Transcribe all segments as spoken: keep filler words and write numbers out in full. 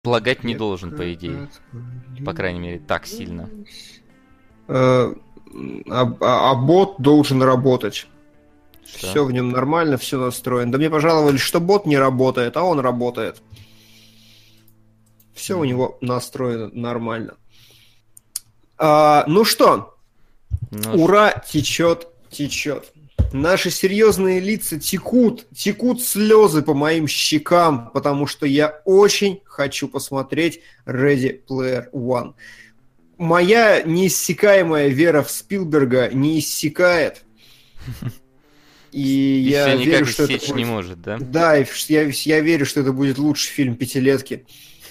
лагать не должен, по идее. По крайней мере, так сильно. А, а, а бот должен работать. Что? Все в нем нормально, все настроено. Да мне пожаловали, что бот не работает, а он работает. Все mm-hmm. у него настроено нормально. А, ну что, ну ура, ш... течет, течет. Наши серьезные лица текут, текут слезы по моим щекам, потому что я очень хочу посмотреть Ready Player One. Моя неиссякаемая вера в Спилберга не иссякает. И, и я верю, что это будет... не может, да? Да, я, я верю, что это будет лучший фильм пятилетки.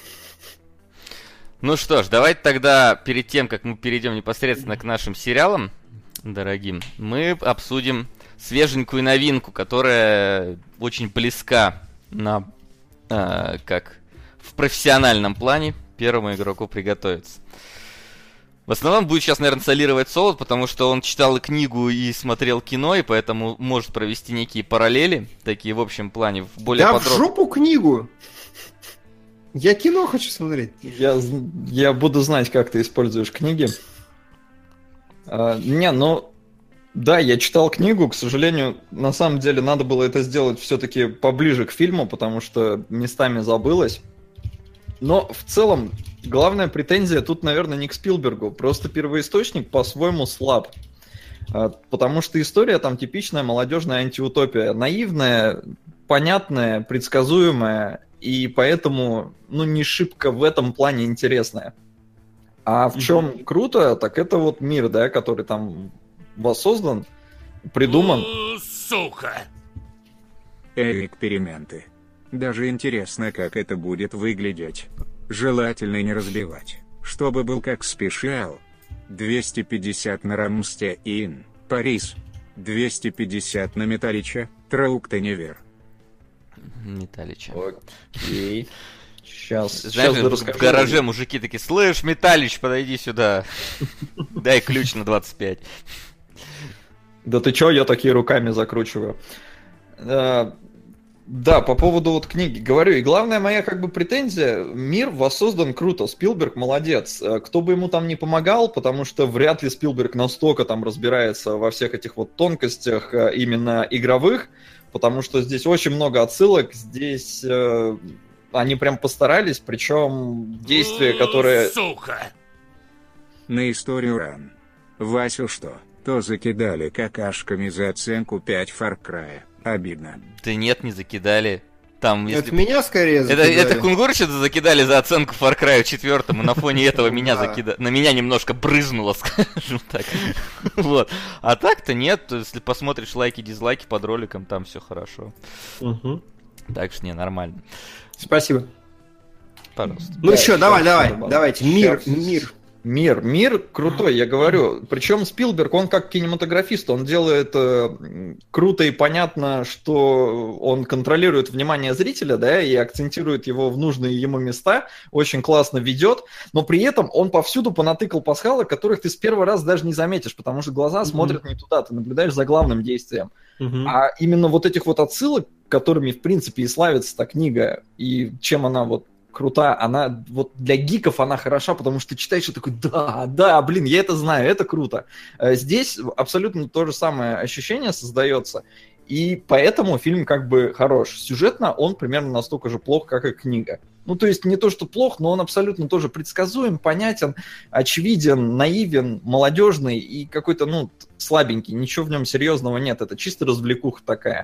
Ну что ж, давайте тогда, перед тем, как мы перейдем непосредственно к нашим сериалам, дорогим, мы обсудим свеженькую новинку, которая очень близка на, э, как в профессиональном плане первому игроку приготовиться. В основном будет сейчас, наверное, солировать Солод, потому что он читал и книгу, и смотрел кино, и поэтому может провести некие параллели, такие в общем плане, в более да подробно. В жопу книгу! Я кино хочу смотреть. Я, я буду знать, как ты используешь книги. А, не, ну, да, я читал книгу, к сожалению, на самом деле надо было это сделать все-таки поближе к фильму, потому что местами забылось. Но в целом, главная претензия тут, наверное, не к Спилбергу, просто первоисточник по-своему слаб. А, потому что история там типичная молодежная антиутопия, наивная, понятная, предсказуемая, и поэтому, ну, не шибко в этом плане интересная. А в чем mm-hmm. круто, так это вот мир, да, который там воссоздан, придуман. Сука! Эксперименты. Даже интересно, как это будет выглядеть. Желательно не разбивать, чтобы был как спешиал. двести пятьдесят на Рамстейн, Парис. двести пятьдесят на Металлича, Трауктеневер. Металлича. Окей. Сейчас, Знаешь, сейчас в гараже мужики такие: слышь, Металлич, подойди сюда. Дай ключ на двадцать пять. Да ты чё, я такие руками закручиваю. Да, по поводу вот книги. Говорю, и главная моя как бы претензия: мир воссоздан круто, Спилберг молодец. Кто бы ему там не помогал, потому что вряд ли Спилберг настолько там разбирается во всех этих вот тонкостях именно игровых, потому что здесь очень много отсылок, здесь э, они прям постарались, причем действия, которые... Сука! На историю ран. Васю что, то закидали какашками за оценку пять Far Cry. Обидно. Да нет, не закидали. Там, если... Это меня скорее закидали. Это, это Кунгурча закидали за оценку Far Cry четвертому, и на фоне этого меня закидали. На меня немножко брызнуло, скажем так. Вот. А так-то нет, если посмотришь лайки, дизлайки под роликом, там все хорошо. Так что не, нормально. Спасибо. Пожалуйста. Ну что, давай, давай, давайте. Мир, мир. Мир, мир крутой, я говорю. Причем Спилберг, он как кинематографист, он делает э, круто и понятно, что он контролирует внимание зрителя, да, и акцентирует его в нужные ему места, очень классно ведет, но при этом он повсюду понатыкал пасхалок, которых ты с первого раза даже не заметишь, потому что глаза mm-hmm. смотрят не туда, ты наблюдаешь за главным действием. Mm-hmm. А именно вот этих вот отсылок, которыми, в принципе, и славится эта книга, и чем она вот крута, она вот для гиков она хороша, потому что ты читаешь и такой: да, да, блин, я это знаю, это круто. Здесь абсолютно то же самое ощущение создается, и поэтому фильм как бы хорош. Сюжетно он примерно настолько же плох, как и книга. Ну, то есть не то, что плох, но он абсолютно тоже предсказуем, понятен, очевиден, наивен, молодежный и какой-то, ну, слабенький, ничего в нем серьезного нет, это чисто развлекуха такая.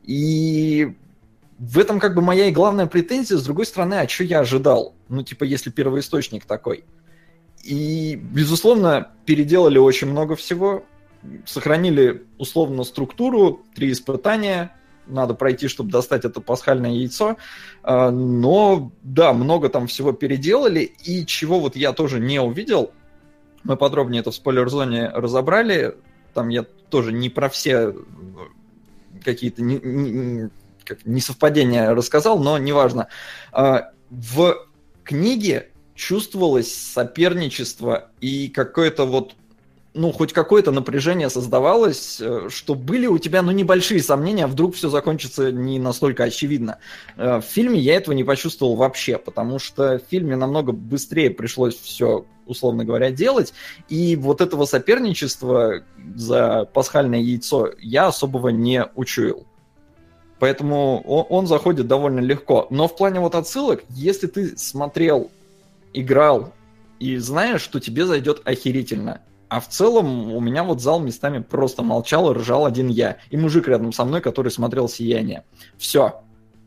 И в этом как бы моя и главная претензия. С другой стороны, а что я ожидал? Ну, типа, если первоисточник такой. И, безусловно, переделали очень много всего. Сохранили, условно, структуру. Три испытания. Надо пройти, чтобы достать это пасхальное яйцо. Но, да, много там всего переделали. И чего вот я тоже не увидел, мы подробнее это в спойлер-зоне разобрали. Там я тоже не про все какие-то... Не, не, как несовпадение рассказал, но неважно. В книге чувствовалось соперничество и какое-то вот, ну, хоть какое-то напряжение создавалось, что были у тебя, ну, небольшие сомнения, а вдруг все закончится не настолько очевидно. В фильме я этого не почувствовал вообще, потому что в фильме намного быстрее пришлось все, условно говоря, делать, и вот этого соперничества за пасхальное яйцо я особого не учуял. Поэтому он, он заходит довольно легко. Но в плане вот отсылок, если ты смотрел, играл и знаешь, что тебе зайдет охерительно. А в целом у меня вот зал местами просто молчал и ржал один я. И мужик рядом со мной, который смотрел «Сияние». Все.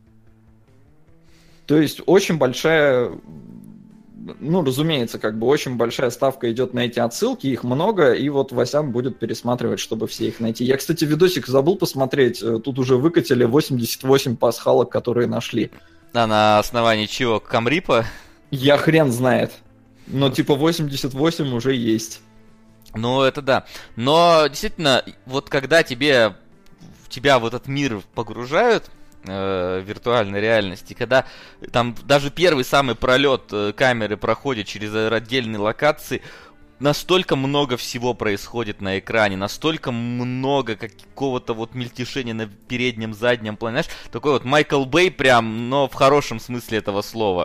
То есть очень большая... Ну, разумеется, как бы очень большая ставка идет на эти отсылки, их много, и вот Васян будет пересматривать, чтобы все их найти. Я, кстати, видосик забыл посмотреть, тут уже выкатили восемьдесят восемь пасхалок, которые нашли. А на основании чего? Камрипа? Я хрен знает. Но типа восемьдесят восемь уже есть. Ну, это да. Но действительно, вот когда тебе, тебя в этот мир погружают, э, виртуальной реальности, когда там даже первый самый пролет э, камеры проходит через отдельные локации, настолько много всего происходит на экране, настолько много какого-то вот мельтешения на переднем, заднем плане. Знаешь, такой вот Майкл Бэй прям, но в хорошем смысле этого слова.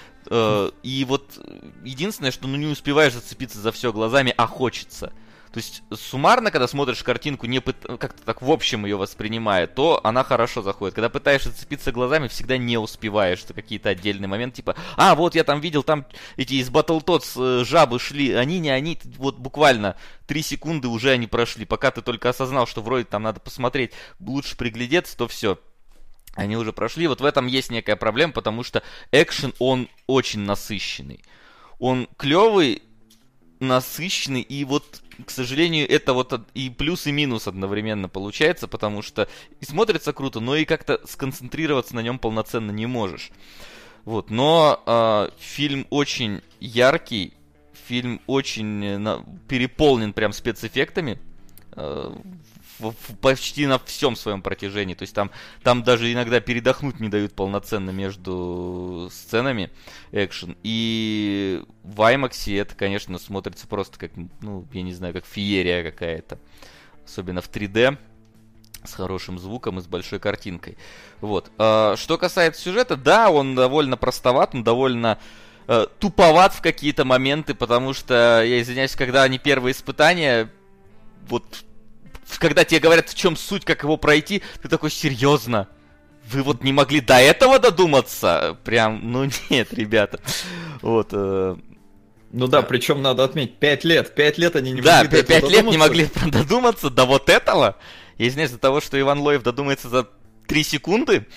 И вот единственное, что ну не успеваешь зацепиться за все глазами, а хочется. То есть суммарно, когда смотришь картинку, не пыт... как-то так в общем ее воспринимая, то она хорошо заходит. Когда пытаешься зацепиться глазами, всегда не успеваешь, что какие-то отдельные моменты, типа, а, вот я там видел, там эти из Battletoads жабы шли, они не они, вот буквально три секунды уже они прошли. Пока ты только осознал, что вроде там надо посмотреть, лучше приглядеться, то все. Они уже прошли. Вот в этом есть некая проблема, потому что экшен, он очень насыщенный. Он клевый, насыщенный, и вот, к сожалению, это вот и плюс, и минус одновременно получается, потому что и смотрится круто, но и как-то сконцентрироваться на нем полноценно не можешь. Вот, но э, фильм очень яркий, фильм очень на, переполнен прям спецэффектами, э, в, в, почти на всем своем протяжении. То есть там, там даже иногда передохнуть не дают полноценно между сценами экшен. И в IMAX это, конечно, смотрится просто как, ну, я не знаю, как феерия какая-то. Особенно в три дэ. С хорошим звуком и с большой картинкой. Вот. А, что касается сюжета, да, он довольно простоват, он довольно э, туповат в какие-то моменты, потому что, я извиняюсь, когда они первые испытания, вот, когда тебе говорят, в чем суть, как его пройти, ты такой, серьезно? Вы вот не могли до этого додуматься? Прям, ну нет, ребята. Вот. Э... Ну да, причем надо отметить, пять лет. Пять лет они не да, могли до этого пять лет додуматься. не могли додуматься до вот этого. Я извиняюсь, за того, что Иван Лоев додумается за три секунды.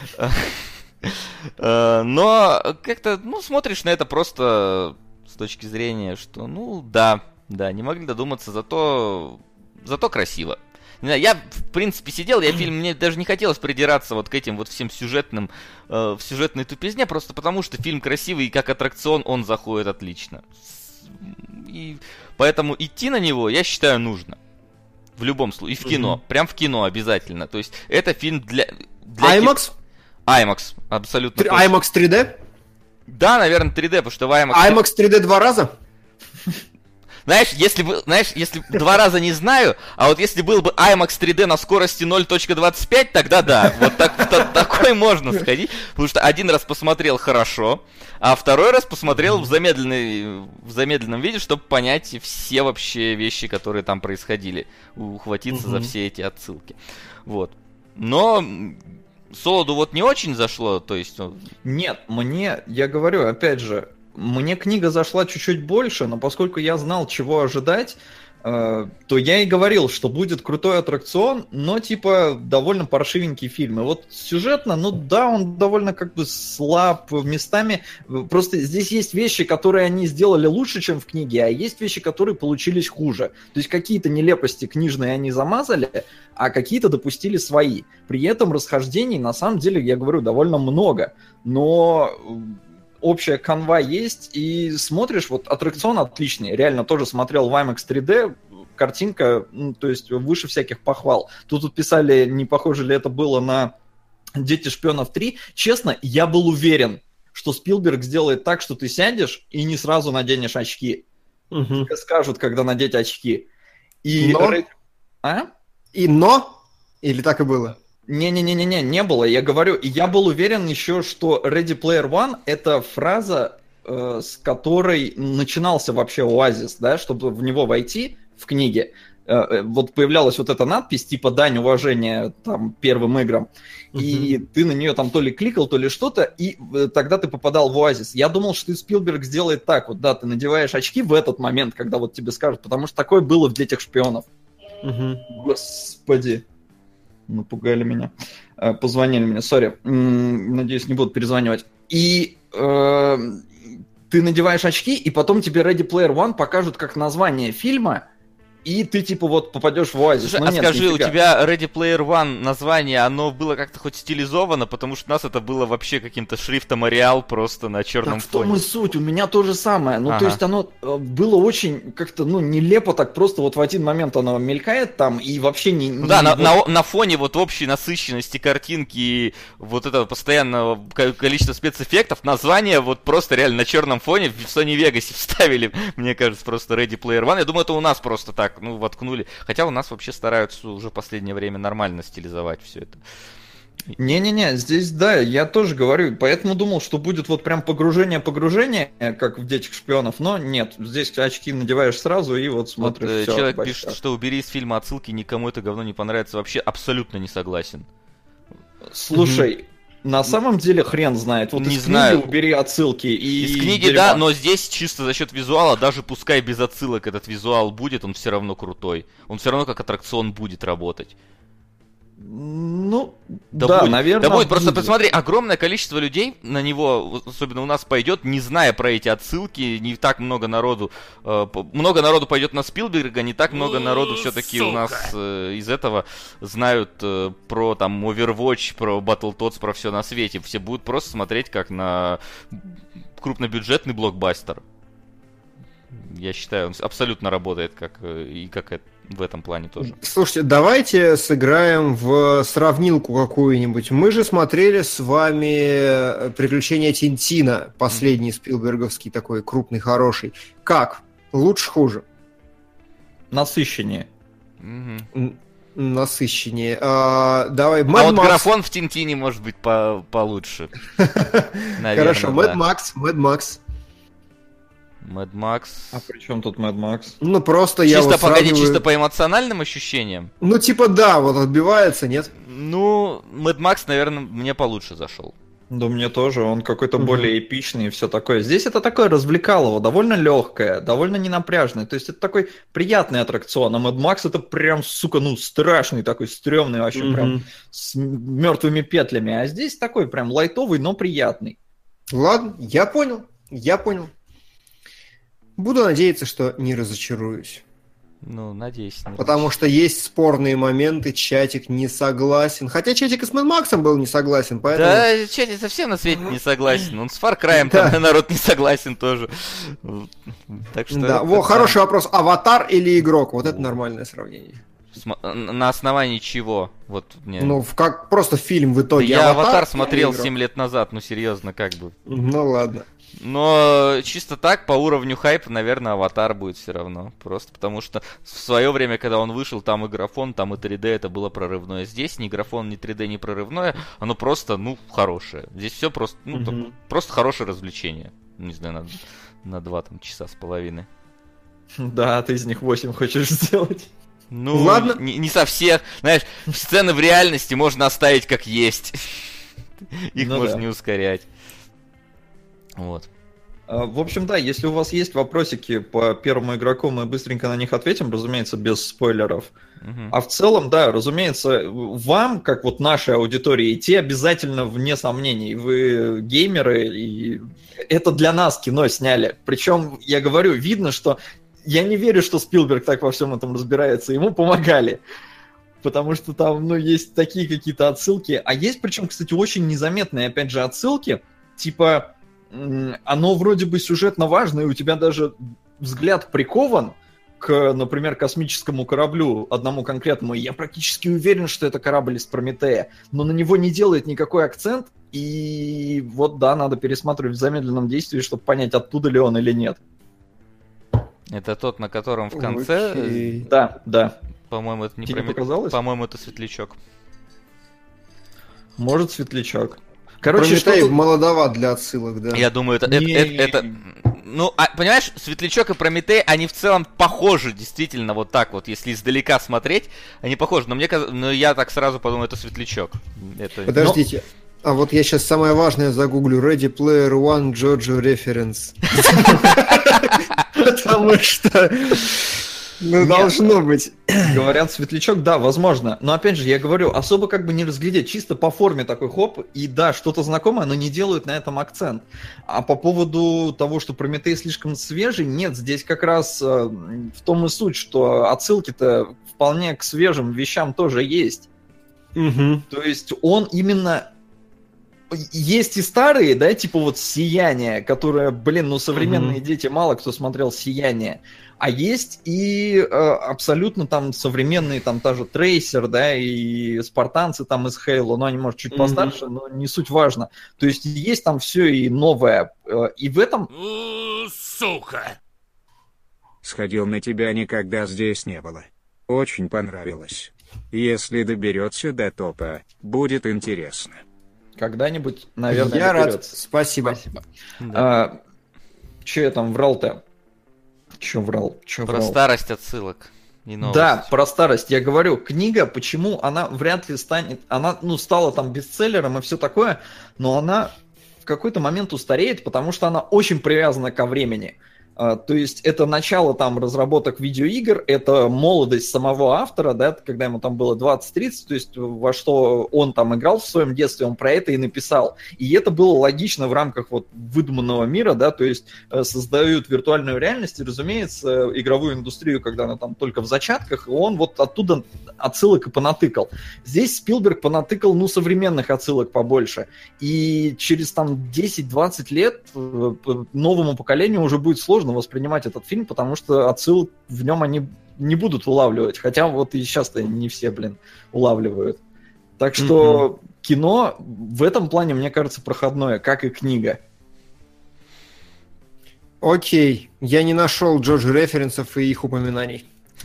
Но как-то, ну, смотришь на это просто с точки зрения, что, ну, да, да, не могли додуматься, зато, зато красиво. Не знаю, я, в принципе, сидел, я фильм, мне даже не хотелось придираться вот к этим вот всем сюжетным, э, в сюжетной тупизне, просто потому что фильм красивый, и как аттракцион он заходит отлично. И поэтому идти на него, я считаю, нужно. В любом случае, и в кино, mm-hmm. прям в кино обязательно. То есть это фильм для... для IMAX? IMAX, абсолютно. Три... IMAX три дэ? Да, наверное, три дэ, потому что в IMAX... IMAX три дэ два раза? Знаешь, если бы, знаешь, если два раза не знаю, а вот если был бы IMAX три дэ на скорости ноль целых двадцать пять, тогда да, вот так, так, такой можно сходить, потому что один раз посмотрел хорошо, а второй раз посмотрел в, замедленной, в замедленном виде, чтобы понять все вообще вещи, которые там происходили, ухватиться угу. за все эти отсылки. Вот. Но Солоду вот не очень зашло, то есть... Нет, мне, я говорю, опять же, мне книга зашла чуть-чуть больше, но поскольку я знал, чего ожидать, э, то я и говорил, что будет крутой аттракцион, но типа довольно паршивенький фильм. И вот сюжетно, ну да, он довольно как бы слаб местами. Просто здесь есть вещи, которые они сделали лучше, чем в книге, а есть вещи, которые получились хуже. То есть какие-то нелепости книжные они замазали, а какие-то допустили свои. При этом расхождений, на самом деле, я говорю, довольно много. Но... общая канва есть, и смотришь, вот аттракцион отличный, реально тоже смотрел в IMAX три дэ, картинка, ну, то есть выше всяких похвал. Тут, тут писали, не похоже ли это было на «Дети шпионов три». Честно, я был уверен, что Спилберг сделает так, что ты сядешь и не сразу наденешь очки. Угу. Тебе скажут, когда надеть очки. И... Но? А? И но? Или так и было? Не-не-не-не, не было. Я говорю, я был уверен еще, что Ready Player One — это фраза, э, с которой начинался вообще Оазис, да, чтобы в него войти в книге. Э, вот появлялась вот эта надпись, типа «Дань уважения там, первым играм». Uh-huh. И ты на нее там то ли кликал, то ли что-то, и э, тогда ты попадал в Оазис. Я думал, что Спилберг сделает так. Вот да, ты надеваешь очки в этот момент, когда вот тебе скажут, потому что такое было в «Детях шпионов». Uh-huh. Господи. Напугали меня. Позвонили мне, сори. Надеюсь, не будут перезванивать. И э, ты надеваешь очки, и потом тебе Ready Player One покажут как название фильма, и ты типа вот попадешь в Оазис. Слушай, а нет, скажи, нифига. У тебя Ready Player One название, оно было как-то хоть стилизовано, потому что у нас это было вообще каким-то шрифтом Ариал просто на черном так фоне. В том и суть, у меня то же самое. Ну, ага. То есть оно было очень как-то, ну, нелепо так, просто вот в один момент оно мелькает там, и вообще не... Ну, не да, вот... на, на, на фоне вот общей насыщенности картинки и вот этого постоянного количества спецэффектов, название вот просто реально на черном фоне в Sony Vegas вставили, мне кажется, просто Ready Player One. Я думаю, это у нас просто так. Ну, воткнули. Хотя у нас вообще стараются уже в последнее время нормально стилизовать все это. Не-не-не, здесь, да, я тоже говорю, поэтому думал, что будет вот прям погружение-погружение, как в «Детях шпионов», но нет, здесь очки надеваешь сразу и вот смотришь. Вот, все, человек пишет, так. Что убери из фильма отсылки, никому это говно не понравится. Вообще абсолютно не согласен. Слушай, на самом деле хрен знает. Вот не из знаю. книги убери отсылки и из книги, дерьма. Да, но здесь чисто за счет визуала, даже пускай без отсылок этот визуал будет, он все равно крутой. Он все равно как аттракцион будет работать. Ну, да, да, будет, наверное. Да будет. Просто будет. Посмотри, огромное количество людей на него, особенно у нас, пойдет, не зная про эти отсылки. Не так много народу. Э, много народу пойдет на Спилберга, не так много народу все-таки у нас э, из этого знают э, про там Overwatch, про Battletoads, про все на свете. Все будут просто смотреть как на крупнобюджетный блокбастер. Я считаю, он абсолютно работает как и как это. В этом плане тоже. Слушайте, давайте сыграем в сравнилку какую-нибудь. Мы же смотрели с вами «Приключения Тинтина», последний mm-hmm. спилберговский такой крупный, хороший. Как? Лучше, хуже? Насыщеннее. Mm-hmm. Насыщеннее. А, давай. А вот графон в Тинтине может быть по- получше. Хорошо, Мэд Макс, Мэд Макс. Мэд Макс. А при чем тут Мэд Макс? Ну просто чисто, я вот погоди, сравниваю... чисто по эмоциональным ощущениям? Ну типа да, вот отбивается, нет? Ну, Мэд Макс, наверное, мне получше зашел. Да мне тоже, он какой-то угу. более эпичный и все такое. Здесь это такое развлекалово, довольно легкое, довольно ненапряжное. То есть это такой приятный аттракцион, а Мэд Макс это прям, сука, ну страшный такой, стрёмный вообще, угу. прям с мертвыми петлями. А здесь такой прям лайтовый, но приятный. Ладно, я понял, я понял. Буду надеяться, что не разочаруюсь. Ну, надеюсь. Не Потому надеюсь. что есть спорные моменты, чатик не согласен. Хотя чатик и с Мэд Максом был не согласен, поэтому... Да, чатик совсем на свете не согласен. Он с Far Cry'ем там народ не согласен тоже. Так что... Да, во, хороший вопрос. Аватар или игрок? Вот это нормальное сравнение. На основании чего? Вот мне... Ну, как просто фильм в итоге. Я Аватар смотрел семь лет назад, ну серьезно, как бы. Ну ладно. Но чисто так, по уровню хайпа, наверное, Аватар будет все равно. Просто потому что в свое время, когда он вышел, там и графон, там и три дэ, это было прорывное. Здесь ни графон, ни три дэ, ни прорывное, оно просто, ну, хорошее. Здесь все просто, ну, mm-hmm. просто хорошее развлечение. Не знаю, на, на два там часа с половиной. Да, ты из них восемь хочешь сделать. Ну, ладно. Не, не со всех. Знаешь, сцены в реальности можно оставить как есть. Их ну можно да. не ускорять. Вот. В общем, да, если у вас есть вопросики по первому игроку, мы быстренько на них ответим, разумеется, без спойлеров. Uh-huh. А в целом, да, разумеется, вам, как вот нашей аудитории, идти обязательно вне сомнений. Вы геймеры, и это для нас кино сняли. Причем, я говорю, видно, что я не верю, что Спилберг так во всем этом разбирается. Ему помогали. Потому что там, ну, есть такие какие-то отсылки. А есть, причем, кстати, очень незаметные, опять же, отсылки. Типа, оно вроде бы сюжетно важно, и у тебя даже взгляд прикован к, например, космическому кораблю, одному конкретному. И я практически уверен, что это корабль из Прометея. Но на него не делает никакой акцент. И вот, да, надо пересматривать в замедленном действии, чтобы понять, оттуда ли он или нет. Это тот, на котором в конце... Окей. Да, да. По-моему, это не Тебе Прометей. показалось? По-моему, это Светлячок. Может, Светлячок. Короче, Прометей что-то... молодоват для отсылок, да. Я думаю, это... это, Не- это, это- Ну, а, понимаешь, Светлячок и Прометей, они в целом похожи, действительно, вот так вот. Если издалека смотреть, они похожи. Но мне каз- но я так сразу подумал, это Светлячок. Это... Подождите. А вот я сейчас самое важное загуглю. Ready Player One Джоджо референс. Потому что... Ну, должно быть. Говорят, Светлячок, да, возможно. Но опять же, я говорю, особо как бы не разглядеть. Чисто по форме такой хоп. И да, что-то знакомое, но не делают на этом акцент. А по поводу того, что Прометей слишком свежий, нет, здесь как раз э, в том и суть, что отсылки-то вполне к свежим вещам тоже есть. Мгм. То есть он именно... Есть и старые, да, типа вот «Сияние», которое, блин, ну современные Мгм. дети, мало кто смотрел «Сияние». А есть и э, абсолютно там современные, там та же Трейсер, да, и спартанцы там из Хейла, но они, может, чуть Мгм. постарше, но не суть важно. То есть есть там все и новое. э, И в этом... Сука! Сходил на тебя, никогда здесь не было. Очень понравилось. Если доберется до топа, будет интересно. Когда-нибудь, наверное, Я рад. доберется. Спасибо. Спасибо. Да. А, че я там врал-то? Че врал? Че Про врал? старость отсылок и новости. Да, про старость. Я говорю, книга, почему она вряд ли станет... Она, ну, стала там бестселлером и все такое, но она в какой-то момент устареет, потому что она очень привязана ко времени. А, то есть это начало там разработок видеоигр, это молодость самого автора, да, когда ему там было двадцать-тридцать, то есть во что он там играл в своем детстве, он про это и написал. И это было логично в рамках вот выдуманного мира, да, то есть э, создают виртуальную реальность и, разумеется, игровую индустрию, когда она там только в зачатках, и он вот оттуда отсылок и понатыкал. Здесь Спилберг понатыкал, ну, современных отсылок побольше. И через там десять-двадцать лет э, новому поколению уже будет сложно воспринимать этот фильм, потому что отсылок в нем они не будут улавливать. Хотя вот и сейчас-то не все, блин, улавливают. Так что mm-hmm. кино в этом плане, мне кажется, проходное, как и книга. Окей. Я не нашел Джоджо референсов и их упоминаний.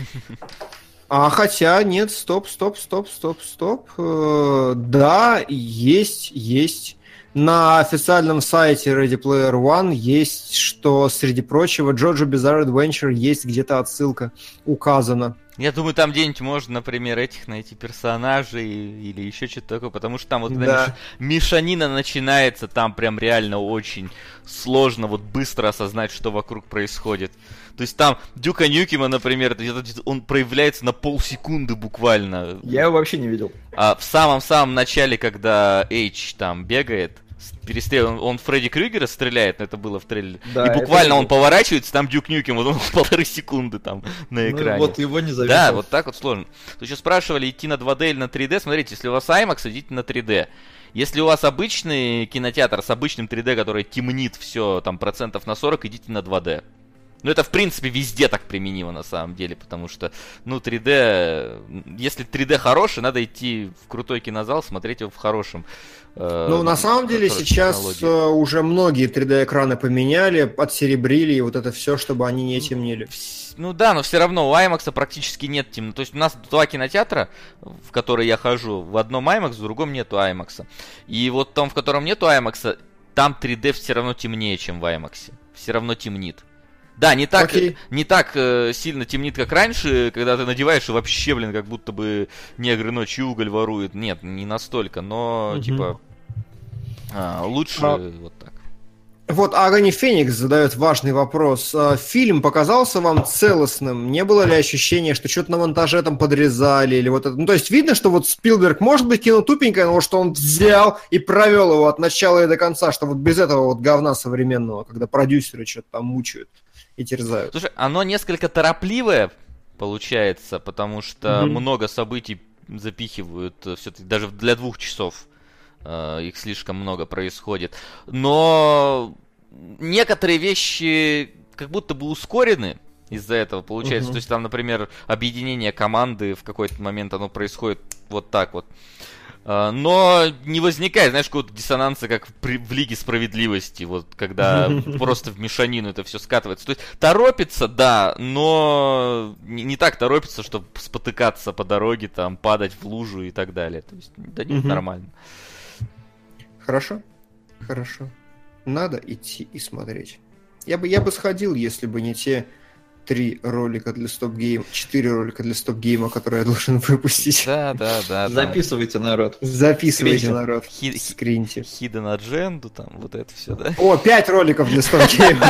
А хотя, нет, стоп, стоп, стоп, стоп, стоп. Э, да, есть, есть. На официальном сайте Ready Player One есть, что, среди прочего, Jojo Bizarre Adventure есть где-то отсылка указана. Я думаю, там где-нибудь можно, например, этих найти персонажей или еще что-то такое, потому что там вот когда Да. меш- мешанина начинается, там прям реально очень сложно вот быстро осознать, что вокруг происходит. То есть там Дюка Нюкема, например, он проявляется на полсекунды буквально. Я его вообще не видел. А в самом-самом начале, когда Эйч там бегает, перестрел... он, он Фредди Крюгера стреляет, но это было в трейлере. Да, и буквально это- он поворачивается, там Дюк Нюкем, вот он полторы секунды там на экране. Ну, вот его не заметил. Да, вот так вот сложно. Тут еще спрашивали, идти на два дэ или на три дэ. Смотрите, если у вас IMAX, идите на три дэ. Если у вас обычный кинотеатр с обычным три дэ, который темнит все там процентов на сорок, идите на два дэ. Ну, это, в принципе, везде так применимо, на самом деле, потому что, ну, три дэ... Если три дэ хороший, надо идти в крутой кинозал, смотреть его в хорошем. э, Ну, на самом деле, хорошей сейчас технологии. э, уже многие три дэ-экраны поменяли, отсеребрили, и вот это все, чтобы они не темнели. Вс- Ну да, но все равно у IMAX практически нет темно. То есть у нас два кинотеатра, в которые я хожу. В одном IMAX, в другом нету IMAX. И вот там, в котором нету IMAX, там три дэ все равно темнее, чем в IMAX. Все равно темнит. Да, не так, Окей. не так э, сильно темнит, как раньше, когда ты надеваешь и вообще, блин, как будто бы негры ночью уголь воруют. Нет, не настолько, но Мгм. типа а, лучше А- вот так. Вот Агани Феникс задает важный вопрос. А, Фильм показался вам целостным? Не было ли ощущения, что что-то на монтаже там подрезали? Или вот это? Ну, то есть видно, что вот Спилберг, может быть, кино тупенькое, но вот что он взял и провел его от начала и до конца, что вот без этого вот говна современного, когда продюсеры что-то там мучают и терзают. Слушай, оно несколько торопливое получается, потому что Мгм. много событий запихивают, все-таки даже для двух часов э, их слишком много происходит. Но некоторые вещи как будто бы ускорены из-за этого получается. Мгм. То есть там, например, объединение команды в какой-то момент оно происходит вот так вот. Но не возникает, знаешь, какого-то диссонанса, как при, в Лиге Справедливости, вот когда просто в мешанину это все скатывается. То есть торопится, да, но не, не так торопится, чтобы спотыкаться по дороге, там, падать в лужу и так далее. То есть, да нет, угу. Нормально. Хорошо, хорошо. Надо идти и смотреть. Я бы, я бы сходил, если бы не те три ролика для стоп-гейма, четыре ролика для стоп-гейма, которые я должен выпустить. Да, да, да. Записывайте, народ. Записывайте, народ. Хид, скриньте. Hidden Agenda, там, вот это все, да? О, пять роликов для стоп-гейма.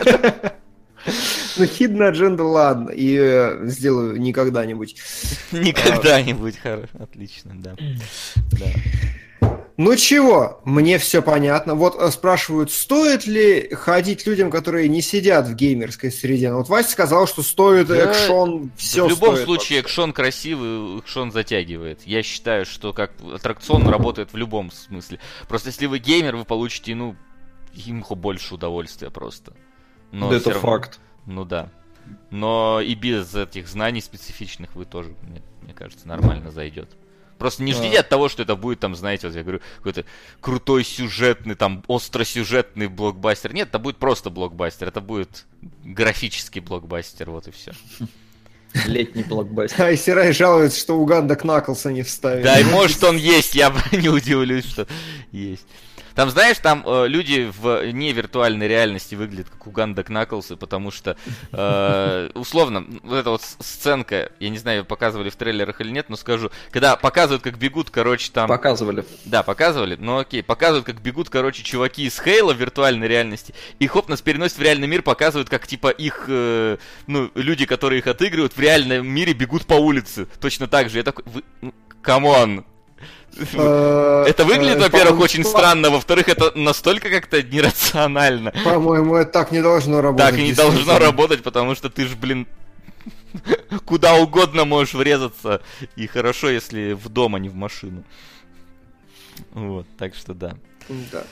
Ну, Hidden Agenda, ладно, и сделаю не когда-нибудь. Никогда-нибудь, хорошо, отлично, да. Да. Ну чего, мне все понятно. Вот спрашивают, стоит ли ходить людям, которые не сидят в геймерской среде. Ну, вот Вася сказал, что стоит да, экшон, все в любом стоит случае, вообще. Экшон красивый, экшон затягивает. Я считаю, что как аттракцион работает в любом смысле. Просто если вы геймер, вы получите, ну, имхо больше удовольствия просто. Но да это равно, факт. Ну да. Но и без этих знаний специфичных вы тоже, мне, мне кажется, нормально зайдет. Просто не ждите а. от того, что это будет, там, знаете, вот я говорю, какой-то крутой сюжетный, там, остросюжетный блокбастер. Нет, это будет просто блокбастер, это будет графический блокбастер, вот и все. Летний блокбастер. А и Сирай жалуется, что Уганда Кнаклса не вставили. Да, и может он есть, я не удивлюсь, что есть. Там, знаешь, там э, люди в невиртуальной реальности выглядят как Уганда Кнаклсы, потому что, э, условно, вот эта вот сценка, я не знаю, показывали в трейлерах или нет, но скажу, когда показывают, как бегут, короче, там... Показывали. Да, показывали, ну окей, показывают, как бегут, короче, чуваки из Хейла в виртуальной реальности, и хоп, нас переносят в реальный мир, показывают, как, типа, их, э, ну, люди, которые их отыгрывают, в реальном мире бегут по улице, точно так же. Я такой, вы... камон! Это выглядит, во-первых, очень странно, во-вторых, это настолько как-то нерационально. По-моему, это так не должно работать. Так и не должно работать, потому что ты ж, блин, куда угодно можешь врезаться. И хорошо, если в дом, а не в машину. Вот, так что да. Да.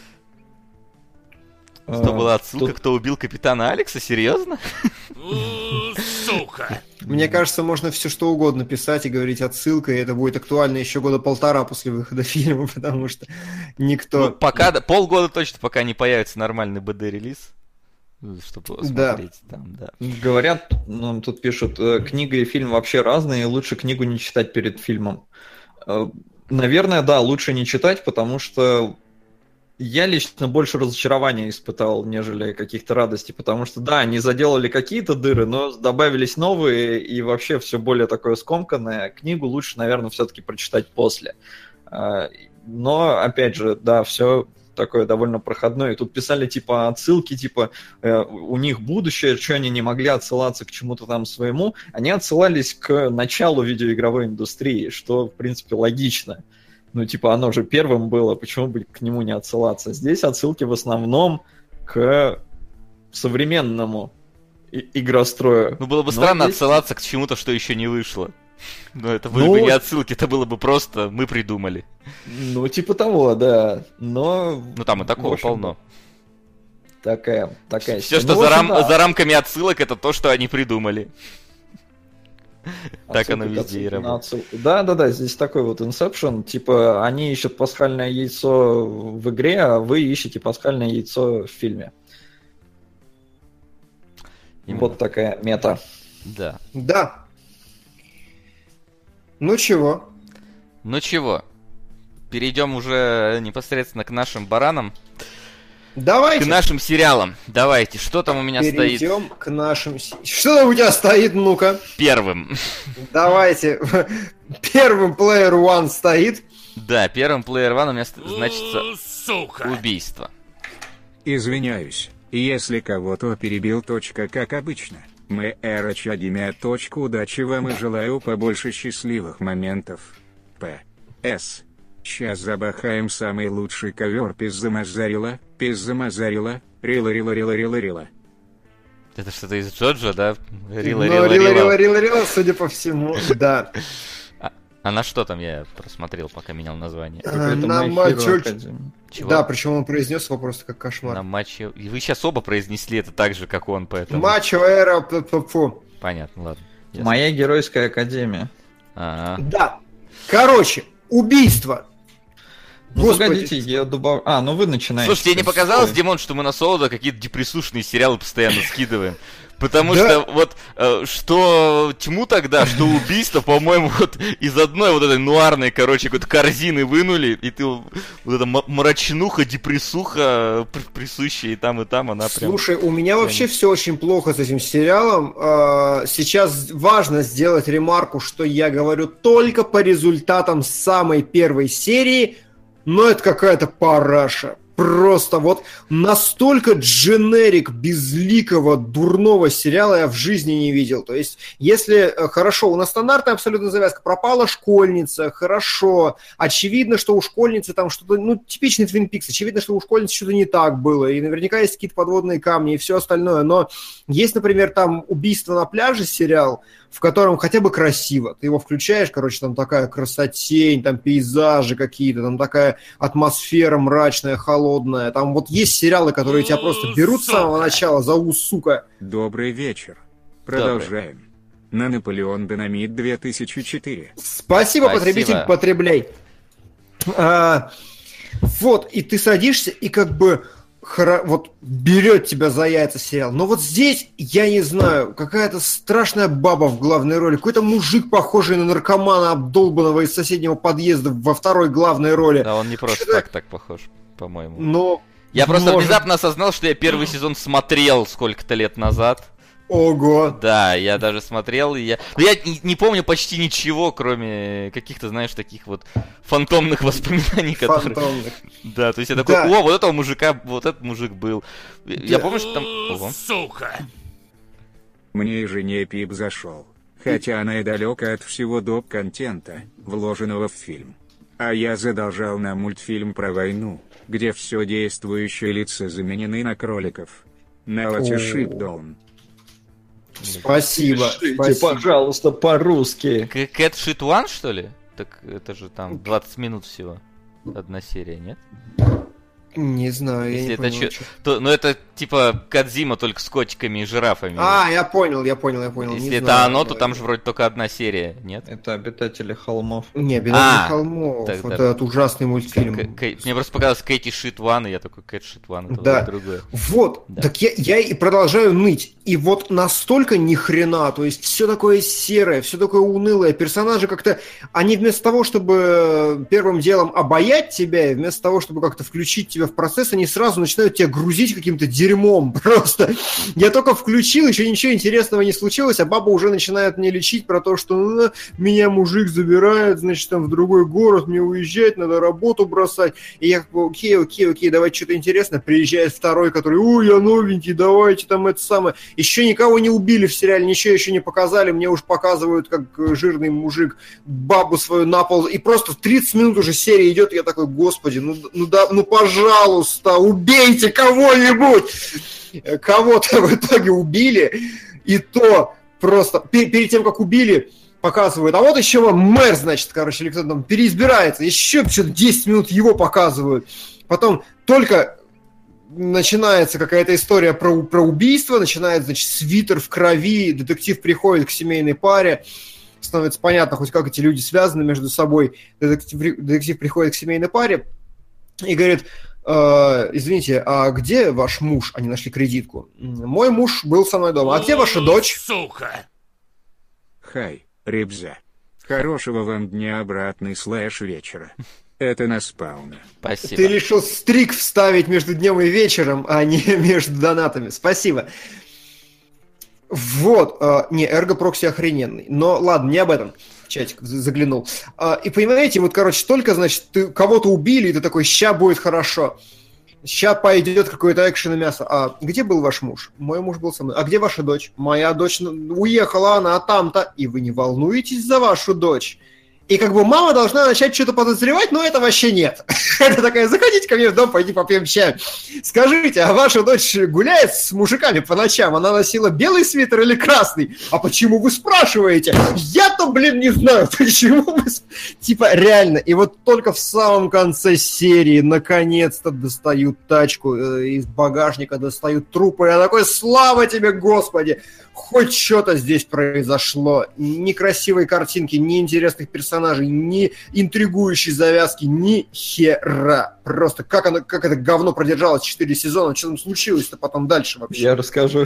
Что была отсылка, кто убил капитана Алекса? Серьезно? Сука! Мне кажется, можно все что угодно писать и говорить отсылкой, и это будет актуально еще года полтора после выхода фильма, потому что никто... Ну, пока, полгода точно, пока не появится нормальный би ди-релиз, чтобы смотреть да. там, да. Говорят, нам тут пишут, книга и фильм вообще разные, и лучше книгу не читать перед фильмом. Наверное, да, лучше не читать, потому что я лично больше разочарования испытал, нежели каких-то радостей, потому что, да, они заделали какие-то дыры, но добавились новые, и вообще все более такое скомканное. Книгу лучше, наверное, все-таки прочитать после. Но, опять же, да, все такое довольно проходное. И тут писали, типа, отсылки, типа, у них будущее, что они не могли отсылаться к чему-то там своему. Они отсылались к началу видеоигровой индустрии, что, в принципе, логично. Ну, типа, оно же первым было, почему бы к нему не отсылаться? Здесь отсылки в основном к современному и- игрострою. Ну, было бы Но странно здесь... отсылаться к чему-то, что еще не вышло. Но это были ну... бы не отсылки, это было бы просто «мы придумали». Ну, типа того, да. Но... Ну, там и такого общем, полно. Такая, такая... Все, что ну, за, рам... да. за рамками отсылок, это то, что они придумали. Так оно везде и работает. Да, да, да, здесь такой вот Inception, типа они ищут пасхальное яйцо в игре, а вы ищете пасхальное яйцо в фильме. Именно. Вот такая мета. Да. Да. Ну чего? Ну чего? Перейдем уже непосредственно к нашим баранам. Давайте. К нашим сериалам. Давайте. Что там у меня Перейдем стоит? Перейдем к нашим... Что там у тебя стоит, ну-ка? Первым. Давайте. Первым Player One стоит. Да, первым Player One у меня значится Сука. убийство. Извиняюсь, если кого-то перебил, точка, как обычно. Мы Эра Чадимя. Удачи вам и желаю побольше счастливых моментов. П. С. Сейчас забахаем самый лучший ковер пиззамазарила, пиззамазарила, рила-рила-рила-рила-рила. Это что-то из Джоджо, да? Рила-рила-рила-рила, судя по всему, да. А, а на что там я просмотрел, пока менял название? А, на матче... Да, причем он произнес его просто как кошмар. На матче... Вы сейчас оба произнесли это так же, как он, поэтому... Мачо Эра... Понятно, ладно. Моя геройская академия. А-а. Да. Короче, убийство. Ну, погодите, я добавлю... А, ну вы начинаете. Слушай, тебе не показалось, Димон, что мы на Солода какие-то депрессушные сериалы постоянно скидываем? Потому да. что вот э, что тьму тогда, что убийство, по-моему, вот из одной вот этой нуарной, короче, какой-то корзины вынули, и ты вот эта мрачнуха, депрессуха присущая и там, и там, она прям... Слушай, у меня вообще все очень плохо с этим сериалом. Сейчас важно сделать ремарку, что я говорю только по результатам самой первой серии, но это какая-то параша. Просто вот настолько дженерик безликого, дурного сериала я в жизни не видел. То есть, если хорошо, у нас стандартная абсолютно завязка, пропала школьница, хорошо, очевидно, что у школьницы там что-то, ну, типичный Твин Пикс, очевидно, что у школьницы что-то не так было, и наверняка есть какие-то подводные камни и все остальное, но есть, например, там «Убийство на пляже» сериал, в котором хотя бы красиво. Ты его включаешь, короче, там такая красотень, там пейзажи какие-то, там такая атмосфера мрачная, холодная. Там вот есть сериалы, которые тебя просто берут с самого начала за ус, сука. Добрый вечер. Продолжаем. На Наполеон Динамит две тысячи четыре. Спасибо, Спасибо. Потребитель, потребляй. А, вот, и ты садишься, и как бы... Хоро... вот берет тебя за яйца сериал. Но вот здесь, я не знаю, какая-то страшная баба в главной роли, какой-то мужик, похожий на наркомана обдолбанного из соседнего подъезда во второй главной роли. Да, он не просто так так похож, по-моему. Но... Я просто может... внезапно осознал, что я первый сезон смотрел сколько-то лет назад. Ого! Да, я даже смотрел, и я... Но я не, не помню почти ничего, кроме каких-то, знаешь, таких вот фантомных воспоминаний, которые... Фантомных. Да, то есть я такой, да. О, вот этого мужика, вот этот мужик был. Да. Я помню, что там... Ого. Сука! Мне и жене Пип зашел, хотя она и далека от всего доп-контента, вложенного в фильм. А я задолжал на мультфильм про войну, где все действующие лица заменены на кроликов. Налати Шипдаун. Спасибо. Пишите, спасибо. Пожалуйста, по-русски. Cat Shit One, что ли? Так это же там двадцать минут всего. Одна серия, нет? Не знаю, Если я не это понял. чё... то, ну это типа Кодзима, только с котиками и жирафами. А, я понял, я понял, я понял. Если не это знаю, оно, да. то там же вроде только одна серия, нет? Это «Обитатели холмов». Не, «Обитатели а, холмов». тогда... Это, это ужасный мультфильм. К- к- мне просто показалось Кэти Шит One, и я такой, Кэт Шит One, это да. другое. Вот, да. Так я, я и продолжаю ныть. И вот настолько ни хрена, то есть все такое серое, все такое унылое. Персонажи как-то, они вместо того, чтобы первым делом обаять тебя, и вместо того, чтобы как-то включить тебя в процесс, они сразу начинают тебя грузить каким-то дерьмом. Просто я только включил, еще ничего интересного не случилось, а баба уже начинает мне лечить про то, что ну, меня мужик забирает, значит, там в другой город, мне уезжать, надо работу бросать. И я как бы, окей, окей, окей, давайте что-то интересное. Приезжает второй, который, ой, я новенький, давайте там это самое. Еще никого не убили в сериале, ничего еще не показали, мне уж показывают, как жирный мужик бабу свою на пол, и просто в тридцать минут уже серия идет, и я такой, господи, ну, ну, да, ну пожалуйста, убейте кого-нибудь! Кого-то в итоге убили, и то просто перед тем, как убили, показывают, а вот еще вам мэр, значит, короче, или кто-то там переизбирается, еще что-то десять минут его показывают, потом только... начинается какая-то история про, про убийство, начинает, значит, свитер в крови, детектив приходит к семейной паре, становится понятно, хоть как эти люди связаны между собой, детектив, детектив приходит к семейной паре и говорит, э, извините, а где ваш муж? Они нашли кредитку. Мой муж был со мной дома. А где ваша дочь? Сука! Хай, ребзя. Хорошего вам дня, обратный слэш вечера. Это на спауна. Спасибо. Ты решил стрик вставить между днем и вечером, а не между донатами. Спасибо. Вот. Э, не, эрго-прокси охрененный. Но ладно, не об этом. В чатик заглянул. Э, и понимаете, вот, короче, только, значит, ты кого-то убили, и ты такой, ща будет хорошо. Ща пойдет какое-то экшен и мясо. А где был ваш муж? Мой муж был со мной. А где ваша дочь? Моя дочь уехала, она там-то. И вы не волнуетесь за вашу дочь? И как бы мама должна начать что-то подозревать, но это вообще нет. Это такая, заходите ко мне в дом, пойди попьем чай. Скажите, а ваша дочь гуляет с мужиками по ночам? Она носила белый свитер или красный? А почему вы спрашиваете? Я-то, блин, не знаю, почему вы... Типа, реально. И вот только в самом конце серии наконец-то достают тачку, э, из багажника достают трупы. Я такой, слава тебе, Господи! Хоть что-то здесь произошло. Ни красивой картинки, ни интересных персонажей. персонажей, ни интригующей завязки, ни хера. Просто как, оно, как это говно продержалось четыре сезона, что там случилось-то потом дальше вообще? Я расскажу.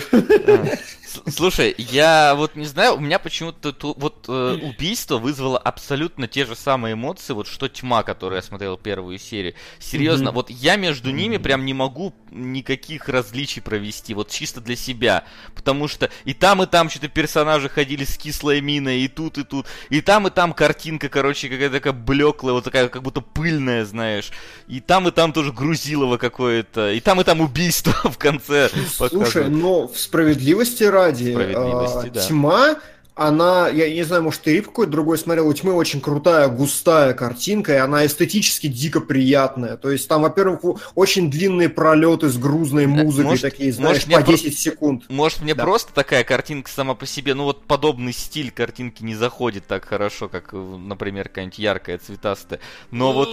Слушай, я вот не знаю, у меня почему-то вот э, убийство вызвало абсолютно те же самые эмоции, вот что Тьма, которую я смотрел первую серию. Серьезно, mm-hmm. вот я между ними прям не могу никаких различий провести, вот чисто для себя. Потому что и там, и там что-то персонажи ходили с кислой миной, и тут, и тут. И там, и там картинка, короче, какая-то такая блеклая, вот такая, как будто пыльная, знаешь. И там, и там тоже грузилово какое-то. И там, и там убийство в конце. Слушай, но в справедливости ради, Справедливости, а, да. Тьма, она, я не знаю, может, ты какой-то другой смотрел, у Тьмы очень крутая, густая картинка, и она эстетически дико приятная. То есть там, во-первых, очень длинные пролеты с грузной музыкой, может, такие, знаешь, может, по десять про... секунд. Может, мне да. просто такая картинка сама по себе, ну вот подобный стиль картинки не заходит так хорошо, как, например, какая-нибудь яркая, цветастая. Но вот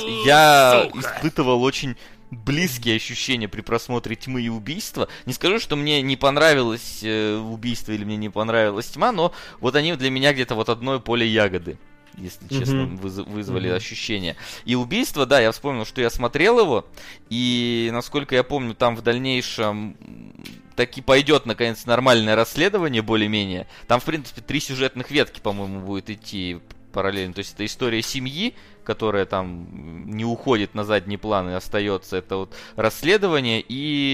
я испытывал очень близкие ощущения при просмотре Тьмы и Убийства. Не скажу, что мне не понравилось э, Убийство или мне не понравилась Тьма, но вот они для меня где-то вот одно поле ягоды, если mm-hmm. честно, выз- вызвали mm-hmm. ощущения. И Убийство, да, я вспомнил, что я смотрел его, и, насколько я помню, там в дальнейшем таки пойдет, наконец, нормальное расследование, более-менее. Там, в принципе, три сюжетных ветки, по-моему, будет идти параллельно. То есть это история семьи, которая там не уходит на задний план и остается. Это вот расследование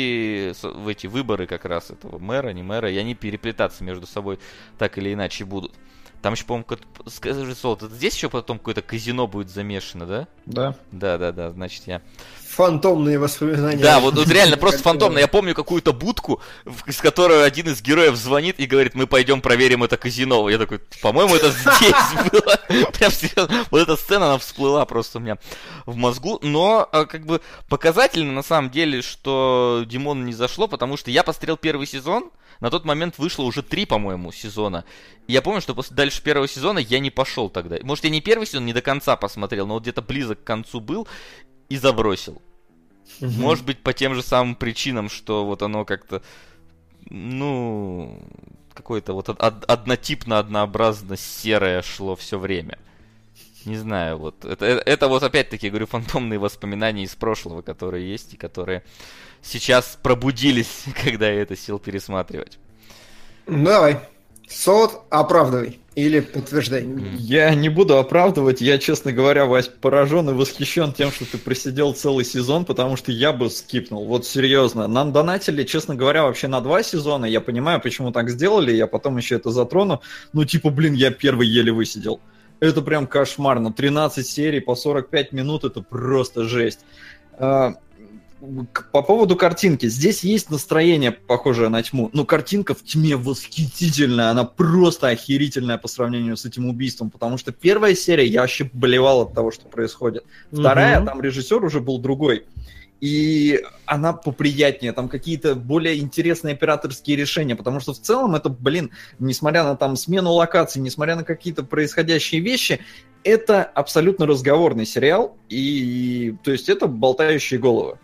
и в эти выборы как раз этого мэра, не мэра, и они переплетаться между собой так или иначе будут. Там еще, по-моему, скажи, Солод, здесь еще потом какое-то казино будет замешано, да? Да. Да, да, да, значит я... Фантомные воспоминания. Да, вот, вот реально просто фантомно. Я помню какую-то будку, с которой один из героев звонит и говорит, мы пойдем проверим это казино. Я такой, по-моему, это здесь было. Прям серьезно. Вот эта сцена, она всплыла просто у меня в мозгу. Но как бы показательно на самом деле, что Димону не зашло, потому что я посмотрел первый сезон. На тот момент вышло уже три, по-моему, сезона. И я помню, что после дальше первого сезона я не пошел тогда. Может, я не первый сезон, не до конца посмотрел, но вот где-то близок к концу был и забросил. Угу. Может быть, по тем же самым причинам, что вот оно как-то, ну, какое-то вот од- однотипно, однообразно серое шло все время. Не знаю, вот. Это, это вот опять-таки, говорю, фантомные воспоминания из прошлого, которые есть и которые сейчас пробудились, когда я это сел пересматривать. Ну, давай. Солод, оправдывай. Или подтверждай. Я не буду оправдывать. Я, честно говоря, Вась, поражен и восхищен тем, что ты просидел целый сезон, потому что я бы скипнул. Вот серьезно. Нам донатили, честно говоря, вообще на два сезона. Я понимаю, почему так сделали. Я потом еще это затрону. Ну, типа, блин, я первый еле высидел. Это прям кошмарно. тринадцать серий по сорок пять минут. Это просто жесть. По поводу картинки. Здесь есть настроение, похожее на Тьму. Но картинка в Тьме восхитительная. Она просто охерительная по сравнению с этим убийством. Потому что первая серия, я вообще болевал от того, что происходит. Вторая, угу. там режиссер уже был другой. И она поприятнее. Там какие-то более интересные операторские решения. Потому что в целом это, блин, несмотря на там смену локаций, несмотря на какие-то происходящие вещи, это абсолютно разговорный сериал. И, то есть это болтающие головы.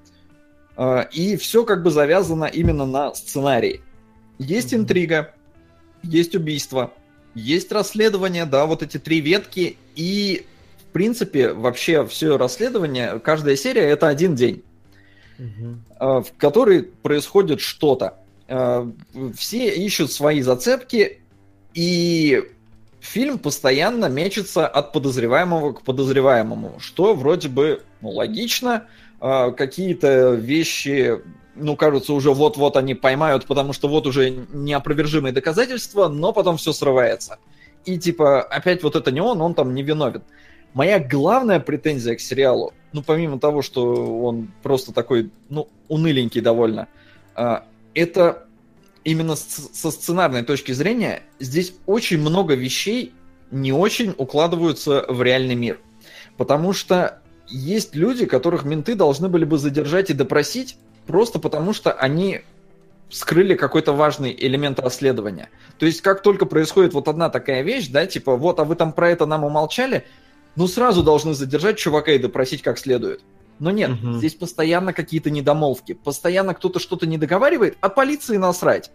И все как бы завязано именно на сценарии. Есть интрига, есть убийство, есть расследование, да, вот эти три ветки. И, в принципе, вообще все расследование, каждая серия — это один день, угу. в который происходит что-то. Все ищут свои зацепки, и фильм постоянно мечется от подозреваемого к подозреваемому, что вроде бы, ну, логично. Какие-то вещи, ну, кажется, уже вот-вот они поймают, потому что вот уже неопровержимые доказательства, но потом все срывается. И типа, опять вот это не он, он там не виновен. Моя главная претензия к сериалу, ну, помимо того, что он просто такой, ну, уныленький довольно, это именно со сценарной точки зрения здесь очень много вещей не очень укладываются в реальный мир. Потому что есть люди, которых менты должны были бы задержать и допросить, просто потому что они скрыли какой-то важный элемент расследования. То есть, как только происходит вот одна такая вещь, да, типа, вот, а вы там про это нам умолчали, ну, сразу должны задержать чувака и допросить как следует. Но нет, угу. здесь постоянно какие-то недомолвки, постоянно кто-то что-то не договаривает, а полиции насрать.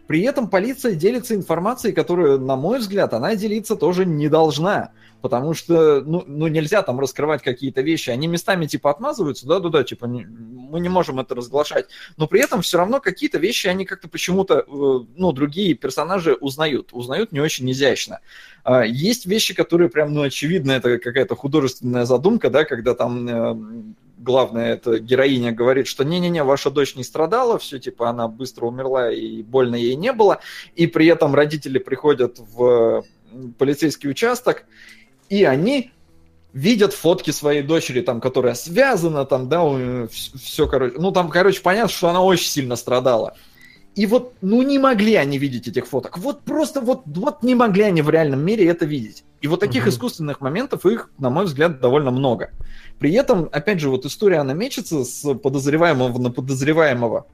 При этом полиция делится информацией, которую, на мой взгляд, она делиться тоже не должна. Потому что, ну, ну, нельзя там раскрывать какие-то вещи. Они местами типа отмазываются, да-да-да, типа не, мы не можем это разглашать. Но при этом все равно какие-то вещи они как-то почему-то, э, ну, другие персонажи узнают. Узнают не очень изящно. Э, есть вещи, которые прям, ну, очевидно, это какая-то художественная задумка, да, когда там... Э, главная эта героиня говорит, что не-не-не, ваша дочь не страдала, все, типа, она быстро умерла и больно ей не было, и при этом родители приходят в полицейский участок, и они видят фотки своей дочери, там, которая связана, там, да, все, короче, ну, там, короче, понятно, что она очень сильно страдала. И вот, ну, не могли они видеть этих фоток. Вот просто вот, вот не могли они в реальном мире это видеть. И вот таких uh-huh. искусственных моментов, их, на мой взгляд, довольно много. При этом, опять же, вот история, она мечется с подозреваемого на подозреваемого.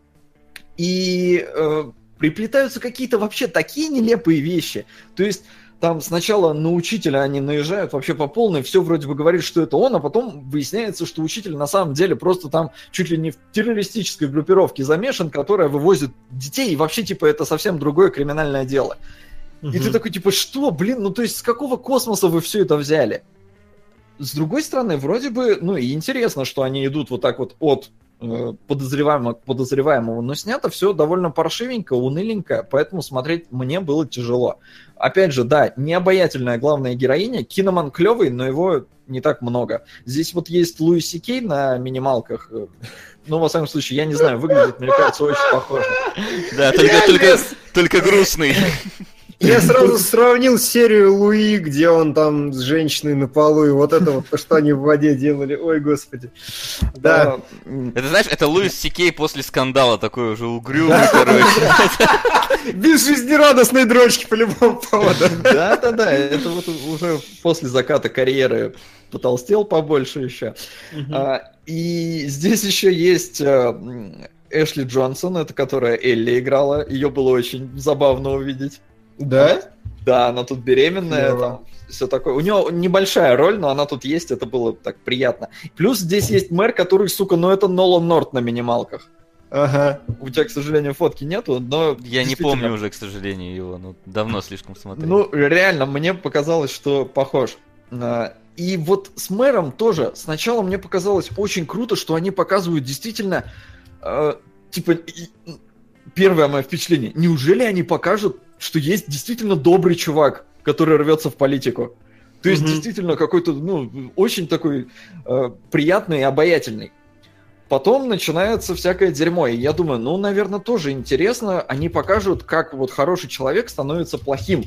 И э, приплетаются какие-то вообще такие нелепые вещи. То есть... Там сначала на учителя они наезжают вообще по полной, все вроде бы говорит, что это он, а потом выясняется, что учитель на самом деле просто там чуть ли не в террористической группировке замешан, которая вывозит детей, и вообще, типа, это совсем другое криминальное дело. Угу. И ты такой, типа, что, блин, ну то есть с какого космоса вы все это взяли? С другой стороны, вроде бы, ну и интересно, что они идут вот так вот от э, подозреваемого к подозреваемому, но снято все довольно паршивенько, уныленько, поэтому смотреть мне было тяжело. Опять же, да, необаятельная главная героиня, киноман клевый, но его не так много. Здесь вот есть Луис Си Кей на минималках, ну, во всяком случае, я не знаю, выглядит, мне кажется, очень похоже. Да, только, только, только грустный. Я сразу сравнил серию Луи, где он там с женщиной на полу, и вот это вот, то, что они в воде делали. Ой, господи. Да. Это, знаешь, это Луис Си Кей после скандала, такой уже угрюмый, короче. Без жизнерадостной дрочки по любому поводу. Да-да-да, это вот уже после заката карьеры потолстел побольше еще. И здесь еще есть... Эшли Джонсон, это которая Элли играла, ее было очень забавно увидеть. Да? Она, да, она тут беременная, там, все такое. У нее небольшая роль, но она тут есть, это было так приятно. Плюс здесь есть мэр, который, сука, ну это Нолан Норт на минималках. Ага. У тебя, к сожалению, фотки нету, но... Я не помню уже, к сожалению, его, ну, давно слишком смотрел. Ну, реально, мне показалось, что похож. И вот с мэром тоже, сначала мне показалось очень круто, что они показывают действительно, э, типа, первое мое впечатление, неужели они покажут, что есть действительно добрый чувак, который рвется в политику. То есть, mm-hmm. действительно, какой-то, ну, очень такой э, приятный и обаятельный. Потом начинается всякое дерьмо, и я думаю, ну, наверное, тоже интересно, они покажут, как вот хороший человек становится плохим.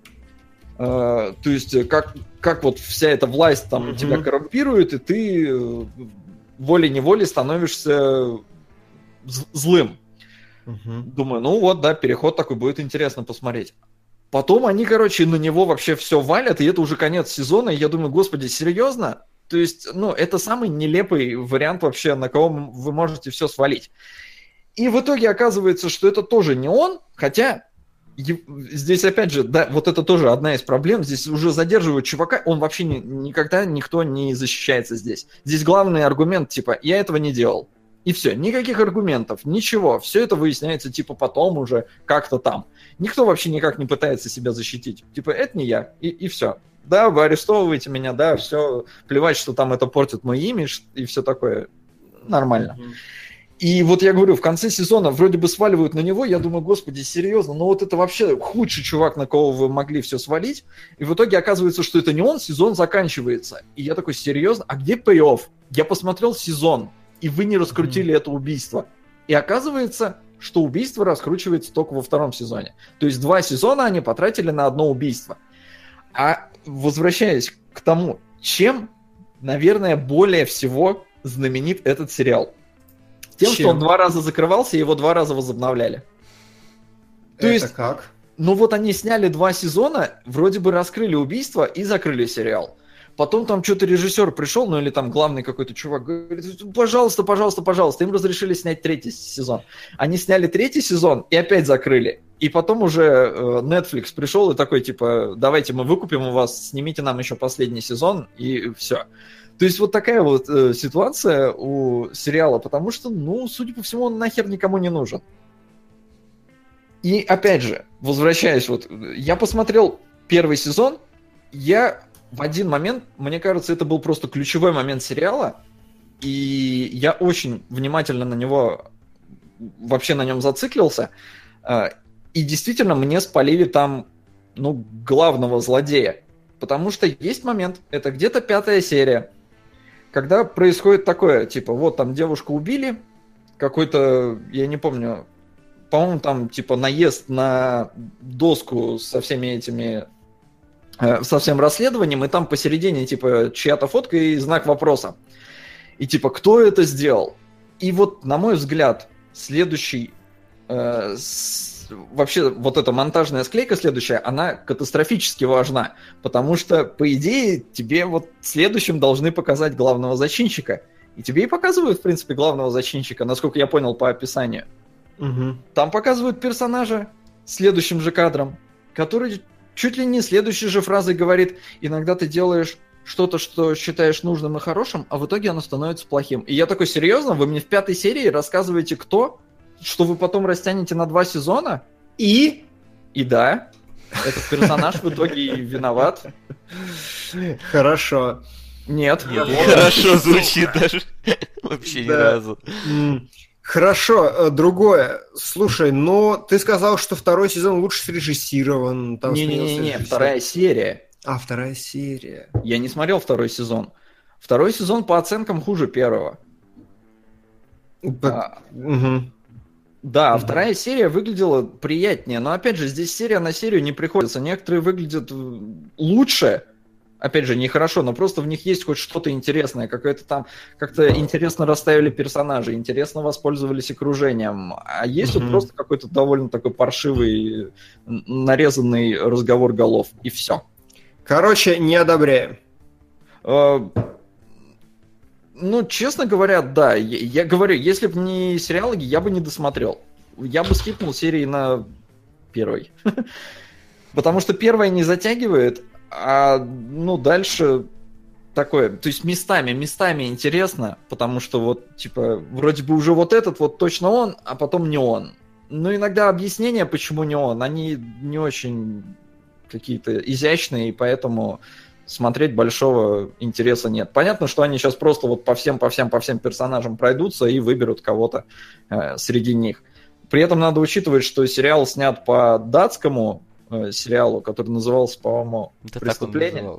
Э, то есть, как, как вот вся эта власть там mm-hmm. тебя коррумпирует, и ты э, волей-неволей становишься злым. Uh-huh. Думаю, ну вот, да, переход такой, будет интересно посмотреть. Потом они, короче, на него вообще все валят, и это уже конец сезона, и я думаю, господи, серьезно? То есть, ну, это самый нелепый вариант вообще, на кого вы можете все свалить. И в итоге оказывается, что это тоже не он, хотя здесь, опять же, да, вот это тоже одна из проблем, здесь уже задерживают чувака, он вообще не, никогда никто не защищается здесь. Здесь главный аргумент, типа, я этого не делал. И все, никаких аргументов, ничего. Все это выясняется, типа, потом уже как-то там. Никто вообще никак не пытается себя защитить. Типа, это не я, и, и все. Да, вы арестовываете меня, да, все. Плевать, что там это портит мой имидж и все такое. Нормально. Mm-hmm. И вот я говорю, в конце сезона вроде бы сваливают на него, я думаю, господи, серьезно, ну вот это вообще худший чувак, на кого вы могли все свалить. И в итоге оказывается, что это не он, сезон заканчивается. И я такой, серьезно? А где пей-офф? Я посмотрел сезон. И вы не раскрутили mm-hmm. это убийство. И оказывается, что убийство раскручивается только во втором сезоне. То есть два сезона они потратили на одно убийство. А возвращаясь к тому, чем, наверное, более всего знаменит этот сериал? Тем, чем? Что он два раза закрывался, и его два раза возобновляли. То это есть, как? Ну вот они сняли два сезона, вроде бы раскрыли убийство и закрыли сериал. Потом там что-то режиссер пришел, ну или там главный какой-то чувак говорит, пожалуйста, пожалуйста, пожалуйста. Им разрешили снять третий сезон. Они сняли третий сезон и опять закрыли. И потом уже э, Netflix пришел и такой, типа, давайте мы выкупим у вас, снимите нам еще последний сезон, и все. То есть вот такая вот э, ситуация у сериала, потому что, ну, судя по всему, он нахер никому не нужен. И опять же, возвращаясь, вот, я посмотрел первый сезон, я в один момент, мне кажется, это был просто ключевой момент сериала, и я очень внимательно на него, вообще на нем зациклился, и действительно мне спалили там, ну, главного злодея. Потому что есть момент, это где-то пятая серия, когда происходит такое, типа, вот там девушку убили, какой-то, я не помню, по-моему, там, типа, наезд на доску со всеми этими, э, со всем расследованием, и там посередине, типа, чья-то фотка и знак вопроса. И, типа, кто это сделал? И вот, на мой взгляд, следующий, э, с, вообще, вот эта монтажная склейка следующая, она катастрофически важна, потому что, по идее, тебе вот следующим должны показать главного зачинщика. И тебе и показывают, в принципе, главного зачинщика, насколько я понял по описанию. Угу. Там показывают персонажа следующим же кадром, который чуть ли не следующей же фразой говорит: иногда ты делаешь что-то, что считаешь нужным и хорошим, а в итоге оно становится плохим. И я такой: серьезно? Вы мне в пятой серии рассказываете, кто? Что вы потом растянете на два сезона? И? И да, этот персонаж в итоге и виноват. Хорошо. Нет. Хорошо звучит даже. Вообще ни разу. Хорошо, другое. Слушай, но ты сказал, что второй сезон лучше срежиссирован. Не-не-не, вторая серия. А, вторая серия. Я не смотрел второй сезон. Второй сезон по оценкам хуже первого. А, угу. Да, угу. Вторая серия выглядела приятнее, но опять же, здесь серия на серию не приходится. Некоторые выглядят лучше. Опять же, нехорошо, но просто в них есть хоть что-то интересное, какое-то там, как-то интересно расставили персонажи, интересно воспользовались окружением. А есть mm-hmm. вот просто какой-то довольно такой паршивый, нарезанный разговор голов, и все. Короче, не одобряем. Ну, честно говоря, да. Я, я говорю, если бы не сериалоги, я бы не досмотрел. Я бы скипнул серии на первой. Потому что первая не затягивает, а, ну, дальше такое, то есть местами, местами интересно, потому что вот, типа, вроде бы уже вот этот вот точно он, а потом не он. Но иногда объяснения, почему не он, они не очень какие-то изящные, и поэтому смотреть большого интереса нет. Понятно, что они сейчас просто вот по всем, по всем, по всем персонажам пройдутся и выберут кого-то э, среди них. При этом надо учитывать, что сериал снят по датскому сериалу, который назывался, по-моему, это «Преступление».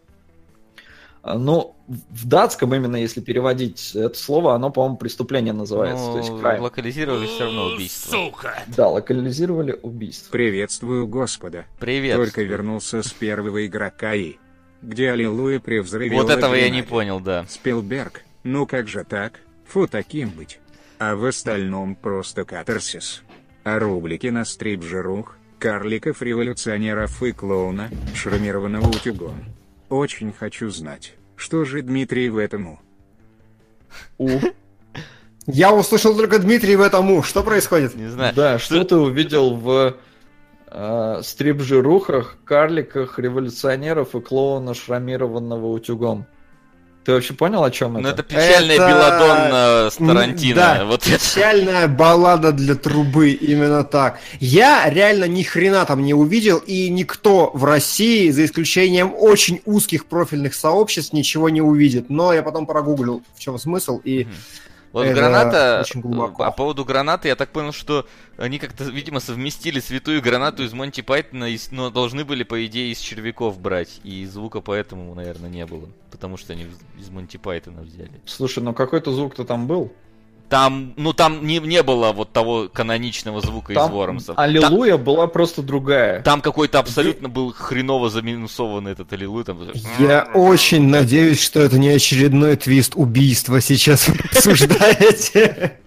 Ну, в датском именно, если переводить это слово, оно, по-моему, «Преступление» называется. Ну, то есть crime. Локализировали все равно убийство. Сука! Да, локализировали убийство. Приветствую, Господа. Привет. Только вернулся с первого игрока и... Где Аллилуйя превзрывела... Вот этого я не Гренаде. понял, да. Спилберг, ну как же так? Фу, таким быть. А в остальном просто катарсис. А рубрики на стрип-жирух, карликов, революционеров и клоуна, шрамированного утюгом. Очень хочу знать, что же Дмитрий в этом у. Я услышал только Дмитрий в этом у. Что происходит? Не знаю. Да, что ты увидел в э, стрип-жирухах, карликах, революционеров и клоуна, шрамированного утюгом? Ты вообще понял, о чем это? Ну, это печальная это... белладонна с Тарантино. Да, вот печальная это. Баллада для трубы, именно так. Я реально ни хрена там не увидел, и никто в России, за исключением очень узких профильных сообществ, ничего не увидит. Но я потом прогуглил, в чем смысл, и... Вот это граната, очень глубоко. По поводу гранаты, я так понял, что они как-то, видимо, совместили святую гранату из Монти Пайтона, но должны были, по идее, из червяков брать, и звука поэтому, наверное, не было, потому что они из Монти Пайтона взяли. Слушай, ну какой-то звук-то там был? Там, ну там не, не было вот того каноничного звука там из Вормса. Аллилуйя там, была просто другая. Там какой-то абсолютно был хреново заминусованный этот Аллилуйя. Там... Я очень надеюсь, что это не очередной твист убийства сейчас обсуждаете.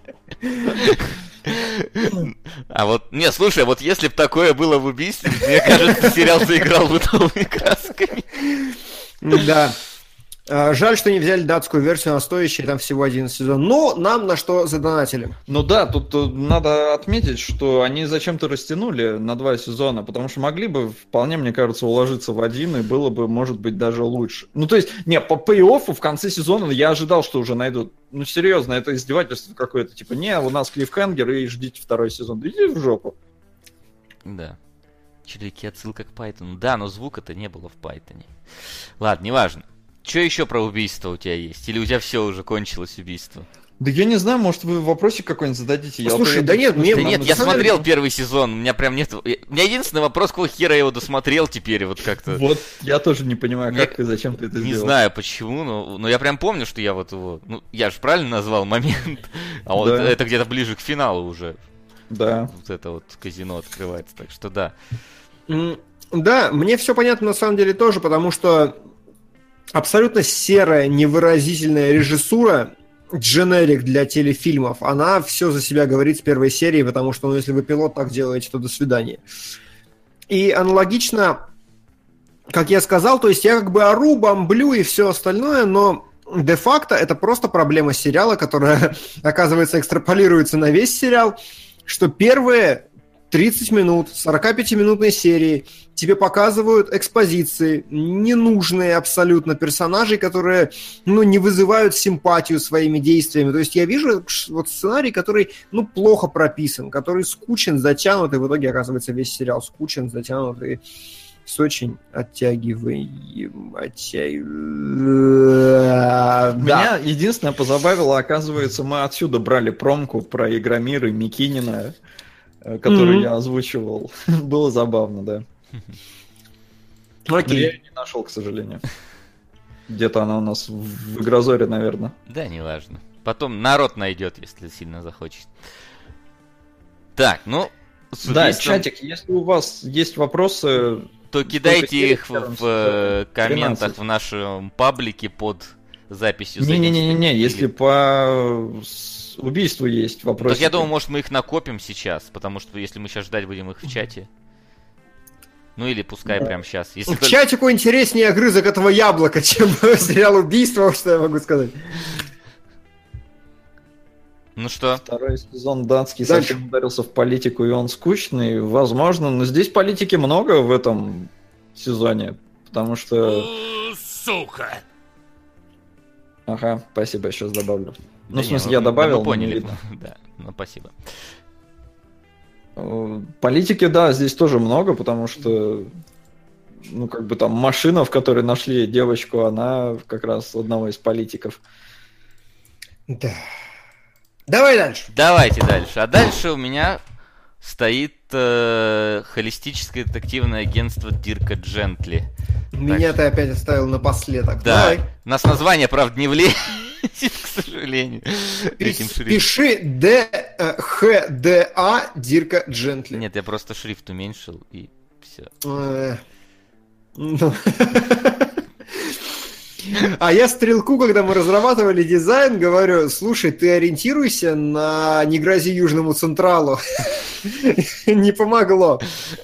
А вот, не, слушай, вот если бы такое было в убийстве, мне кажется, сериал заиграл бы новыми красками. Да. Жаль, что не взяли датскую версию, она стоящая, там всего один сезон. Но нам на что задонатили. Ну да, тут, тут надо отметить, что они зачем-то растянули на два сезона, потому что могли бы вполне, мне кажется, уложиться в один, и было бы, может быть, даже лучше. Ну то есть, не, по пей-оффу в конце сезона я ожидал, что уже найдут. Ну серьезно, это издевательство какое-то. Типа, не, у нас клиффхенгер, и ждите второй сезон. Да иди в жопу. Да. Червяки отсылка к Python. Да, но звука-то не было в Python. Ладно, неважно. Что еще про убийство у тебя есть? Или у тебя все уже кончилось убийство? Да я не знаю, может вы вопросик какой-нибудь зададите. Я Слушай, вот- да нет, мне... Да нет, я на самом смотрел деле- первый сезон, у меня прям нет... У меня единственный вопрос, какого хера я его досмотрел теперь, вот как-то... Вот я тоже не понимаю, Мне- как и зачем ты это Не сделал. знаю почему, но, но я прям помню, что я вот его... Ну, я же правильно назвал момент, а вот Да. это где-то ближе к финалу уже. Да. Вот это вот казино открывается, так что да. М, Да, мне все понятно на самом деле тоже, потому что абсолютно серая, невыразительная режиссура, дженерик для телефильмов, она все за себя говорит с первой серии, потому что, ну, если вы пилот так делаете, то до свидания. И аналогично, как я сказал, то есть я как бы ору, бомблю и все остальное, но де-факто это просто проблема сериала, которая, оказывается, экстраполируется на весь сериал, что первые тридцать минут сорокапятиминутной серии тебе показывают экспозиции, ненужные абсолютно персонажей, которые, ну, не вызывают симпатию своими действиями. То есть я вижу ш- вот сценарий, который, ну, плохо прописан, который скучен, затянут, и в итоге, оказывается, весь сериал скучен, затянут и с очень оттягиваем... оття- Да. Меня единственное позабавило, оказывается, мы отсюда брали промку про Игромир и Микинина, э, который Мгм. я озвучивал. Было забавно, да. Но я Окей. ее не нашел, к сожалению. Где-то она у нас в Игрозоре, наверное. Да, неважно. Потом народ найдет, если сильно захочет. Так, ну, с Да, убийством, чатик, если у вас есть вопросы, то кидайте серий их в первом в э, сезоне? комментах тринадцать. в нашем паблике под записью. с этим не-не-не-не, стримом. если Или- по с- убийству есть вопросы. Так я думаю, может, мы их накопим сейчас, потому что если мы сейчас ждать будем их в чате. Ну или пускай прямо сейчас. Если В только- чатику интереснее огрызок этого яблока, чем сериал «Убийство», вот что я могу сказать. Ну что? Второй сезон датский Дальше. совсем ударился в политику, и он скучный, возможно, но здесь политики много в этом сезоне, потому что... Э, Сука! Ага, спасибо, сейчас добавлю. Ну, Да в не, смысле, мы- я мы добавил, но не поняли. видно. Да, ну спасибо. Э, Политики, да, здесь тоже много, потому что, ну, как бы там машина, в которой нашли девочку, она как раз одного из политиков. Да. Давай дальше. Давайте дальше. А дальше у меня стоит э, холистическое детективное агентство Дирка Джентли. Меня ты опять оставил напоследок. Да. Давай. У нас название, правда, не влезет, к сожалению. Этим шрифтом. Пиши Д Х Д А Дирка Джентли. Нет, я просто шрифт уменьшил и все. Э, ну. А я Стрелку, когда мы разрабатывали дизайн, говорю: слушай, ты ориентируйся на «Не грози Южному Централу». Не помогло.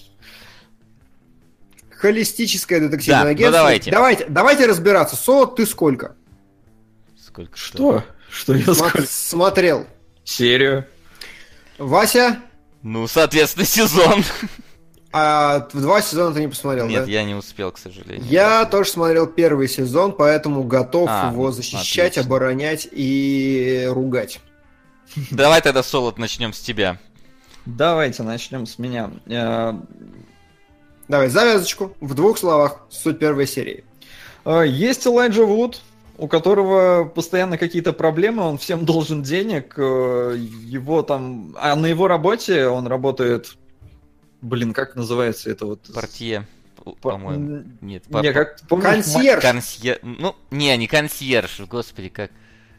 Холистическое детективное Да, ну агентство. давайте. давайте. Давайте разбираться. Со, ты сколько? Сколько Что? Что я Смо- сказал? Смотрел. Серию. Вася, Ну, соответственно, сезон. а в два сезона ты не посмотрел, Нет, да? я не успел, к сожалению. Я тоже смотрел первый сезон, поэтому готов А, его ну, защищать, отлично. оборонять и ругать. Давай тогда, Солод, начнем с тебя. Давайте начнем с меня. Э, Давай, завязочку. В двух словах. Суть первой серии. э, Есть Элайджа Вуд, у которого постоянно какие-то проблемы, он всем должен денег, э, его там... А на его работе он работает... Блин, как называется это вот? Портье, По- по-моему. н- Нет, Не, как помнишь, Консьерж. Консьерж. Ну, не, не консьерж, господи, как.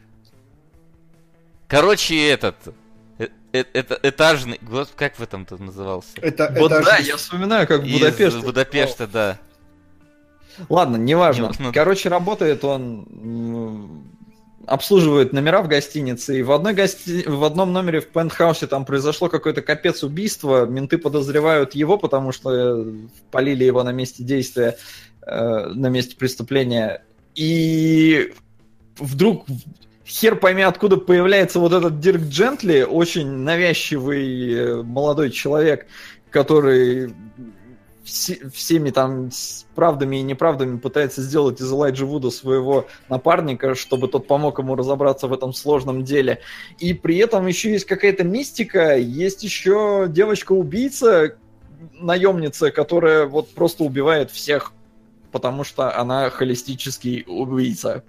Короче, этот. э- э- Это этажный. Гос- Как в этом-то назывался? Это, Вот это да, ж- я вспоминаю, как в Из Будапеште. Будапешта, да. Ладно, неважно. Ну, ну- Короче, работает он, м, обслуживает номера в гостинице, и в, одной гости... в одном номере в пентхаусе там произошло какое-то капец убийство, менты подозревают его, потому что э, полили его на месте действия, э, на месте преступления, и вдруг хер пойми откуда появляется вот этот Дирк Джентли, очень навязчивый э, молодой человек, который все- всеми там с правдами и неправдами пытается сделать из Элайджа Вуда своего напарника, чтобы тот помог ему разобраться в этом сложном деле. И при этом еще есть какая-то мистика, есть еще девочка-убийца, наемница, которая вот просто убивает всех, потому что она холистический убийца.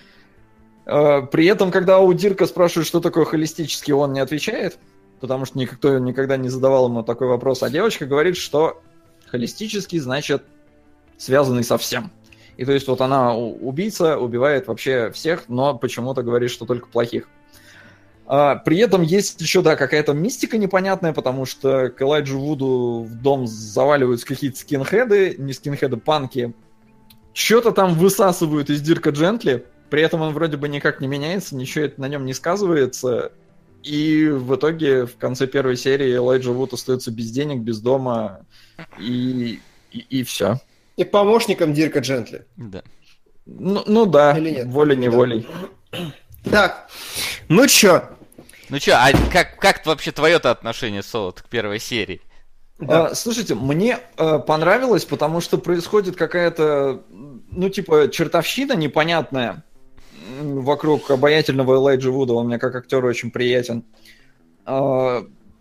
При этом, когда у Дирка спрашивают, что такое холистический, он не отвечает, потому что никто никогда не задавал ему такой вопрос. А девочка говорит, что холистический значит связанный со всем. И то есть вот она убийца, убивает вообще всех, но почему-то говорит, что только плохих. А, при этом есть еще, да, какая-то мистика непонятная, потому что к Элайджу Вуду в дом заваливаются какие-то скинхеды, не скинхеды, панки. Что-то там высасывают из Дирка Джентли, при этом он вроде бы никак не меняется, ничего это на нем не сказывается. И в итоге в конце первой серии Элайджа Вуд остается без денег, без дома, и, и, и все. И помощником Дирка Джентли. Да. Ну, ну да, волей-неволей. Так, ну чё? Ну чё, а как, как вообще твое-то отношение, Солод, к первой серии? Да. А, слушайте, мне а, понравилось, потому что происходит какая-то, ну типа, чертовщина непонятная вокруг обаятельного Элайджа Вуда, он мне как актер очень приятен. А,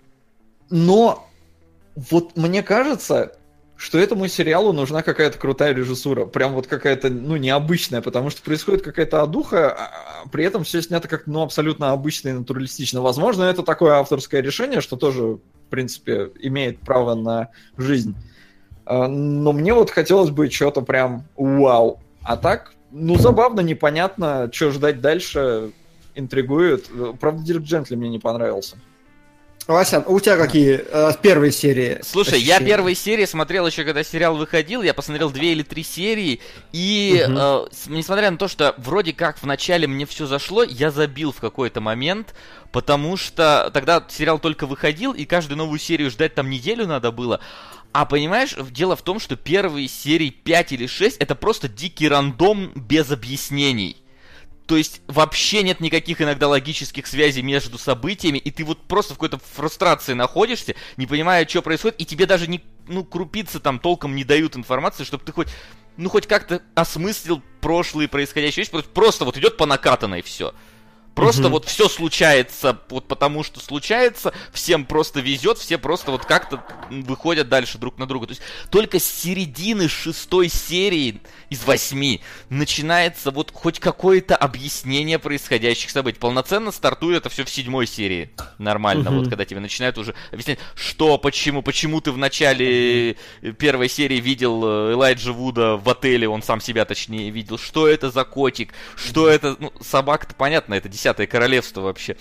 но вот мне кажется, что этому сериалу нужна какая-то крутая режиссура, прям вот какая-то, ну, необычная, потому что происходит какая-то одуха, а при этом все снято как, ну, абсолютно обычно и натуралистично. Возможно, это такое авторское решение, что тоже, в принципе, имеет право на жизнь. Но мне вот хотелось бы чего-то прям вау. А так, ну, забавно, непонятно, что ждать дальше, интригует. Правда, Дирк Джентли мне не понравился. Васян, у тебя какие э, первые серии? Слушай, ощущения? Я первые серии смотрел еще, когда сериал выходил, я посмотрел две или три серии, и угу. э, несмотря на то, что вроде как вначале мне все зашло, я забил в какой-то момент, потому что тогда сериал только выходил, и каждую новую серию ждать там неделю надо было. А понимаешь, дело в том, что первые серии пять или шесть это просто дикий рандом без объяснений. То есть вообще нет никаких иногда логических связей между событиями, и ты вот просто в какой-то фрустрации находишься, не понимая, что происходит, и тебе даже не, ну, крупицы там толком не дают информации, чтобы ты хоть, ну, хоть как-то осмыслил прошлые происходящие вещи, просто вот идет по накатанной все. Просто mm-hmm. вот все случается, вот потому что случается, всем просто везет, все просто вот как-то выходят дальше друг на друга. То есть только с середины шестой серии из восьми начинается вот хоть какое-то объяснение происходящих событий. Полноценно стартует это все в седьмой серии. Нормально, mm-hmm. вот когда тебе начинают уже объяснять, что, почему, почему ты в начале mm-hmm. первой серии видел Элайджа Вуда в отеле, он сам себя точнее видел, что это за котик, что mm-hmm. это, ну, собака-то понятно, это десятое королевство вообще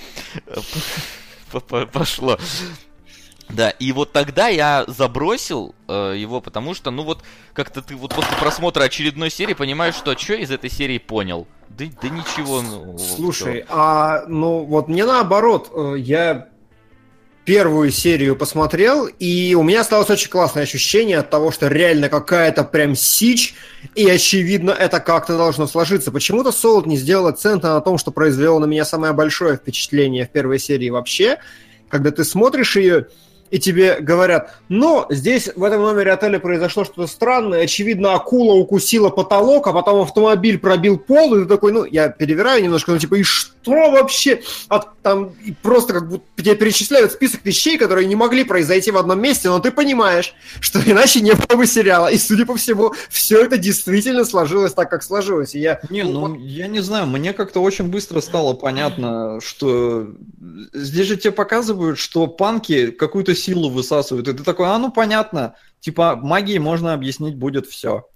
пошло. Да, и вот тогда я забросил э, его, потому что, ну вот, как-то ты вот после просмотра очередной серии понимаешь, что что из этой серии понял? Да, да ничего. Ну, слушай, что. а ну вот мне наоборот, я первую серию посмотрел, и у меня осталось очень классное ощущение от того, что реально какая-то прям сичь, и очевидно это как-то должно сложиться. Почему-то Солод не сделал акцента на том, что произвело на меня самое большое впечатление в первой серии вообще, когда ты смотришь ее, и тебе говорят, но здесь в этом номере отеля произошло что-то странное, очевидно, акула укусила потолок, а потом автомобиль пробил пол, и ты такой, ну, я перевираю немножко, ну, типа, и что вообще? От, там и просто как будто тебе перечисляют список вещей, которые не могли произойти в одном месте, но ты понимаешь, что иначе не было бы сериала, и, судя по всему, все это действительно сложилось так, как сложилось. И я... Не, ну, вот... я не знаю, мне как-то очень быстро стало понятно, что здесь же тебе показывают, что панки какую-то силу высасывают, и ты такой, а ну понятно, типа магией можно объяснить будет все.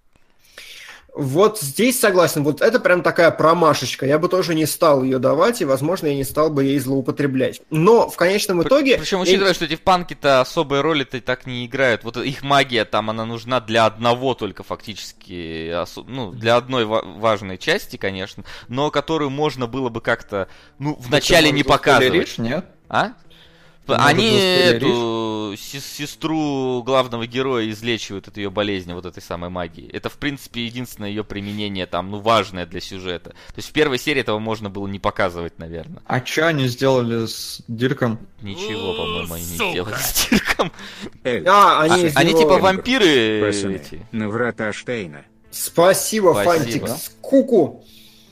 Вот здесь согласен, вот это прям такая промашечка, я бы тоже не стал ее давать, и, возможно, я не стал бы ей злоупотреблять. Но в конечном итоге... Причем, учитывая, я... что эти панки-то особой роли-то так не играют, вот их магия там, она нужна для одного только фактически, ну, для одной важной части, конечно, но которую можно было бы как-то, ну, вначале не показывать. Нет? А? Они эту сестру главного героя излечивают от ее болезни, вот этой самой магии. Это, в принципе, единственное ее применение там, ну, важное для сюжета. То есть в первой серии этого можно было не показывать, наверное. А что они сделали с Дирком? Ничего, по-моему, они не сделали с Дирком. А, они, а, они типа вампиры. Эти. На врата Штейна. Спасибо, Фантик. Куку.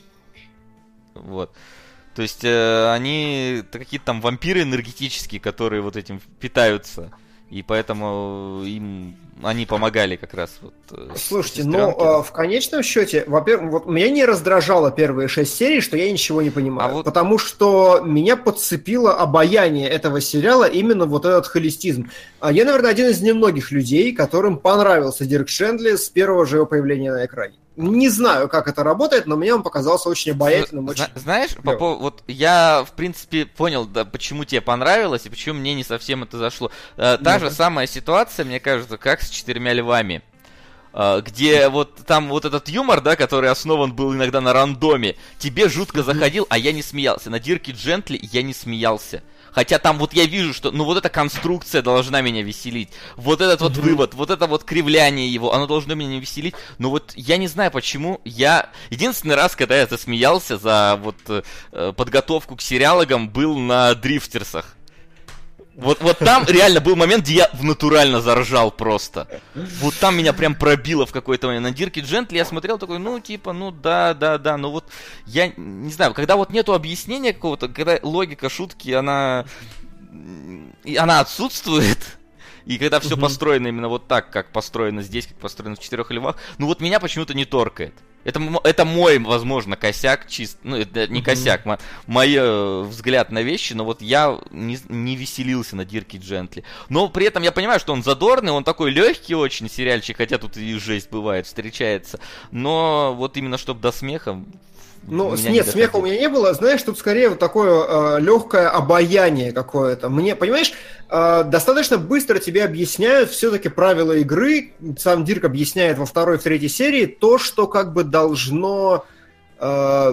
Вот. То есть э, они какие-то там вампиры энергетические, которые вот этим питаются. И поэтому им они помогали как раз вот. Слушайте, ну э, в конечном счете, во-первых, вот меня не раздражало первые шесть серий, что я ничего не понимаю, а вот... потому что меня подцепило обаяние этого сериала именно вот этот холестизм. Я, наверное, один из немногих людей, которым понравился Дирк Джентли с первого же его появления на экране. Не знаю, как это работает, но мне он показался очень обаятельным. Зна- очень... Знаешь, по поводу, вот я, в принципе, понял, да, почему тебе понравилось и почему мне не совсем это зашло. Та ну, же да. самая ситуация, мне кажется, как с «Четырьмя львами», где вот там вот этот юмор, да, который основан был иногда на рандоме, тебе жутко заходил, а я не смеялся. На Дирке Джентли я не смеялся. Хотя там вот я вижу, что, ну, вот эта конструкция должна меня веселить. Вот этот вот вывод, вот это вот кривляние его, оно должно меня веселить. Но вот я не знаю, почему я... Единственный раз, когда я засмеялся за вот э, подготовку к сериалогам, был на «Дрифтерсах». Вот, вот там реально был момент, где я в натурально заржал просто. Вот там меня прям пробило в какой-то момент. На Дирке Джентли я смотрел такой, ну, типа, ну, да, да, да. Но вот я не знаю, когда вот нету объяснения какого-то, когда логика шутки, она, она отсутствует, и когда все построено именно вот так, как построено здесь, как построено в «Четырех львах», ну, вот меня почему-то не торкает. Это, это мой, возможно, косяк, чист, ну, это не косяк, mm-hmm. мой э, взгляд на вещи, но вот я не, не веселился на Дирке Джентли. Но при этом я понимаю, что он задорный, он такой легкий очень сериальчик, хотя тут и жесть бывает, встречается. Но вот именно чтобы до смеха... Ну, нет, не смеха у меня не было, знаешь, тут скорее вот такое э, легкое обаяние какое-то. Мне, понимаешь, э, достаточно быстро тебе объясняют все-таки правила игры. Сам Дирк объясняет во второй, в третьей серии то, что как бы должно... Э,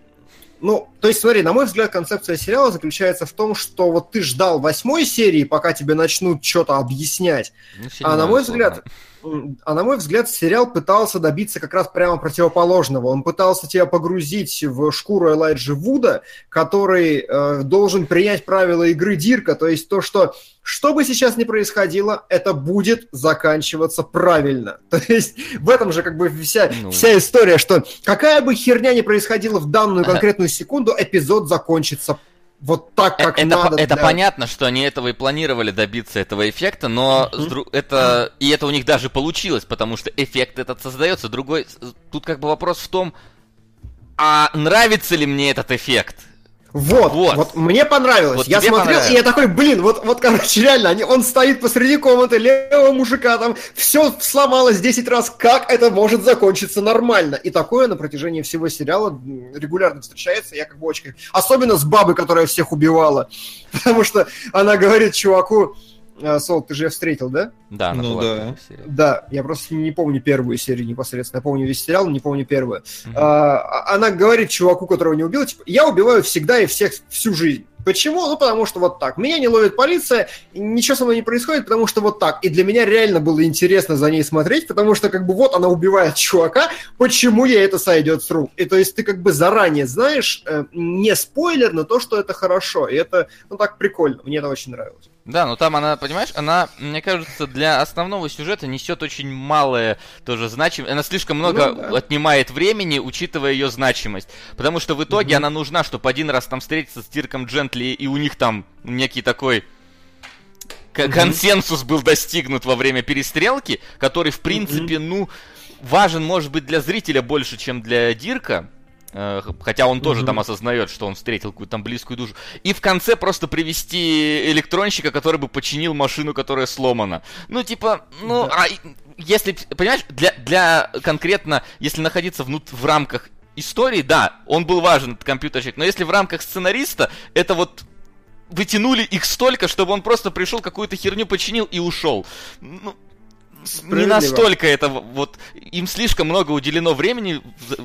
ну, то есть, смотри, на мой взгляд, концепция сериала заключается в том, что вот ты ждал восьмой серии, пока тебе начнут что-то объяснять, ну, а на мой взгляд... А на мой взгляд, сериал пытался добиться как раз прямо противоположного. Он пытался тебя погрузить в шкуру Элайджи Вуда, который э, должен принять правила игры Дирка. То есть то, что что бы сейчас ни происходило, это будет заканчиваться правильно. То есть в этом же как бы вся, ну... вся история, что какая бы херня ни происходила в данную конкретную секунду, эпизод закончится вот так, как это, надо. Это для... понятно, что они этого и планировали добиться, этого эффекта, но uh-huh. дру... это и это у них даже получилось, потому что эффект этот создается. Другой, тут как бы вопрос в том, а нравится ли мне этот эффект? Вот, вот, вот мне понравилось. Вот я смотрел, и я такой, блин, вот, вот короче, реально, они, он стоит посреди комнаты, левого мужика, там все сломалось десять раз, как это может закончиться нормально? И такое на протяжении всего сериала регулярно встречается, я как бы очень... Особенно с бабой, которая всех убивала, потому что она говорит чуваку, Сол, ты же ее встретил, да? Да, она ну, была да. серия. Да, я просто не помню первую серию непосредственно. Я помню весь сериал, но не помню первую. Mm-hmm. А, она говорит чуваку, которого не убила, типа, я убиваю всегда и всех всю жизнь. Почему? Ну, потому что вот так. Меня не ловит полиция, ничего со мной не происходит, потому что вот так. И для меня реально было интересно за ней смотреть, потому что как бы вот она убивает чувака, почему ей это сойдет с рук? И то есть ты как бы заранее знаешь, э, не спойлер, но то, что это хорошо. И это, ну, так прикольно. Мне это очень нравилось. Да, но там она, понимаешь, она, мне кажется, для основного сюжета несет очень малое тоже значимость. Она слишком много ну, да. отнимает времени, учитывая ее значимость. Потому что в итоге mm-hmm. она нужна, чтобы один раз там встретиться с Дирком Джентли, и у них там некий такой mm-hmm. консенсус был достигнут во время перестрелки, который, в принципе, mm-hmm. ну, важен, может быть, для зрителя больше, чем для Дирка. Хотя он тоже mm-hmm. там осознает, что он встретил какую-то там близкую душу. И в конце просто привести электронщика, который бы починил машину, которая сломана. Ну, типа, ну, mm-hmm. а если, понимаешь, для, для конкретно, если находиться внут, в рамках истории, да, он был важен, этот компьютерщик, но если в рамках сценариста, это вот вытянули их столько, чтобы он просто пришел, какую-то херню починил и ушел. Ну, не настолько это вот, им слишком много уделено времени,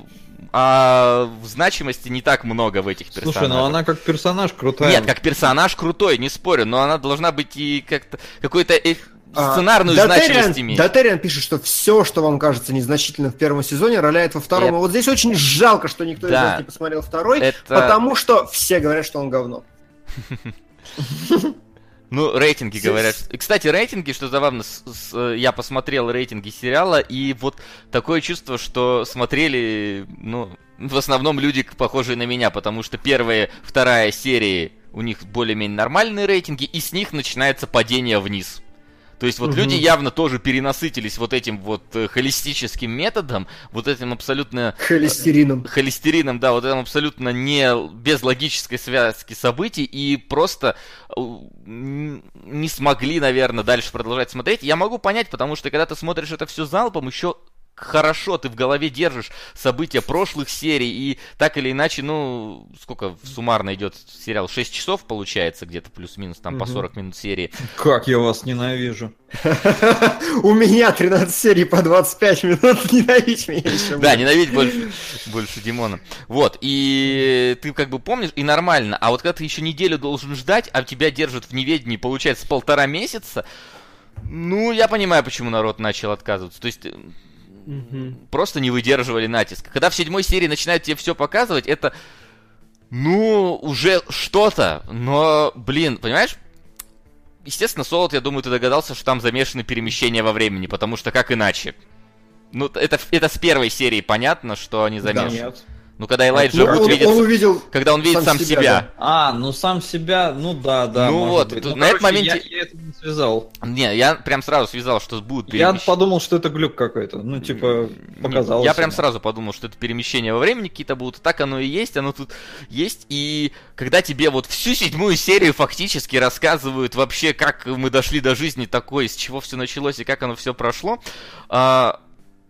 а в значимости не так много в этих персонажах. Слушай, ну она как персонаж крутая. Нет, как персонаж крутой, не спорю, но она должна быть и как-то какой-то э... сценарную а, значимость иметь. Дотериан пишет, что все, что вам кажется незначительным в первом сезоне, роляет во втором. Это... А вот здесь очень жалко, что никто да. из нас не посмотрел второй, это... потому что все говорят, что он говно. Ну, рейтинги говорят. И, кстати, рейтинги, что забавно, с, с, я посмотрел рейтинги сериала, и вот такое чувство, что смотрели, ну, в основном люди, похожие на меня, потому что первая, вторая серии, у них более-менее нормальные рейтинги, и с них начинается падение вниз. То есть вот угу. люди явно тоже перенасытились вот этим вот холистическим методом, вот этим абсолютно... Холестерином. Холестерином, да, вот этим абсолютно не без логической связки событий, и просто не смогли, наверное, дальше продолжать смотреть. Я могу понять, потому что когда ты смотришь это все залпом, еще... хорошо ты в голове держишь события прошлых серий, и так или иначе, ну, сколько суммарно идет сериал? шесть часов получается, где-то плюс-минус, там по сорок минут серии. Как я вас ненавижу. У меня тринадцать серий по двадцать пять минут, ненавидеть меня еще. Да, ненавидеть больше, больше Димона. Вот, и ты как бы помнишь, и нормально, а вот когда ты еще неделю должен ждать, а тебя держат в неведении, получается, полтора месяца, ну, я понимаю, почему народ начал отказываться. То есть... Mm-hmm. Просто не выдерживали натиск. Когда в седьмой серии начинают тебе все показывать, это, ну, уже что-то. Но, блин, понимаешь? Естественно, Солод, я думаю, ты догадался, что там замешаны перемещения во времени, потому что как иначе? Ну, это, это с первой серии понятно, что они замешаны. Да, нет. Ну, когда Элайджа ну, Вуд видит, он увидел когда он видит сам, сам себя. себя. Да. А, ну сам себя, ну да, да. Ну вот, быть. Ну, на этом моменте... Я, я это не связал. Не, я прям сразу связал, что будут перемещения. Я подумал, что это глюк какой-то, ну типа показалось. Я прям сразу подумал, что это перемещения во времени какие-то будут. Так оно и есть, оно тут есть. И когда тебе вот всю седьмую серию фактически рассказывают вообще, как мы дошли до жизни такой, с чего все началось и как оно все прошло, а,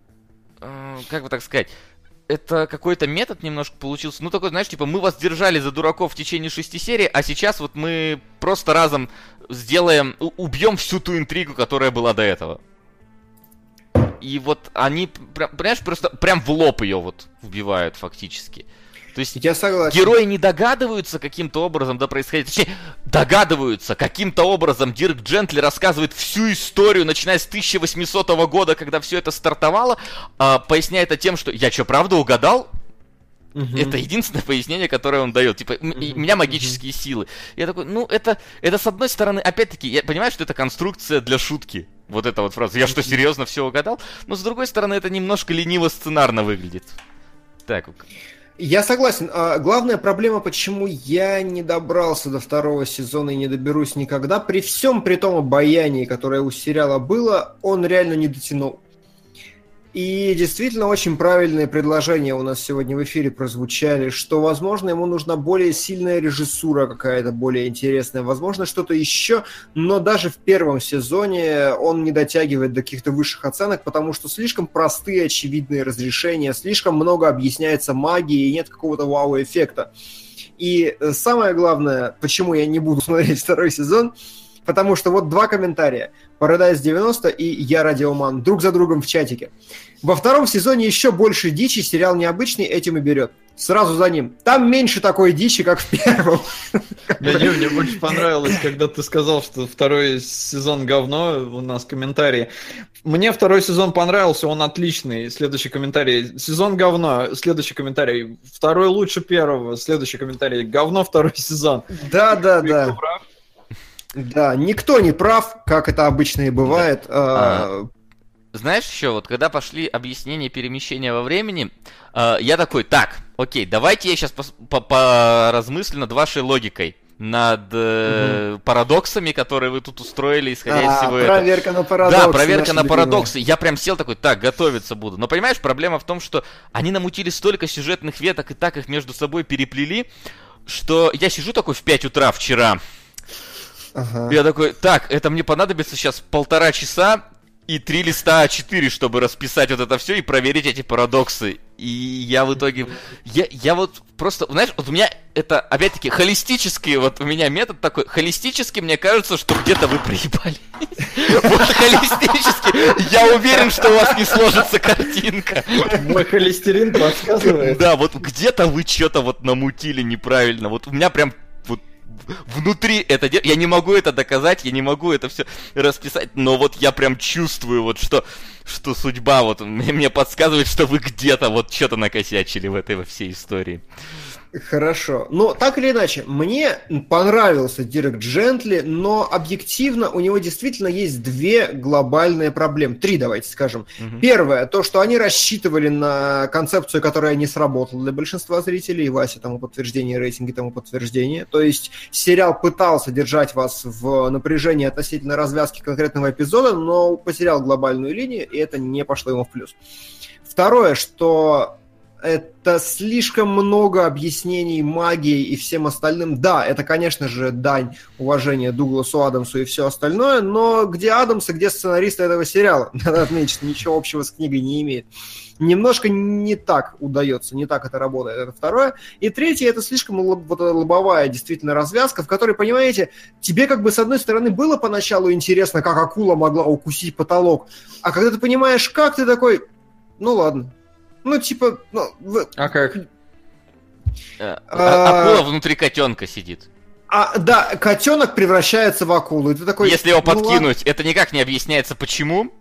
а, как бы так сказать... Это какой-то метод немножко получился. Ну, такой, знаешь, типа, мы вас держали за дураков в течение шести серий, а сейчас вот мы просто разом сделаем, убьем всю ту интригу, которая была до этого. И вот они, понимаешь, просто прям в лоб ее вот вбивают фактически. То есть я согласен. Герои не догадываются каким-то образом, да, происходит. Точнее, догадываются, каким-то образом Дирк Джентли рассказывает всю историю, начиная с тысяча восьмисотого года, когда все это стартовало, а, поясняя это тем, что я что, правда угадал? Угу. Это единственное пояснение, которое он дает. Типа, угу. у меня магические угу. силы. Я такой, ну, это, это с одной стороны, опять-таки, я понимаю, что это конструкция для шутки. Вот эта вот фраза. Я что, серьезно все угадал? Но с другой стороны, это немножко лениво-сценарно выглядит. Так. Я согласен. А главная проблема, почему я не добрался до второго сезона и не доберусь никогда, при всем при том обаянии, которое у сериала было, он реально не дотянул. И действительно очень правильные предложения у нас сегодня в эфире прозвучали, что, возможно, ему нужна более сильная режиссура какая-то, более интересная, возможно, что-то еще, но даже в первом сезоне он не дотягивает до каких-то высших оценок, потому что слишком простые, очевидные разрешения, слишком много объясняется магией и нет какого-то вау-эффекта. И самое главное, почему я не буду смотреть второй сезон, потому что вот два комментария. Paradise девяносто и Я Радиоман друг за другом в чатике. Во втором сезоне еще больше дичи, сериал необычный, этим и берет. Сразу за ним. Там меньше такой дичи, как в первом. Да не, мне больше понравилось, когда ты сказал, что второй сезон говно, у нас комментарии. Мне второй сезон понравился, он отличный. Следующий комментарий. Сезон говно, следующий комментарий. Второй лучше первого, следующий комментарий. Говно второй сезон. Да, да, да. Да, никто не прав, как это обычно и бывает. Да. А... Знаешь еще, вот когда пошли объяснения перемещения во времени, э, я такой, так, окей, давайте я сейчас поразмыслю над вашей логикой, над э, угу. парадоксами, которые вы тут устроили, исходя а, из всего этого. Проверка на парадоксы. Да, проверка на парадоксы. Я прям сел такой, так, готовиться буду. Но понимаешь, проблема в том, что они намутили столько сюжетных веток и так их между собой переплели, что я сижу такой в пять утра вчера. Ага. Я такой, так, это мне понадобится сейчас полтора часа и три листа а четыре, чтобы расписать вот это все и проверить эти парадоксы. И я в итоге... Я, я вот просто... Знаешь, вот у меня это, опять-таки, холистический, вот у меня метод такой. Холистически мне кажется, что где-то вы проебали. Вот холистически. Я уверен, что у вас не сложится картинка. Мой холестерин подсказывает. Да, вот где-то вы что-то вот намутили неправильно. Вот у меня прям... Внутри это дело, я не могу это доказать, я не могу это все расписать, но вот я прям чувствую, вот что, что судьба вот мне, мне подсказывает, что вы где-то вот что-то накосячили в этой во всей истории. Хорошо. Но так или иначе, мне понравился Дирк Джентли, но объективно у него действительно есть две глобальные проблемы. Три, давайте скажем. Угу. Первое, то, что они рассчитывали на концепцию, которая не сработала для большинства зрителей, и Вася тому подтверждение, рейтинги тому подтверждение. То есть сериал пытался держать вас в напряжении относительно развязки конкретного эпизода, но потерял глобальную линию, и это не пошло ему в плюс. Второе, что это слишком много объяснений магии и всем остальным. Да, это, конечно же, дань уважения Дугласу Адамсу и все остальное, но где Адамс и где сценаристы этого сериала? Надо отметить, что ничего общего с книгой не имеет. Немножко не так удается, не так это работает. Это второе. И третье, это слишком лоб, вот, лобовая действительно развязка, в которой, понимаете, тебе как бы с одной стороны было поначалу интересно, как акула могла укусить потолок, а когда ты понимаешь, как, ты такой, ну ладно. Ну, типа... Ну, в... А как? А, а, акула внутри котенка сидит. А, да, котенок превращается в акулу. И ты такой, если его подкинуть, ну, это никак не объясняется, почему.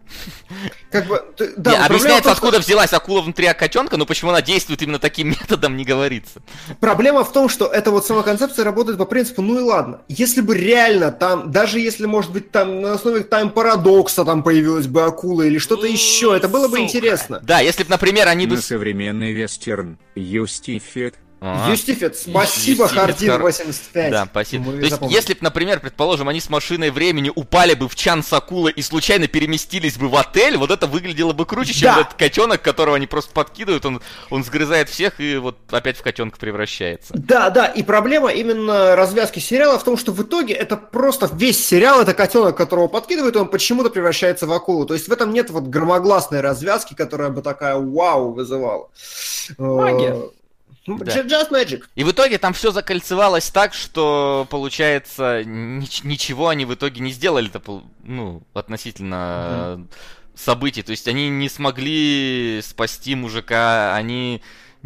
Как бы, ты, да, не, объясняется, том, откуда что... взялась акула внутри котенка, но почему она действует именно таким методом, не говорится. Проблема в том, что эта вот сама концепция работает по принципу, ну и ладно. Если бы реально там, даже если, может быть, там на основе тайм-парадокса там появилась бы акула или что-то еще, это было бы интересно. Да, если бы, например, они бы... На современный вестерн Юстифет. Юстифет, спасибо, Хардин восемьдесят пять. Да, спасибо. То есть, если бы, например, предположим, они с машиной времени упали бы в чан с акулой и случайно переместились бы в отель, вот это выглядело бы круче, чем да. этот котенок, которого они просто подкидывают, он, он сгрызает всех и вот опять в котенка превращается. Да, да, и проблема именно развязки сериала в том, что в итоге это просто весь сериал, это котенок, которого подкидывают, и он почему-то превращается в акулу. То есть в этом нет вот громогласной развязки, которая бы такая вау вызывала. Магия. Да. Just Magic. И в итоге там все закольцевалось так, что, получается, ни- ничего они в итоге не сделали-то, ну, относительно mm-hmm. событий. То есть они не смогли спасти мужика, они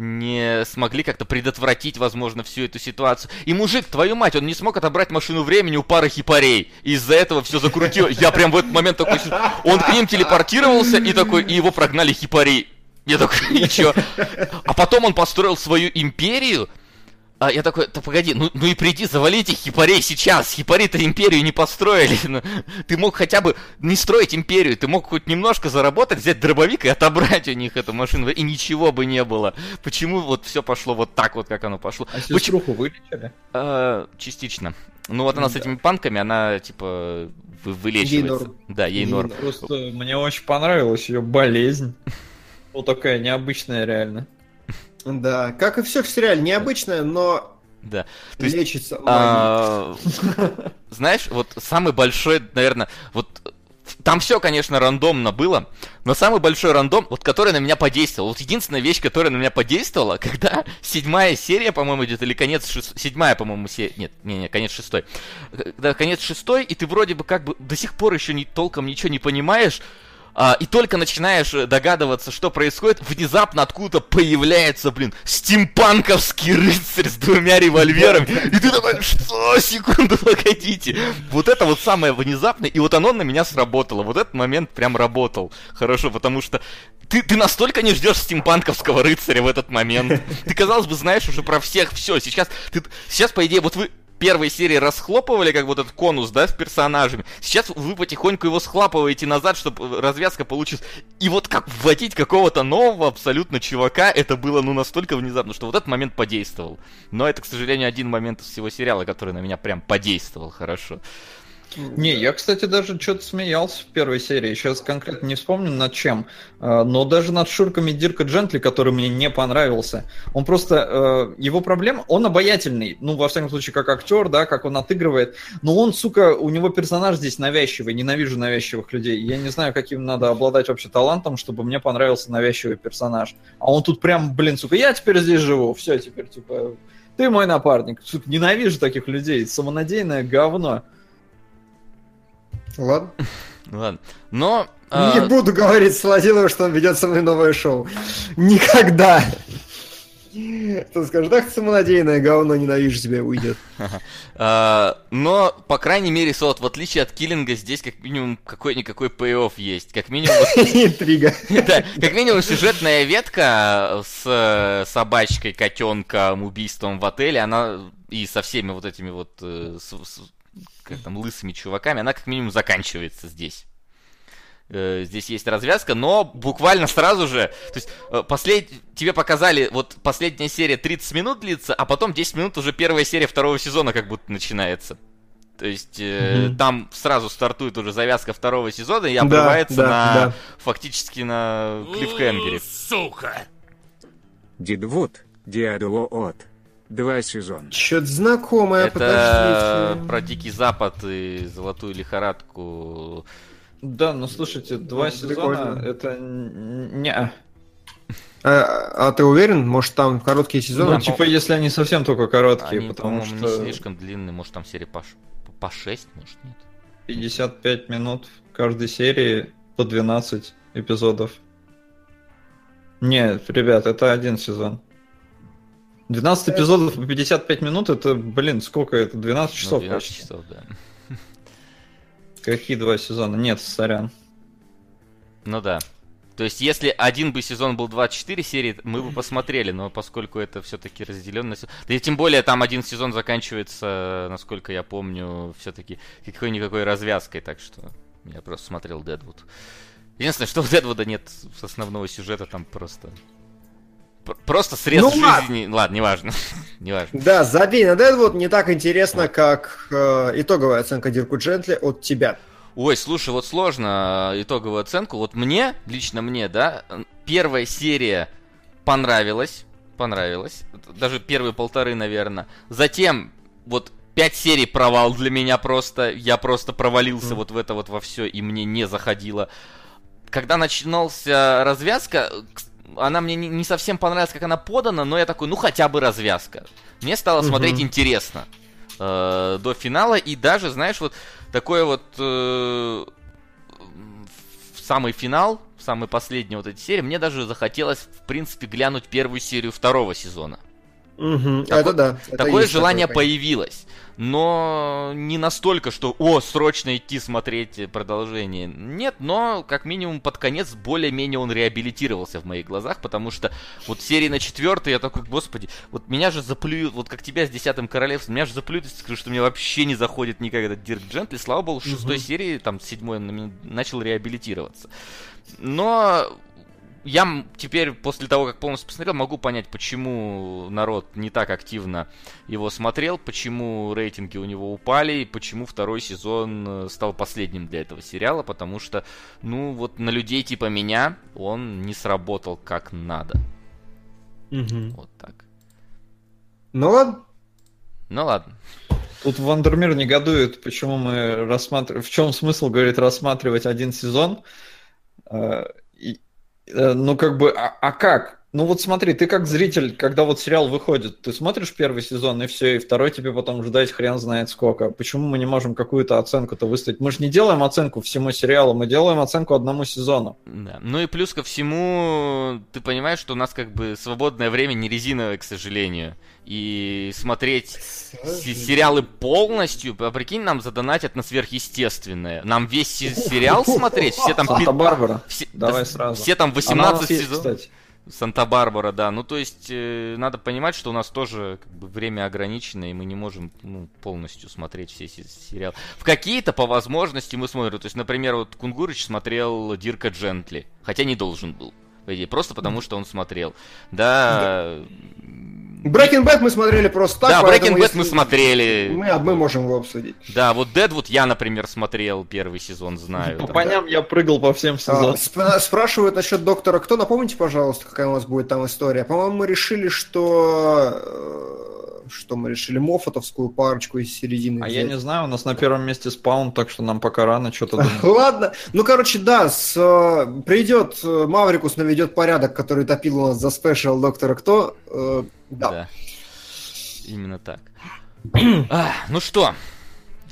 не смогли как-то предотвратить, возможно, всю эту ситуацию. И мужик, твою мать, он не смог отобрать машину времени у пары хипарей. Из-за этого все закрутилось. Я прям в этот момент такой... Он к ним телепортировался, и такой, и его прогнали хипарей. Я такой, и чё? А потом он построил свою империю. А я такой, да погоди, ну, ну и приди, завалите хипарей сейчас. Хипари-то империю не построили. Ну, ты мог хотя бы не строить империю. Ты мог хоть немножко заработать, взять дробовик и отобрать у них эту машину. И ничего бы не было. Почему вот все пошло вот так вот, как оно пошло? А сеструху вылечили? А, частично. Ну вот она да. с этими панками, она типа вылечивается. Ей норм. Да, ей, ей норм. Просто мне очень понравилась ее болезнь. Вот такая необычная реально. Да, как и все в сериале, необычная, но да. То лечится есть, а, знаешь, вот самый большой, наверное, вот там все, конечно, рандомно было, но самый большой рандом, вот который на меня подействовал, вот единственная вещь, которая на меня подействовала, когда седьмая серия, по-моему, идет, или конец шестой, седьмая, по-моему, серия, нет, не, не, конец шестой, когда конец шестой, и ты вроде бы как бы до сих пор еще не, толком ничего не понимаешь, А, и только начинаешь догадываться, что происходит, внезапно откуда-то появляется, блин, стимпанковский рыцарь с двумя револьверами. И ты такой, что? Секунду, погодите. Вот это вот самое внезапное, и вот оно на меня сработало. Вот этот момент прям работал хорошо, потому что ты, ты настолько не ждешь стимпанковского рыцаря в этот момент. Ты, казалось бы, знаешь уже про всех все. Сейчас, ты, сейчас по идее, вот вы... первой серии расхлопывали как вот этот конус, да, с персонажами. Сейчас вы потихоньку его схлапываете назад, чтобы развязка получилась. И вот как вводить какого-то нового абсолютно чувака, это было, ну, настолько внезапно, что вот этот момент подействовал. Но это, к сожалению, один момент из всего сериала, который на меня прям подействовал хорошо. Не, я, кстати, даже что-то смеялся в первой серии. Сейчас конкретно не вспомню над чем. Но даже над шурками Дирка Джентли, который мне не понравился. Он просто... Его проблема... Он обаятельный. Ну, во всяком случае, как актер, да, как он отыгрывает. Но он, сука, у него персонаж здесь навязчивый. Ненавижу навязчивых людей. Я не знаю, каким надо обладать вообще талантом, чтобы мне понравился навязчивый персонаж. А он тут прям, блин, сука, я теперь здесь живу. Все, теперь, типа... Ты мой напарник. Сука, ненавижу таких людей. Самонадеянное говно. Ладно. Ладно. Но... Не а... буду говорить Солодилову, что он ведет со мной новое шоу. Никогда. Ты скажешь, так самонадеянное говно, ненавижу тебя, уйдет. Но, по крайней мере, Солод, в отличие от Киллинга, здесь как минимум какой-никакой пей-офф есть. Как минимум... Интрига. Да, как минимум сюжетная ветка с собачкой, котенком, убийством в отеле, она и со всеми вот этими вот, как там, лысыми чуваками, она как минимум заканчивается здесь. Здесь есть развязка, но буквально сразу же, то есть послед... тебе показали, вот последняя серия тридцать минут длится, а потом десять минут уже первая серия второго сезона как будто начинается. То есть э, mm-hmm. там сразу стартует уже завязка второго сезона и обрывается да, да, на да. фактически на клиффхенгере. Сука! Дедвуд, Диадуот. Два сезона. Чё-то знакомое, это подождите. Про Дикий Запад и Золотую лихорадку. Да, ну слушайте, два ну, сезона это не. А, а ты уверен? Может там короткие сезоны? Ну, типа, если они совсем только короткие, они, потому что... не слишком длинные, может там серия по, по шесть, может нет. пятьдесят пять минут в каждой серии по двенадцать эпизодов. Нет, ребят, это один сезон. двенадцать эпизодов по пятьдесят пять минут, это, блин, сколько это? двенадцать часов. Ну, двенадцать часов, да. Какие два сезона? Нет, сорян. Ну да. То есть, если один бы сезон был двадцать четыре серии, мы бы посмотрели, но поскольку это все-таки разделенно... Да и тем более там один сезон заканчивается, насколько я помню, все-таки какой-никакой развязкой, так что я просто смотрел Дедвуд. Единственное, что у Дедвуда нет основного сюжета, там просто... Просто срез ну, жизни. Ладно, ладно неважно. неважно. Да, забей на Дедвуд, не так интересно, как э, итоговая оценка Дирку Джентли от тебя. Ой, слушай, вот сложно итоговую оценку. Вот мне, лично мне, да, первая серия понравилась. Понравилась. Даже первые полторы, наверное. Затем, вот, пять серий провал для меня просто. Я просто провалился mm. вот в это вот во все, и мне не заходило. Когда начинался развязка... Она мне не совсем понравилась, как она подана, но я такой, ну хотя бы развязка. Мне стало uh-huh. смотреть интересно э, до финала, и даже, знаешь, вот такой вот э, в самый финал, в самый последний вот эти серии, мне даже захотелось, в принципе, глянуть первую серию второго сезона. Угу, такое это да. Такое это желание такое, появилось. Но не настолько, что о, срочно идти смотреть продолжение. Нет, но как минимум под конец более-менее он реабилитировался в моих глазах, потому что вот серии на четвертой я такой, господи, вот меня же заплюют, вот как тебя с Десятым Королевством, меня же заплюют, если скажу, что мне вообще не заходит никогда Дирк Джентли. Слава богу, в шестой угу. серии, там, седьмой он начал реабилитироваться. Но... Я теперь, после того, как полностью посмотрел, могу понять, почему народ не так активно его смотрел, почему рейтинги у него упали, и почему второй сезон стал последним для этого сериала, потому что, ну, вот на людей типа меня он не сработал как надо. Угу. Вот так. Ну ладно. Ну ладно. Тут Вандермир негодует, почему мы рассматриваем... В чем смысл, говорит, рассматривать один сезон? Ну, как бы, а, а как? Ну, вот смотри, ты как зритель, когда вот сериал выходит, ты смотришь первый сезон, и все, и второй тебе потом ждать хрен знает сколько. Почему мы не можем какую-то оценку-то выставить? Мы же не делаем оценку всему сериалу, мы делаем оценку одному сезону. Да. Ну и плюс ко всему, ты понимаешь, что у нас как бы свободное время не резиновое, к сожалению. И смотреть сериалы полностью, а прикинь, нам задонатят на сверхъестественное. Нам весь сериал смотреть, все там... Санта-Барбара, все, давай да, сразу. Все там восемнадцать сезонов. Кстати. Санта-Барбара, да. Ну, то есть, э, надо понимать, что у нас тоже как бы время ограничено, и мы не можем ну, полностью смотреть все сериалы. В какие-то, по возможности, мы смотрим. То есть, например, вот Кунгурыч смотрел Дирка Джентли, хотя не должен был, по идее, просто потому, что он смотрел. Да... Breaking Bad мы смотрели просто так. Да, Breaking Bad мы смотрели. Мы, мы можем его обсудить. Да, вот Deadwood я, например, смотрел первый сезон, знаю. По поням я прыгал по всем сезонам. А, сп- спрашивают насчет Доктора Кто. Напомните, пожалуйста, какая у нас будет там история. По-моему, мы решили, что... Что мы решили? Моффатовскую парочку из середины А взять. я не знаю, у нас на первом месте Спаун, так что нам пока рано что-то думать. Ладно. Ну, короче, да, с, придет Маврикус, наведет порядок, который топил у нас за спешл Доктора Кто. Э, да. да. Именно так. а, ну что,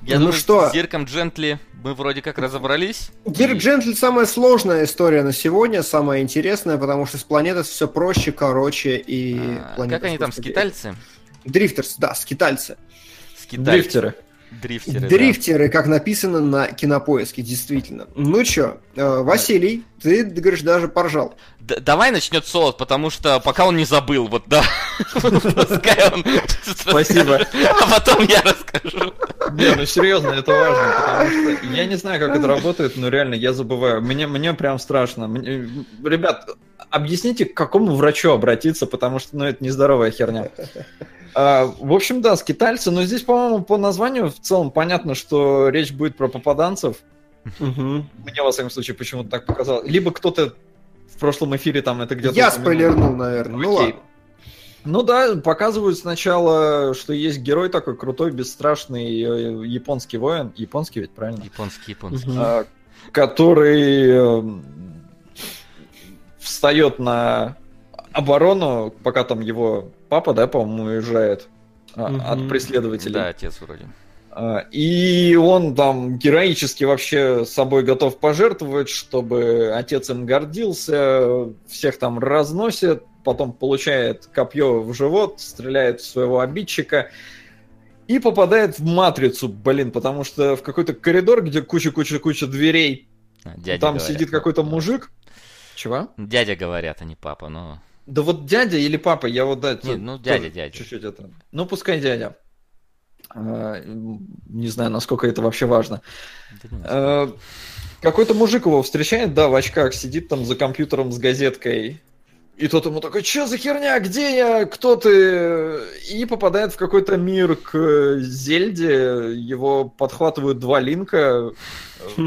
Я ну думаю, что? с Дирком Джентли мы вроде как разобрались. Дирк И- Джентли самая сложная история на сегодня, самая интересная, потому что с планетой все проще, короче и... А, планета, как они там, господи. скитальцы? Дрифтерс, да, скитальцы. Скитальцы. Дрифтеры. Дрифтеры, да. Дрифтеры, как написано на Кинопоиске, действительно. Ну чё, э, Василий, ты, ты говоришь, даже поржал. Д- давай начнет Солод, потому что пока он не забыл, вот да. Пускай он Спасибо. расскажет, а потом я расскажу. Не, ну серьезно, это важно, потому что я не знаю, как это работает, но реально я забываю. Мне, мне прям страшно. Мне- Ребят, объясните, к какому врачу обратиться, потому что, ну, это нездоровая херня. А, в общем, да, скитальцы, но здесь, по-моему, по названию в целом понятно, что речь будет про попаданцев. Мгм. Мне, во всяком случае, почему-то так показалось. Либо кто-то в прошлом эфире там это где-то... Я упомянул. спойлернул, наверное. Ну Окей. ладно. Ну да, показывают сначала, что есть герой такой крутой, бесстрашный э, японский воин. Японский ведь, правильно? Японский, японский. Мгм. А, который э, встает на оборону, пока там его папа, да, по-моему, уезжает а, Мгм. от преследователей. Да, отец вроде. А, И он там героически вообще собой готов пожертвовать, чтобы отец им гордился, всех там разносит, потом получает копье в живот, стреляет в своего обидчика и попадает в матрицу, блин, потому что в какой-то коридор, где куча-куча-куча дверей, А, дядя там говорят. сидит какой-то мужик. Чего? Дядя говорят, а не папа, но... Да вот дядя или папа, я вот да, Не, ну, дядя, тоже дядя. чуть-чуть это. Ну пускай дядя. А, Не знаю, насколько это вообще важно. Да не знаю. Э, Какой-то мужик его встречает, да, в очках, сидит там за компьютером с газеткой. И тот ему такой, что за херня, где я, кто ты? И попадает в какой-то мир к Зельде, его подхватывают два линка, э,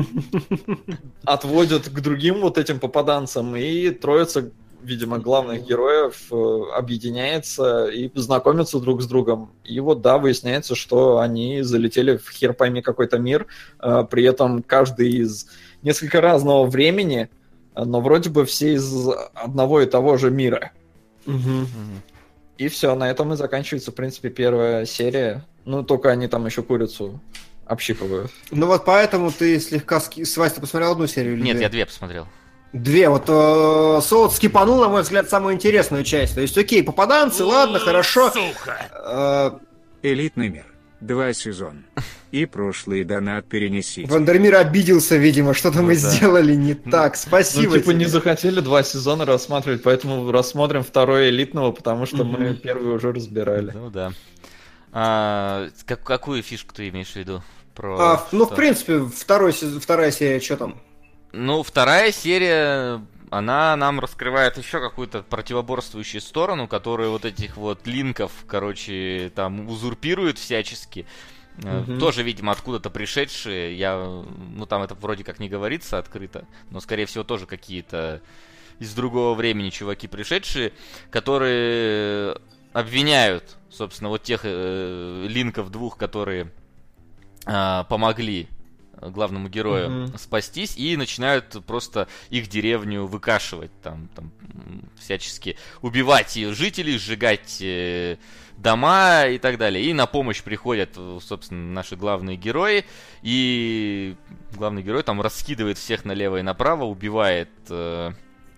отводят к другим вот этим попаданцам, и троица, видимо, главных героев э, объединяется и знакомятся друг с другом. И вот, да, выясняется, что они залетели в хер пойми какой-то мир, э, при этом каждый из несколько разного времени, но вроде бы все из одного и того же мира. Мгм. Мгм. И все, на этом и заканчивается, в принципе, первая серия. Ну, только они там еще курицу общипывают. Ну вот поэтому ты слегка... ски- Свась, ты посмотрел одну серию или Нет, две? я две посмотрел. Две. Вот э, Солод скипанул, на мой взгляд, самую интересную часть. То есть, окей, попаданцы, ладно, хорошо. Сука! Э, Элитный мир. Два сезона. И прошлый донат перенесите. Вандермир обиделся, видимо, что-то Ну мы да. сделали не так. Ну, Спасибо типа, тебе. не захотели два сезона рассматривать, поэтому рассмотрим второй элитного, потому что мы Мгм. первый уже разбирали. Ну да. А, как- какую фишку ты имеешь в виду? Про А, в- ну, в что? принципе, второй, сез- вторая серия, что там? Ну, вторая серия, она нам раскрывает еще какую-то противоборствующую сторону, которую вот этих вот линков, короче, там узурпируют всячески. Э, Мгм. Тоже, видимо, откуда-то пришедшие. Я, ну, там это вроде как не говорится открыто, но, скорее всего, тоже какие-то из другого времени чуваки пришедшие, которые обвиняют, собственно, вот тех э, линков двух, которые а, помогли главному герою Мгм. спастись, и начинают просто их деревню выкашивать, там, там м, всячески убивать ее жителей, сжигать э, дома и так далее. И на помощь приходят, э, собственно, наши главные герои, и главный герой там раскидывает всех налево и направо, убивает э,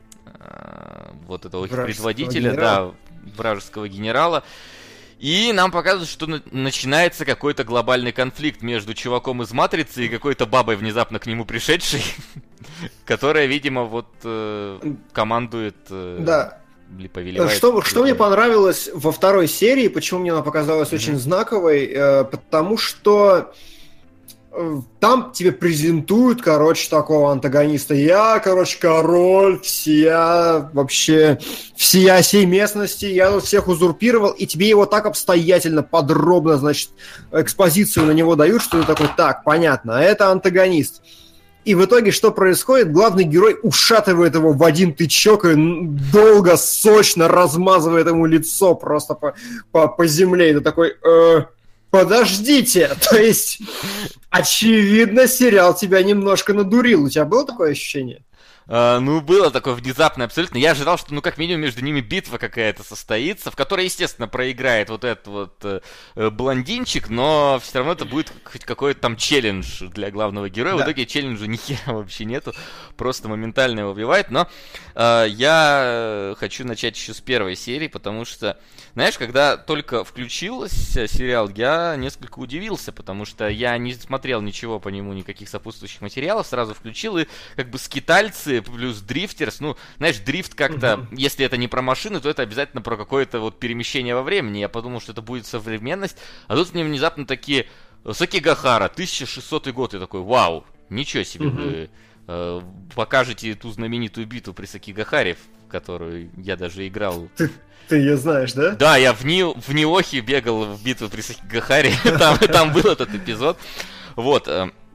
э, вот этого их Вражеского предводителя, генерала. да, вражеского генерала. И нам показывают, что на- начинается какой-то глобальный конфликт между чуваком из Матрицы и какой-то бабой, внезапно к нему пришедшей, которая, видимо, вот э, командует э, Да. или повелевает. Что, что мне понравилось во второй серии, почему мне она показалась Мгм. очень знаковой, э, потому что э, там тебе презентуют, короче, такого антагониста. Я, короче, король, всея, вообще, всея сей местности, я тут всех узурпировал, и тебе его так обстоятельно, подробно, значит, экспозицию на него дают, что ты такой, так, понятно, это антагонист. И в итоге что происходит? Главный герой ушатывает его в один тычок и н- долго, сочно размазывает ему лицо просто по, по, по земле. И ты такой, э, подождите, то есть, очевидно, сериал тебя немножко надурил. У тебя было такое ощущение? Uh, ну, было такое внезапное абсолютно. Я ожидал, что, ну, как минимум, между ними битва какая-то состоится, в которой, естественно, проиграет вот этот вот uh, блондинчик, но все равно это будет хоть какой-то там челлендж для главного героя. Да. В итоге челленджа ни хера вообще нету, просто моментально его убивает. Но uh, я хочу начать еще с первой серии, потому что, знаешь, когда только включился сериал, я несколько удивился, потому что я не смотрел ничего по нему, никаких сопутствующих материалов, сразу включил, и как бы скитальцы плюс дрифтерс, ну, знаешь, дрифт как-то, uh-huh. если это не про машины, то это обязательно про какое-то вот перемещение во времени. Я подумал, что это будет современность, а тут мне внезапно такие Сакигахара, тысяча шестисотый год, и такой, вау, ничего себе, uh-huh. вы э, покажете ту знаменитую битву при Сакигахаре, в которую я даже играл. Ты, ты ее знаешь, да? Да, я в, Ни, в Ниохе бегал в битву при Сакигахаре, там, там был этот эпизод, вот.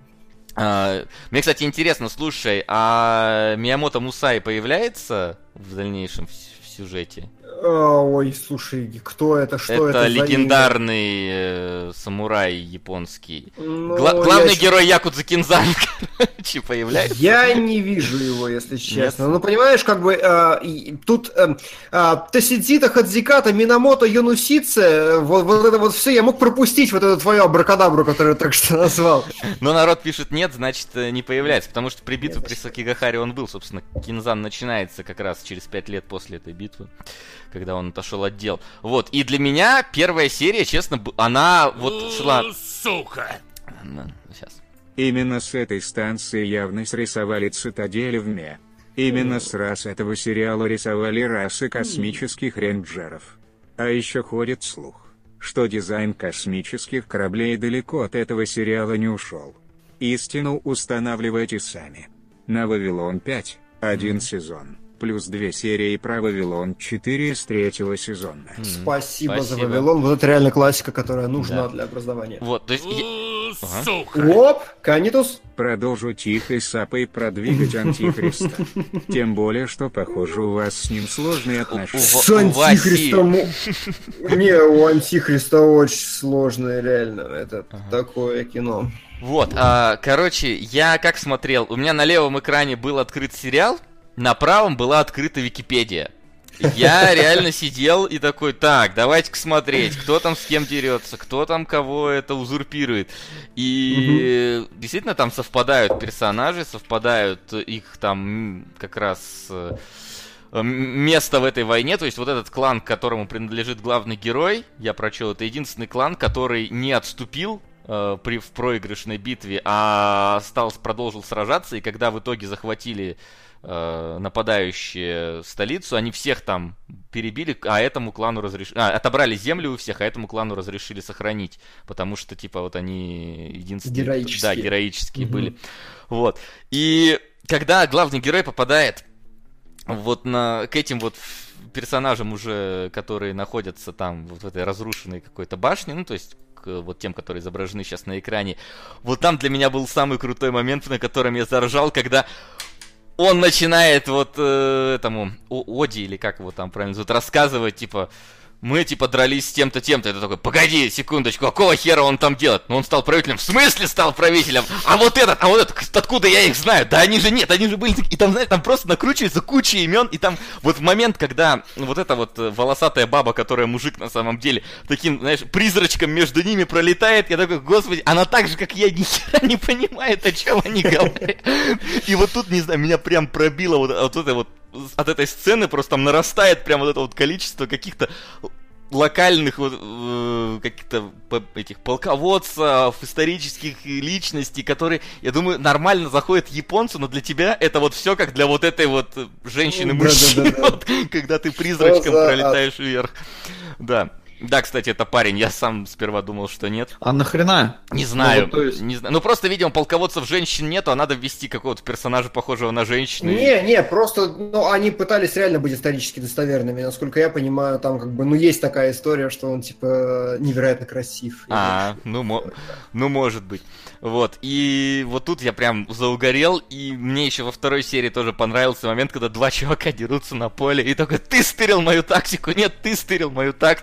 Uh, мне, кстати, интересно, слушай, а Миямото Мусаи появляется в дальнейшем в, в сюжете? Ой, слушай, кто это, что это? Это легендарный э, самурай японский. Ну, Гла- главный я... герой Якудза Кинзан, короче, появляется. Я не вижу его, если честно. Нет? Ну, понимаешь, как бы э, тут э, э, Тосидзита Хадзиката, Минамото Юнусице, вот, вот это вот все, я мог пропустить вот эту твою абракадабру, которую я только что назвал. Но народ пишет нет, значит не появляется, потому что при битве при Сакигахаре он был, собственно, Кинзан начинается как раз через пять лет после этой битвы, когда он отошел от дел. Вот, и для меня первая серия, честно, она вот шла... Сука! Сейчас. Именно с этой станции явно срисовали цитадели в Ме. Именно с рас этого сериала рисовали расы космических рейнджеров. А еще ходит слух, что дизайн космических кораблей далеко от этого сериала не ушел. Истину устанавливайте сами. На Вавилон пять, один сезон. Плюс две серии про Вавилон четыре с третьего сезона. Спасибо, Спасибо за Вавилон. Вот это реально классика, которая нужна да. для образования. Вот, то есть... Ага. Сука! Оп, Канитус. Продолжу тихой сапой продвигать Антихриста. Тем более, что, похоже, у вас с ним сложные отношения. С Антихристом... Не, у Антихриста очень сложное, реально. Это такое кино. Вот, а, короче, я как смотрел, у меня на левом экране был открыт сериал, на правом была открыта Википедия. Я реально сидел и такой, так, давайте-ка смотреть, кто там с кем дерется, кто там кого это узурпирует. И угу. действительно там совпадают персонажи, совпадают их там как раз место в этой войне. То есть вот этот клан, к которому принадлежит главный герой, я прочел, это единственный клан, который не отступил при, в проигрышной битве, а остался, продолжил сражаться. И когда в итоге захватили нападающие столицу, они всех там перебили, а этому клану разрешили... А, отобрали землю у всех, а этому клану разрешили сохранить, потому что, типа, вот они единственные... Героические. Да, героические угу. были. Вот. И когда главный герой попадает вот на... к этим вот персонажам уже, которые находятся там вот в этой разрушенной какой-то башне, ну, то есть к вот тем, которые изображены сейчас на экране, вот там для меня был самый крутой момент, на котором я заржал, когда он начинает вот э, этому Оди, или как его там правильно зовут, рассказывать, типа, мы, типа, дрались с тем-то, тем-то. Это такой, погоди, секундочку, какого хера он там делает? Ну, он стал правителем. В смысле стал правителем? А вот этот, а вот этот, откуда я их знаю? Да они же нет, они же были... И там, знаешь, там просто накручивается куча имен, и там вот в момент, когда вот эта вот волосатая баба, которая мужик на самом деле, таким, знаешь, призрачком между ними пролетает, я такой, господи, она так же, как я, ни хера не понимает, о чем они говорят. И вот тут, не знаю, меня прям пробило вот, вот это вот от этой сцены, просто там нарастает прям вот это вот количество каких-то локальных вот э, каких-то этих полководцев, исторических личностей, которые, я думаю, нормально заходят японцу, но для тебя это вот все как для вот этой вот женщины-мужчины, вот, когда ты призрачком пролетаешь вверх. Да. Да, кстати, это парень. Я сам сперва думал, что нет. А нахрена? Не знаю. Ну, вот, то есть... не знаю. Ну, просто, видимо, полководцев женщин нету, а надо ввести какого-то персонажа, похожего на женщину. Не, не, просто, ну, они пытались реально быть исторически достоверными. Насколько я понимаю, там, как бы, ну, есть такая история, что он, типа, невероятно красив. А, ну, мо- ну, может быть. Вот. И вот тут я прям заугорел, и мне еще во второй серии тоже понравился момент, когда два чувака дерутся на поле, и только ты стырил мою тактику, нет, ты стырил мою тактику. Это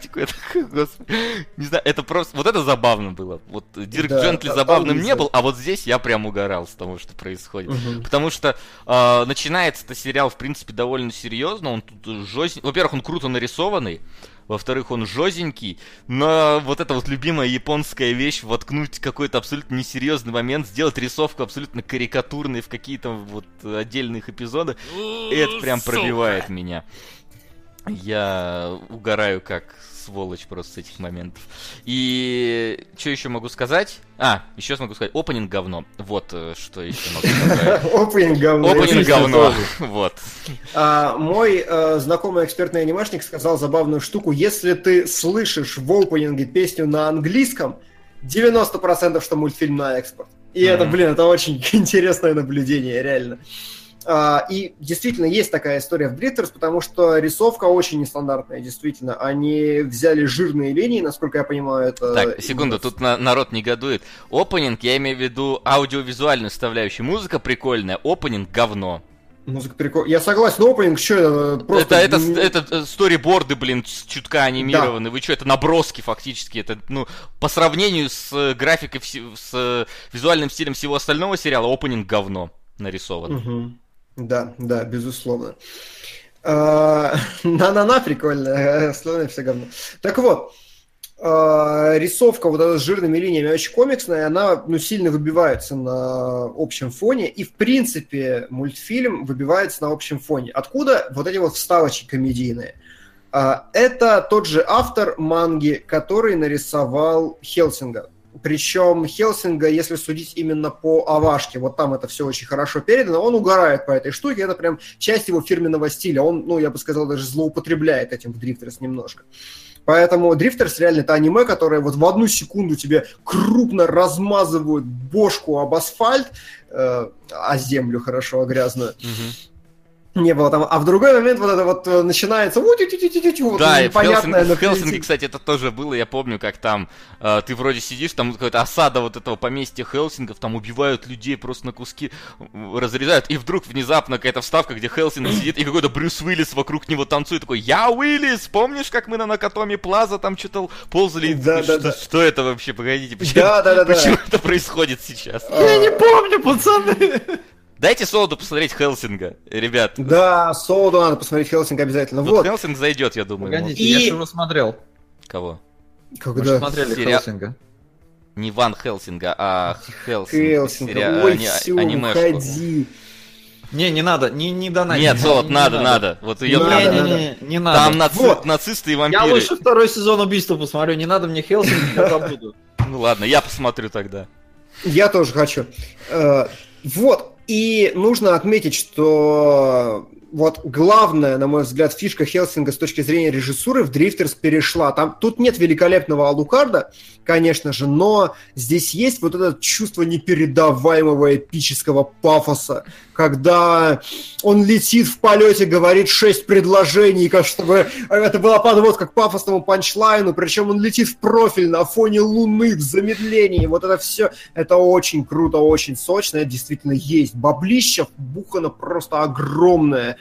Господи. Не знаю, это просто... Вот это забавно было. Вот Дирк Да, Джентли а- забавным а- не был, а вот здесь я прям угорал с того, что происходит. Мгм. Потому что э, начинается-то сериал, в принципе, довольно серьезно. Он тут жёстенький. Во-первых, он круто нарисованный. Во-вторых, он жёстенький. Но вот эта вот любимая японская вещь, воткнуть какой-то абсолютно несерьезный момент, сделать рисовку абсолютно карикатурной в какие-то вот отдельных эпизодах, это прям Сука. пробивает меня. Я угораю как сволочь просто с этих моментов. И что еще могу сказать? А, еще смогу сказать, опенинг говно. Вот э, что еще могу сказать. Опенинг говно. Опенинг Отлично говно. тоже. Вот. А, мой э, знакомый экспертный анимешник сказал забавную штуку. Если ты слышишь в опенинге песню на английском, девяносто процентов что мультфильм на экспорт. И Мгм. это, блин, это очень интересное наблюдение, реально. А, и действительно есть такая история в Дрифтерс, потому что рисовка очень нестандартная, действительно. Они взяли жирные линии, насколько я понимаю, это... Так, секунду, именно- тут на- народ негодует. Опенинг, я имею в виду аудиовизуальную составляющую. Музыка прикольная, опенинг говно. Музыка прикол... Я согласен, но опенинг, что это? Просто... Это, это, м, это э, сториборды, блин, с- чутка анимированы. Вы что, это наброски фактически. Это, ну, по сравнению с э, графикой, вси- с э, визуальным стилем всего остального сериала, опенинг говно нарисован. Мгм. Да, да, безусловно. А, На-на-на, прикольно, остальное все говно. Так вот, а, рисовка вот эта с жирными линиями очень комиксная, она, ну, сильно выбивается на общем фоне, и, в принципе, мультфильм выбивается на общем фоне. Откуда вот эти вот вставочки комедийные? А, Это тот же автор манги, который нарисовал Хелсинга. Причем Хелсинга, если судить именно по овашке, вот там это все очень хорошо передано, он угорает по этой штуке, это прям часть его фирменного стиля. Он, ну, я бы сказал, даже злоупотребляет этим в Дрифтерс немножко. Поэтому Дрифтерс реально это аниме, которое вот в одну секунду тебе крупно размазывают бошку об асфальт, э, а землю хорошо, а грязную. Мгм. Не было там. А в другой момент вот это вот э, начинается вот, вот Да, и в непонятное Хелсинге, в на Хелсинге, кстати, это тоже было. Я помню, как там э, ты вроде сидишь, там какая-то осада вот этого поместья Хелсингов, там убивают людей, просто на куски м, разрезают, и вдруг внезапно какая-то вставка, где Хелсинг сидит, и какой-то Брюс Уиллис вокруг него танцует, такой: «Я Уиллис! Помнишь, как мы на Накатоми Плаза там что-то ползали?» И Да, такой, да, что, да. что это вообще? Погодите, почему, Да, да, да, да. почему это происходит сейчас? Я не помню, пацаны. Дайте Солоду посмотреть Хелсинга, ребят. Да, Солоду надо посмотреть, Хелсинг обязательно. Вот Вот. Хелсинг зайдет, я думаю. Погодите, И- я же его смотрел. ему. Кого? Мы же Когда? смотрели Сериал- Хелсинга. Не Ван Хелсинга, а Хелсинг. Хелсинг. Сериа- Ой, ани- все, анимешку. уходи. Не, не надо, не, не донать. Нет, Не- Солод, не надо, надо. Вот ее Надо, Не, прям... не, надо. не, не надо. Там наци- Вот. нацисты и Я вампиры. лучше второй сезон убийства посмотрю, не надо мне Хелсинг, я забуду. Ну ладно, я посмотрю тогда. Я тоже хочу. Э, Вот. И нужно отметить, что вот главная, на мой взгляд, фишка Хелсинга с точки зрения режиссуры в Дрифтерс перешла. Там, тут нет великолепного Алукарда, конечно же, но здесь есть вот это чувство непередаваемого эпического пафоса, когда он летит в полете, говорит шесть предложений, как чтобы это была подводка к пафосному панчлайну, причем он летит в профиль на фоне луны в замедлении. Вот это все, это очень круто, очень сочно, это действительно есть. Баблища вбухано просто огромное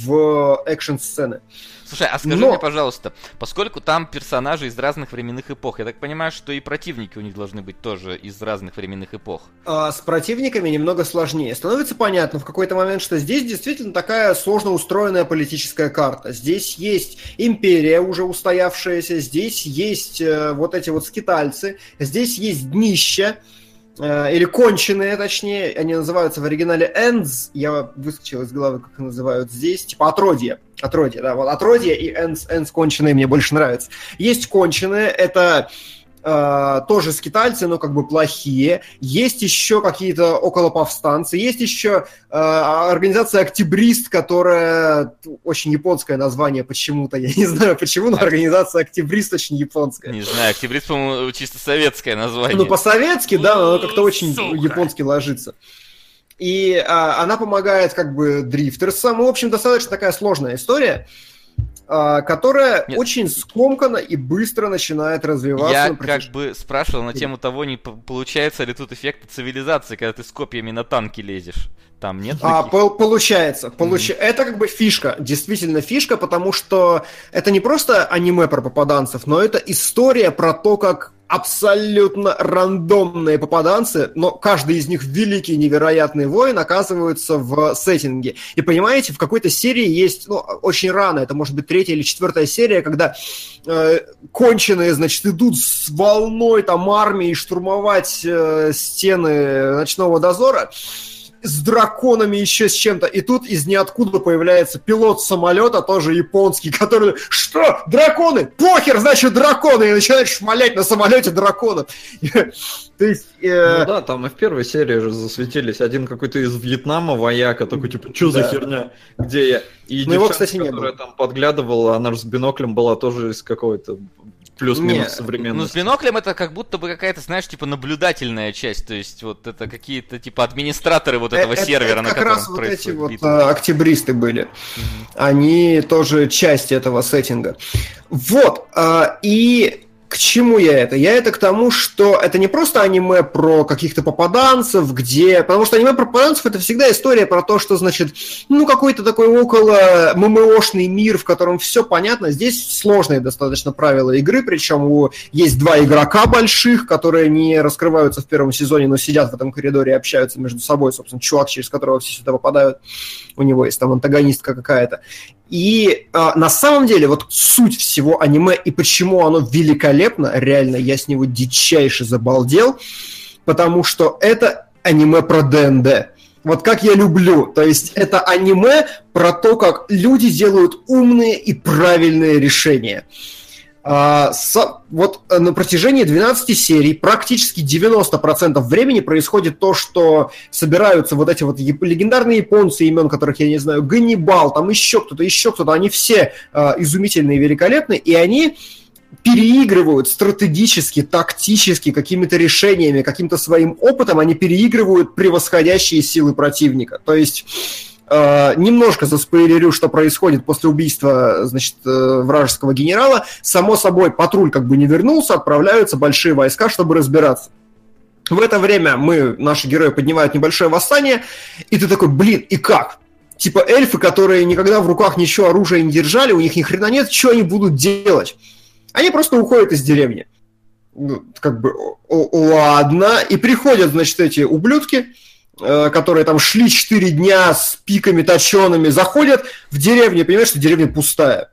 в экшн-сцены. Слушай, а скажи Но- мне, пожалуйста, поскольку там персонажи из разных временных эпох, я так понимаю, что и противники у них должны быть тоже из разных временных эпох. А с противниками немного сложнее. Становится понятно в какой-то момент, что здесь действительно такая сложно устроенная политическая карта. Здесь есть империя уже устоявшаяся, здесь есть э, вот эти вот скитальцы, здесь есть днище, э, или конченые, точнее, они называются в оригинале Ends, я выскочил из головы, как их называют здесь, типа отродье. Отродье, да, вот отродье и Ends, Ends конченые мне больше нравятся. Есть конченые, это э, тоже скитальцы, но как бы плохие. Есть еще какие-то околоповстанцы, есть еще э, организация Октябрист, которая очень японское название почему-то, я не знаю почему, но организация Октябрист очень японская. Не знаю, Октябрист, по-моему, чисто советское название. Ну, по-советски, да, но оно как-то очень Сука. японски ложится. И а, она помогает как бы дрифтерсам. В общем, достаточно такая сложная история, а, которая Нет. очень скомканно и быстро начинает развиваться. Я на протяж- как бы спрашивал на тему того, не п- получается ли тут эффект цивилизации, когда ты с копьями на танки лезешь. Там нет а, таких? по- Получается. Получ... Mm-hmm. Это как бы фишка, действительно фишка, потому что это не просто аниме про попаданцев, но это история про то, как абсолютно рандомные попаданцы, но каждый из них великий невероятный воин, оказываются в сеттинге. И понимаете, в какой-то серии есть, ну, очень рано, это может быть третья или четвертая серия, когда э, конченые, значит, идут с волной там армии штурмовать э, стены ночного дозора, с драконами, еще с чем-то. И тут из ниоткуда появляется пилот самолета, тоже японский, который: что? Драконы? Похер, значит, драконы! И начинает шмалять на самолете драконов. То есть... Ну да, там и в первой серии же засветились. Один какой-то из Вьетнама вояка, такой, типа, что за херня? Где я? И ну, его, кстати, не было. Которая там подглядывала, она же с биноклем была тоже из какого-то... плюс-минус современности. Ну, с биноклем это как будто бы какая-то, знаешь, типа наблюдательная часть, то есть вот это какие-то типа администраторы вот этого это, сервера, это на котором происходит битва. Как раз вот эти битва. вот октябристы были. Mm-hmm. Они тоже часть этого сеттинга. Вот, и... К чему я это? Я это к тому, что это не просто аниме про каких-то попаданцев, где... Потому что аниме про попаданцев — это всегда история про то, что, значит, ну, какой-то такой около ММОшный мир, в котором все понятно. Здесь сложные достаточно правила игры, причем у... есть два игрока больших, которые не раскрываются в первом сезоне, но сидят в этом коридоре и общаются между собой. Собственно, чувак, через которого все сюда попадают, у него есть там антагонистка какая-то. И э, на самом деле вот суть всего аниме и почему оно великолепно, реально я с него дичайше забалдел, потому что это аниме про ДНД. Вот как я люблю. То есть это аниме про то, как люди делают умные и правильные решения. А, с, вот на протяжении двенадцати серий практически девяносто процентов времени происходит то, что собираются вот эти вот легендарные японцы, имен которых я не знаю, Ганнибал, там еще кто-то, еще кто-то, они все а, изумительные и великолепные, и они переигрывают стратегически, тактически, какими-то решениями, каким-то своим опытом, они переигрывают превосходящие силы противника. То есть... Uh, немножко заспойлерю, что происходит после убийства, значит, uh, вражеского генерала. Само собой, патруль как бы не вернулся, отправляются большие войска, чтобы разбираться. В это время мы, наши герои, поднимают небольшое восстание, и ты такой: блин, и как? Типа эльфы, которые никогда в руках ничего оружия не держали, у них ни хрена нет, что они будут делать? Они просто уходят из деревни. Ну, как бы, ладно. И приходят, значит, эти ублюдки, которые там шли четыре дня с пиками точеными, заходят в деревню, понимаешь, что деревня пустая.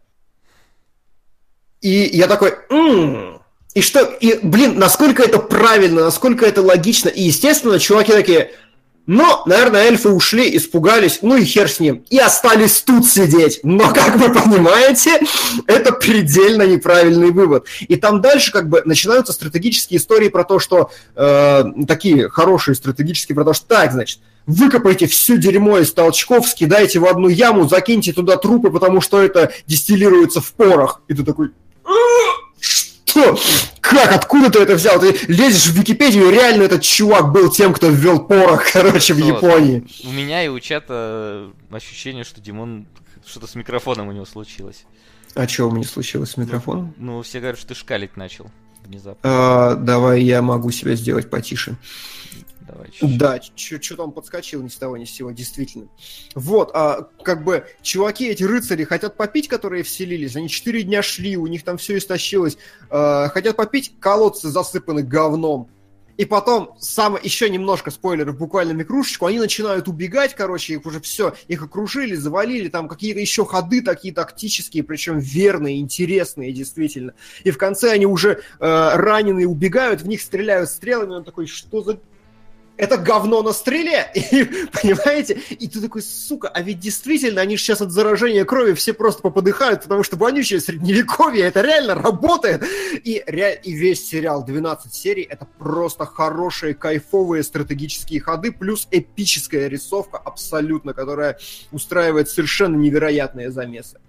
И я такой: м-м-м. И что, и, блин, насколько это правильно, насколько это логично. И, естественно, чуваки такие: ну, наверное, эльфы ушли, испугались, ну и хер с ним. И остались тут сидеть. Но, как вы понимаете, это предельно неправильный вывод. И там дальше как бы начинаются стратегические истории про то, что... Э, такие хорошие стратегические, про то, что так, значит, выкопайте все дерьмо из толчков, скидайте в одну яму, закиньте туда трупы, потому что это дистиллируется в порох. И ты такой... Что? Как? Откуда ты это взял? Ты лезешь в Википедию, реально этот чувак был тем, кто ввел порох, короче, в Японии. У меня и у чата ощущение, что Димон... Что-то с микрофоном у него случилось. А что у меня случилось с микрофоном? Ну, ну все говорят, что ты шкалить начал внезапно. А, давай я могу себя сделать потише. Давай, чуть-чуть. Да, что-то он подскочил ни с того ни с сего, действительно. Вот, а, как бы, чуваки, эти рыцари хотят попить, которые вселились, они четыре дня шли, у них там все истощилось, а, хотят попить, колодцы засыпаны говном. И потом, сам, еще немножко спойлеров, буквально микрушечку, они начинают убегать, короче, их уже все, их окружили, завалили, там какие-то еще ходы такие тактические, причем верные, интересные, действительно. И в конце они уже э, раненые убегают, в них стреляют стрелами, он такой: что за... Это говно на стреле, и, понимаете? И ты такой: сука, а ведь действительно они же сейчас от заражения крови все просто поподыхают, потому что вонючее средневековье, это реально работает. И, и весь сериал, двенадцать серий, это просто хорошие, кайфовые стратегические ходы, плюс эпическая рисовка абсолютно, которая устраивает совершенно невероятные замесы.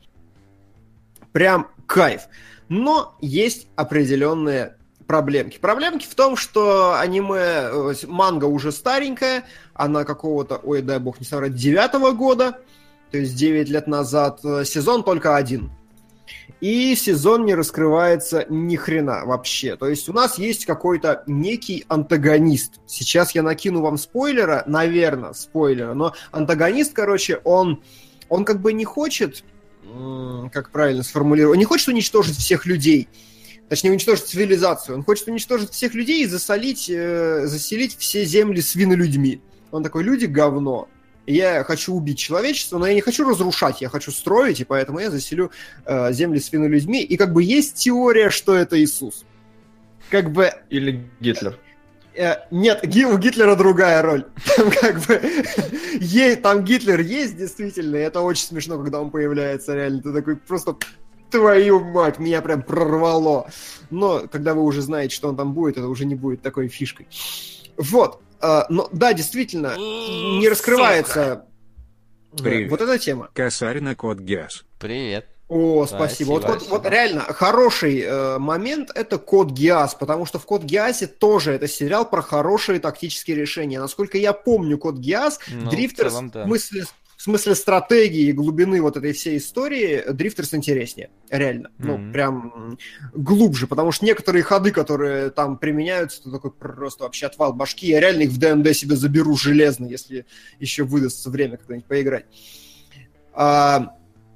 Прям кайф. Но есть определенные проблемки. Проблемки в том, что аниме, манга уже старенькая, она какого-то, ой, дай бог не соврать, девятого года, то есть девять лет назад, сезон только один. И сезон не раскрывается ни хрена вообще. То есть у нас есть какой-то некий антагонист. Сейчас я накину вам спойлера, наверное, спойлера, но антагонист, короче, он, он как бы не хочет, как правильно сформулировать, он не хочет уничтожить всех людей, точнее уничтожить цивилизацию, он хочет уничтожить всех людей и засолить, э, заселить все земли свинолюдьми. Он такой: люди говно. Я хочу убить человечество, но я не хочу разрушать, я хочу строить, и поэтому я заселю э, земли свинолюдьми. И как бы есть теория, что это Иисус. Как бы... Или Гитлер. Э, нет, у Гитлера другая роль. Там как бы... Есть, там Гитлер есть, действительно, и это очень смешно, когда он появляется, реально. Ты такой просто... Твою мать, меня прям прорвало. Но когда вы уже знаете, что он там будет, это уже не будет такой фишкой. Вот. Uh, но да, действительно, не раскрывается Привет. Вот эта тема. Косарь на Код Гиас. Привет. О, спасибо. Вот, вот, вот реально, хороший э, момент — это Код Гиас, потому что в Код Гиасе тоже это сериал про хорошие тактические решения. Насколько я помню Код Гиас, ну, Дрифтерс, в, целом, да. в, смысле, в смысле стратегии и глубины вот этой всей истории, Дрифтерс интереснее. Реально. Mm-hmm. Ну, прям глубже, потому что некоторые ходы, которые там применяются, это такой просто вообще отвал башки. Я реально их в ди энд ди себе заберу железно, если еще выдастся время когда-нибудь поиграть. А,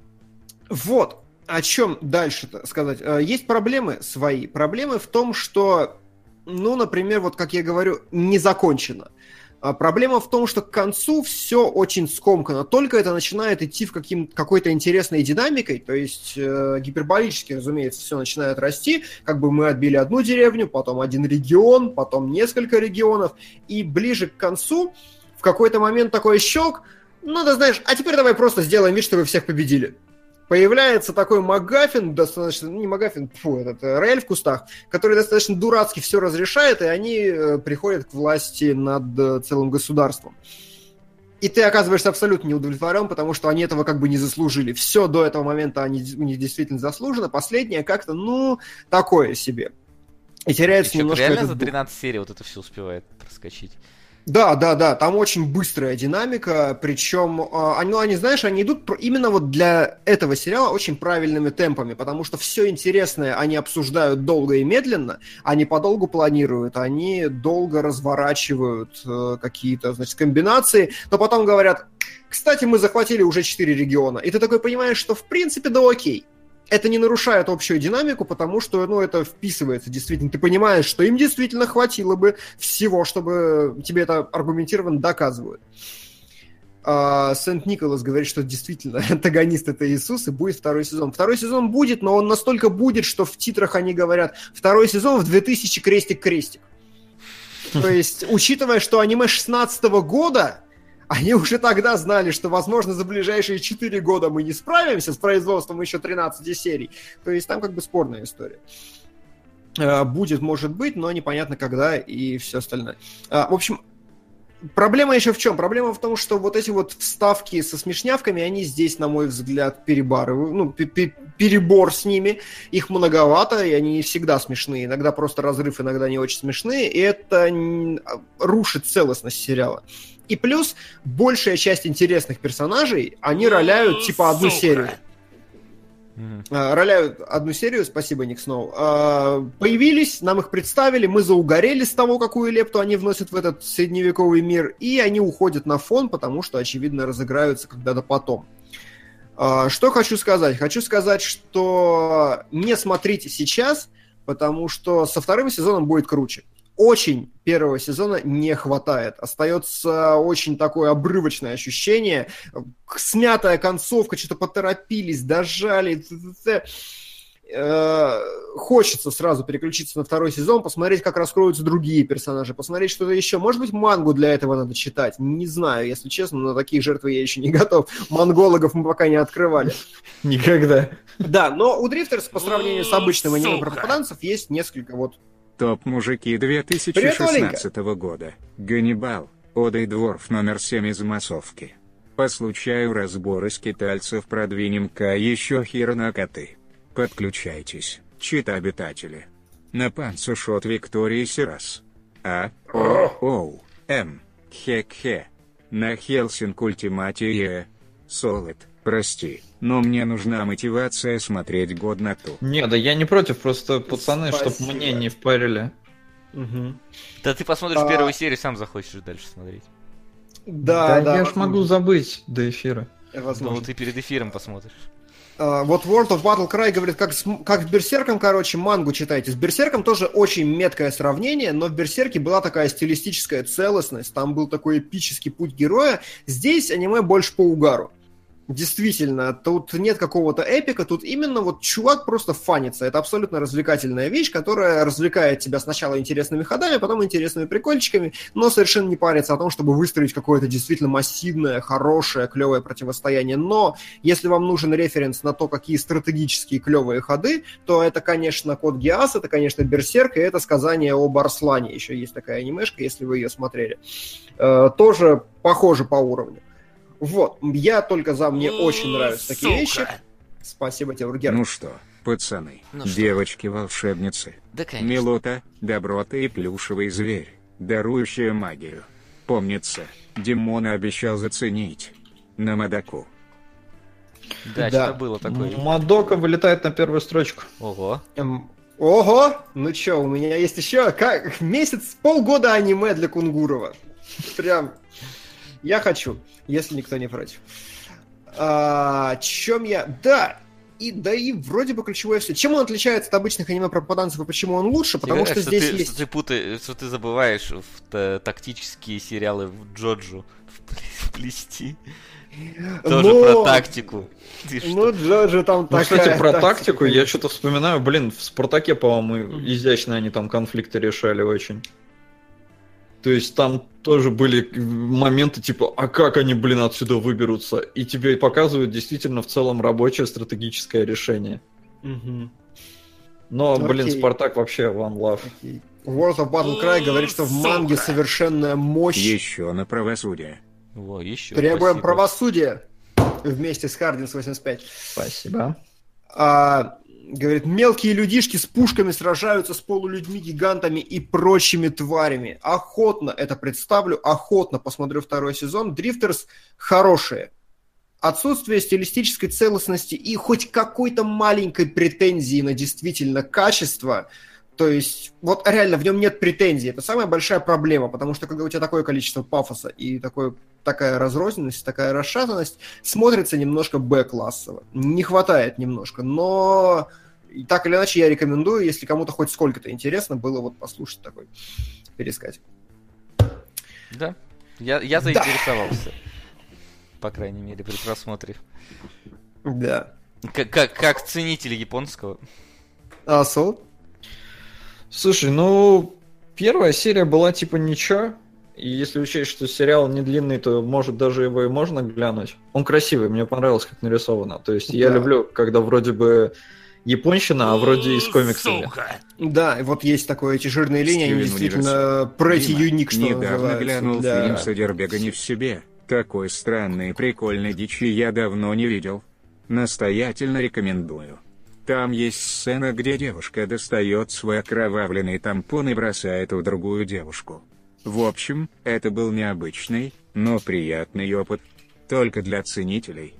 вот. О чем дальше-то сказать? Есть проблемы свои. Проблемы в том, что, ну, например, вот как я говорю, не закончено. Проблема в том, что к концу все очень скомкано. Только это начинает идти в каким, какой-то интересной динамикой, то есть э, гиперболически, разумеется, все начинает расти. Как бы мы отбили одну деревню, потом один регион, потом несколько регионов. И ближе к концу в какой-то момент такой щелк. Ну, ты знаешь, а теперь давай просто сделаем вид, что вы всех победили. Появляется такой МакГаффин, достаточно, ну не МакГаффин, фу, этот Рояль в кустах, который достаточно дурацки все разрешает, и они э, приходят к власти над э, целым государством. И ты оказываешься абсолютно не удовлетворен, потому что они этого как бы не заслужили. Все до этого момента они, у них действительно заслужено, последнее как-то, ну, такое себе. И теряется и немножко реально этот за дух. тринадцать серий вот это все успевает проскочить. Да, да, да, там очень быстрая динамика, причем, они, ну, они, знаешь, они идут именно вот для этого сериала очень правильными темпами, потому что все интересное они обсуждают долго и медленно, они подолгу планируют, они долго разворачивают э, какие-то, значит, комбинации, но потом говорят: кстати, мы захватили уже четыре региона, и ты такой понимаешь, что в принципе да окей. Это не нарушает общую динамику, потому что, ну, это вписывается действительно. Ты понимаешь, что им действительно хватило бы всего, чтобы тебе это аргументированно доказывают. А, Сент-Николас говорит, что действительно антагонист — это Иисус, и будет второй сезон. Второй сезон будет, но он настолько будет, что в титрах они говорят: второй сезон в две тысячи крестик-крестик. То есть, учитывая, что аниме шестнадцатого года... Они уже тогда знали, что, возможно, за ближайшие четыре года мы не справимся с производством еще тринадцати серий. То есть там как бы спорная история. Будет, может быть, но непонятно когда и все остальное. В общем, проблема еще в чем? Проблема в том, что вот эти вот вставки со смешнявками, они здесь, на мой взгляд, перебарывают, ну, перебор с ними. Их многовато, и они не всегда смешные. Иногда просто разрыв, иногда не очень смешные. И это рушит целостность сериала. И плюс большая часть интересных персонажей, они роляют типа одну Сука. серию. Mm-hmm. А, роляют одну серию, спасибо, Ник Сноу. А, появились, нам их представили, мы заугорели с того, какую лепту они вносят в этот средневековый мир, и они уходят на фон, потому что, очевидно, разыграются когда-то потом. А, что хочу сказать? Хочу сказать, что не смотрите сейчас, потому что со вторым сезоном будет круче. Очень первого сезона не хватает. Остается очень такое обрывочное ощущение. Смятая концовка, что-то поторопились, дожали. Хочется сразу переключиться на второй сезон, посмотреть, как раскроются другие персонажи, посмотреть что-то еще. Может быть, мангу для этого надо читать. Не знаю, если честно, на такие жертвы я еще не готов. Монгологов мы пока не открывали. Никогда. Да, но у Дрифтерс по сравнению с обычным аниме про попаданцев есть несколько вот... Топ-мужики две тысячи шестнадцатого года. Ганнибал, Ода и Дворф номер семь из массовки. По случаю разбора скитальцев продвинем-ка еще Хиронакаты. Подключайтесь, чит-обитатели. На панцушот Виктории Сирас. А, О, Оу, М, Хе-Хе. На Хелсинг Ультимате Е. Солид, Прости, но мне нужна мотивация смотреть годноту. Не, да я не против, просто пацаны, Спасибо. чтоб мне не впарили. Угу. Да ты посмотришь А. первую серию, сам захочешь дальше смотреть. Да, да, я ж могу забыть до эфира. возможно. Ну, ты перед эфиром посмотришь. А, вот World of Battle Cry говорит, как с, как с Берсерком, короче, мангу читайте. С Берсерком тоже очень меткое сравнение, но в Берсерке была такая стилистическая целостность, там был такой эпический путь героя. Здесь аниме больше по угару. Действительно, тут нет какого-то эпика, тут именно вот чувак просто фанится. Это абсолютно развлекательная вещь, которая развлекает тебя сначала интересными ходами, потом интересными прикольчиками, но совершенно не парится о том, чтобы выстроить какое-то действительно массивное, хорошее, клевое противостояние. Но если вам нужен референс на то, какие стратегические клевые ходы, то это, конечно, Код Гиас, это, конечно, Берсерк, и это сказание об Арслане. Еще есть такая анимешка, если вы ее смотрели. Э, тоже похоже по уровню. Вот, я только за, мне очень нравятся такие Сука. вещи. Спасибо тебе, Ургер. Ну что, пацаны, Ну что? девочки-волшебницы, Да, конечно. милота, доброта и плюшевый зверь, дарующая магию. Помнится, Димона обещал заценить. На Мадаку. Да, Да. что-то было такое. Мадока вылетает на первую строчку. Ого. Эм, ого, ну чё, у меня есть еще как месяц, полгода аниме для Кунгурова. Прям, я хочу, если никто не против. А, чем я... Да, и, да и вроде бы ключевое все. Чем он отличается от обычных аниме про попаданцев и почему он лучше? Потому Тебе что кажется, здесь ты, есть... Что ты, путай- что ты забываешь в та- тактические сериалы в Джоджу впле- вплести. Тоже Но- про тактику. Ты что? Ну, Джоджо там Ну, такая... кстати, про тактика. тактику я что-то вспоминаю. Блин, в Спартаке, по-моему, изящно они там конфликты решали очень. То есть там тоже были моменты типа, а как они, блин, отсюда выберутся? И тебе показывают действительно в целом рабочее стратегическое решение. Мгм. Но, блин, Окей. Спартак вообще one love. Окей. World of Battle Cry говорит, что в манге Сука. совершенная мощь. Еще на правосудие. Во, еще. Требуем спасибо. правосудия вместе с Хардинс восемьдесят пять. Спасибо. А, говорит, мелкие людишки с пушками сражаются с полулюдьми-гигантами и прочими тварями. Охотно это представлю, охотно посмотрю второй сезон. Дрифтерс хорошие. Отсутствие стилистической целостности и хоть какой-то маленькой претензии на действительно качество. То есть, вот реально в нем нет претензий. Это самая большая проблема, потому что когда у тебя такое количество пафоса и такое, такая разрозненность, такая расшатанность, смотрится немножко Б-классово. Не хватает немножко, но так или иначе я рекомендую, если кому-то хоть сколько-то интересно было вот послушать такой пересказ. Да, я, я заинтересовался. По крайней мере, при просмотре. Да. Как, как, как ценитель японского. А, Сол? Слушай, ну, первая серия была типа ничего. И если учесть, что сериал не длинный, то, может, даже его и можно глянуть. Он красивый, мне понравилось, как нарисовано. То есть я Да. люблю, когда вроде бы японщина, а вроде и с комиксами. Сука. Да, и вот есть такое, эти жирные линии, они Стивен действительно pretty Дима, unique, что недавно называется. глянул Да. фильм «Содербега не в себе». Такой странный и прикольной дичи я давно не видел. Настоятельно рекомендую. Там есть сцена, где девушка достает свой окровавленный тампон и бросает в другую девушку. В общем, это был необычный, но приятный опыт. Только для ценителей.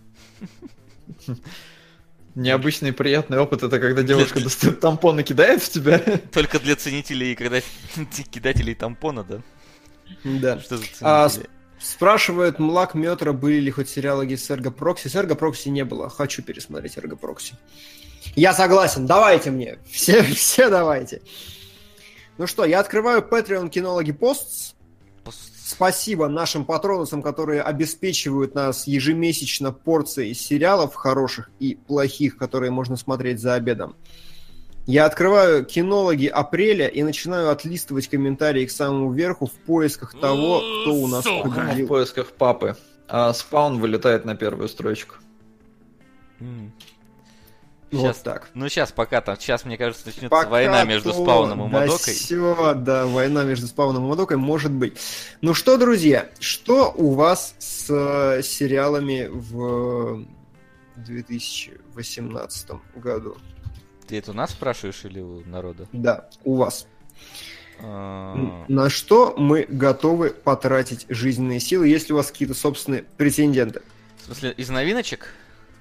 Необычный и приятный опыт — это когда девушка достает тампон и кидает в тебя. Только для ценителей, когда кидателей тампона, да? Да. Что за А, ценители? Спрашивает Млак Метра, были ли хоть сериалы с Эрго Прокси. С Эрго Прокси не было. Хочу пересмотреть Эрго Прокси. Я согласен. Давайте мне. Все, все давайте. Ну что, я открываю Patreon Кинологи Posts. Спасибо нашим патронусам, которые обеспечивают нас ежемесячно порцией сериалов хороших и плохих, которые можно смотреть за обедом. Я открываю Кинологи апреля и начинаю отлистывать комментарии к самому верху в поисках того, кто у нас Сука. В победил. поисках папы. А Спаун вылетает на первую строчку. М. Вот Щас. так. Ну сейчас, пока там, сейчас, мне кажется, начнется Пока война между то- Спауном и да Мадокой. Все, да, война между Спауном и Мадокой может быть. Ну что, друзья, что у вас с э, сериалами в две тысячи восемнадцатом году? Ты это у нас спрашиваешь или у народа? Да, у вас. А, Н- На что мы готовы потратить жизненные силы, есть ли у вас какие-то собственные претенденты? В смысле, из новиночек?